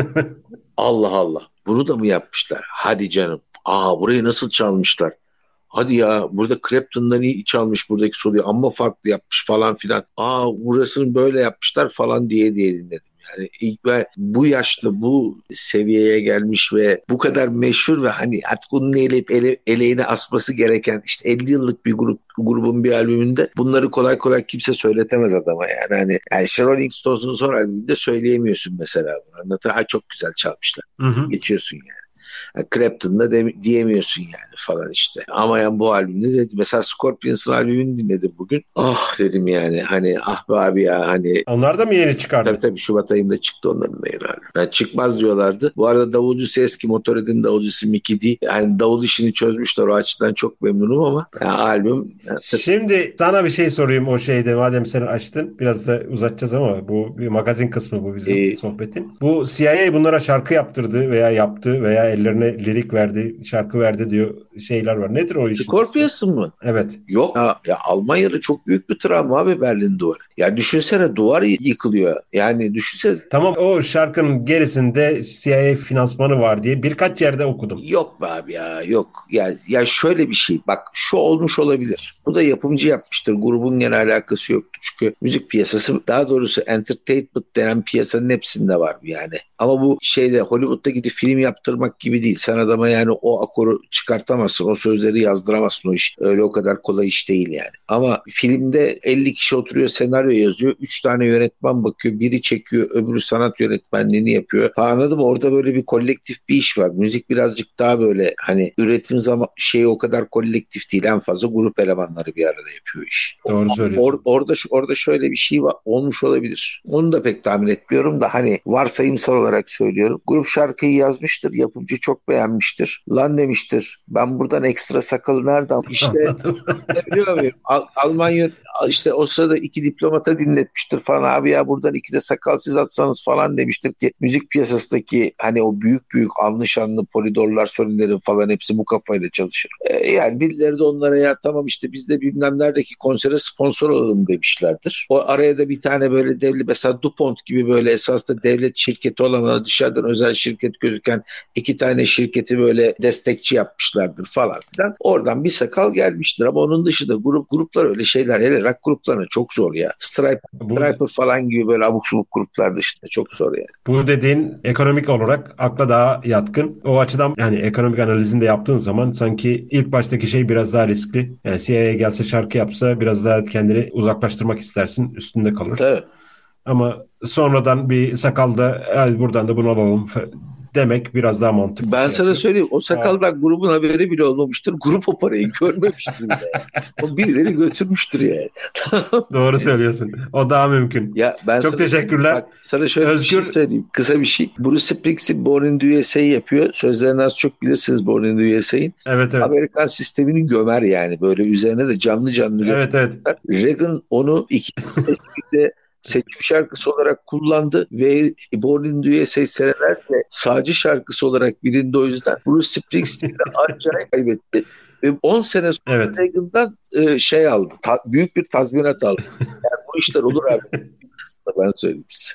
S6: Allah Allah bunu da mı yapmışlar? Hadi canım. Aa burayı nasıl çalmışlar? Hadi ya burada Clapton'dan iyi çalmış buradaki soluyu amma farklı yapmış falan filan. Aa burasını böyle yapmışlar falan diye diye dinledim. Yani ilk ve bu yaşta bu seviyeye gelmiş ve bu kadar meşhur ve hani artık onun eleyip ele, eleğine asması gereken işte elli yıllık bir grup grubun bir albümünde bunları kolay kolay kimse söyletemez adama yani. Hani yani işte Rolling Stones'un son albümünde söyleyemiyorsun mesela bunu. Anlatır. Ha çok güzel çalmışlar.
S1: Hı hı.
S6: Geçiyorsun yani. Clapton'da de, diyemiyorsun yani falan işte. Ama yani bu albümde de mesela Scorpions'ın albümünü dinledim bugün. Ah dedim yani hani ah be abi ya hani.
S1: Onlar da mı yeni çıkardı?
S6: Tabii tabii Şubat ayında çıktı onların da yeni albüm. Yani çıkmaz diyorlardı. Bu arada davulcusu eski Motorhead'in davulcusu Mickey D. Yani davul işini çözmüşler o açıdan çok memnunum ama yani albüm. Yani,
S1: şimdi sana bir şey sorayım o şeyde madem seni açtın. Biraz da uzatacağız ama bu bir magazin kısmı bu bizim
S6: Ee,
S1: sohbetin. Bu C I A bunlara şarkı yaptırdı veya yaptı veya ellerine lirik verdi, şarkı verdi diyor şeyler var. Nedir o işin?
S6: Scorpions'ın mı?
S1: Evet.
S6: Yok ya, ya Almanya'da çok büyük bir travma abi Berlin duvarı. Ya düşünsene duvar yıkılıyor. Yani düşünsene.
S1: Tamam o şarkının gerisinde C I A finansmanı var diye birkaç yerde okudum.
S6: Yok be abi ya yok. Ya, ya şöyle bir şey bak şu olmuş olabilir. Bu da yapımcı yapmıştır. Grubun gene alakası yoktu. Çünkü müzik piyasası daha doğrusu entertainment denen piyasanın hepsinde var yani. Ama bu şeyde Hollywood'da gidip film yaptırmak gibi değil. Sen adama yani o akoru çıkartamazsın. O sözleri yazdıramazsın o iş. Öyle o kadar kolay iş değil yani. Ama filmde elli kişi oturuyor senaryo yazıyor. üç tane yönetmen bakıyor. Biri çekiyor öbürü sanat yönetmenliğini yapıyor. Ha, anladın mı? Orada böyle bir kolektif bir iş var. Müzik birazcık daha böyle hani üretim zaman şeyi o kadar kolektif değil. En fazla grup elemanları bir arada yapıyor iş.
S1: Doğru söylüyorsun.
S6: Or, orada, orada şöyle bir şey var, olmuş olabilir. Onu da pek tahmin etmiyorum da hani varsayımsal olarak söylüyorum. Grup şarkıyı yazmıştır. Yapımcı çok beğenmiştir. Lan demiştir. Ben buradan ekstra sakalı nereden? İşte biliyor muyum? Al, Almanya işte o sırada iki diplomata dinletmiştir falan. Abi ya buradan iki de sakal siz atsanız falan demiştir ki müzik piyasasındaki hani o büyük büyük anlı şanlı polidorlar, solilerin falan hepsi bu kafayla çalışır. Ee, yani birileri de onlara ya tamam işte biz de bilmem neredeki konsere sponsor olalım demişlerdir. O araya da bir tane böyle devlet mesela DuPont gibi böyle esasında devlet şirketi olan dışarıdan özel şirket gözüken iki tane şirketi böyle destekçi yapmışlardır falan filan. Oradan bir sakal gelmiştir ama onun dışında grup gruplar öyle şeyler hele rock gruplarına çok zor ya. Stripe,
S1: Bu,
S6: Striper falan gibi böyle abuk subuk gruplar dışında çok zor yani.
S1: bu dediğin ekonomik olarak akla daha yatkın. O açıdan yani ekonomik analizini de yaptığın zaman sanki ilk baştaki şey biraz daha riskli. Yani C I A gelse şarkı yapsa biraz daha kendini uzaklaştırmak istersin. Üstünde kalır.
S6: Tabii.
S1: Ama sonradan bir sakalda buradan da bunu alalım demek biraz daha mantıklı.
S6: Ben sana söyleyeyim o sakaldan grubun haberi bile olmamıştır. Grup o parayı görmemiştir bile. O birileri götürmüştür yani.
S1: Doğru söylüyorsun. O daha mümkün.
S6: Ya ben
S1: Çok
S6: sana,
S1: teşekkürler.
S6: Bak, sana şöyle
S1: Özgür...
S6: bir şey söyleyeyim. Kısa bir şey. Bruce Springsteen Born in the U S A yapıyor. Sözlerini az çok bilirsiniz Born in the U S A'in.
S1: Evet evet.
S6: Amerikan sistemini gömer yani. Böyle üzerine de canlı canlı gömer.
S1: Evet evet.
S6: Reagan onu iki bin seçim şarkısı olarak kullandı ve Born in the U S A senelerce sağcı şarkısı olarak bilindi o yüzden Bruce Springsteen'de acayip kaybetti. Ve on sene sonra evet. Reagan'dan e, şey aldı. Ta, büyük bir tazminat aldı. Yani bu işler olur abi. Ben söyleyeyim size.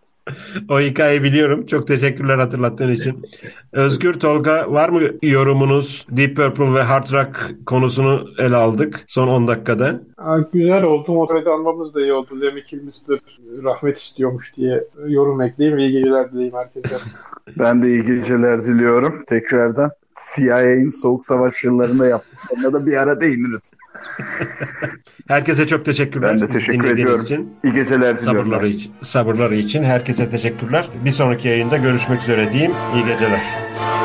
S1: O hikayeyi biliyorum. Çok teşekkürler hatırlattığın için. Özgür, Tolga var mı yorumunuz? Deep Purple ve Hard Rock konusunu ele aldık son on dakikada.
S3: Aa, güzel oldu. Motorhead'i almamız da iyi oldu. Lemmy Kilmister rahmet istiyormuş diye yorum ekleyeyim. İyi geceler dileyim herkese.
S2: Ben de iyi geceler diliyorum tekrardan. C I A'nin Soğuk Savaş yıllarında yaptıklarına da bir ara değiniriz.
S1: Herkese çok teşekkürler.
S2: Ben de teşekkür ediyorum.
S1: Için.
S2: İyi geceler diliyorum.
S1: Sabırları için, sabırları için herkese teşekkürler. Bir sonraki yayında görüşmek üzere diyeyim. İyi geceler.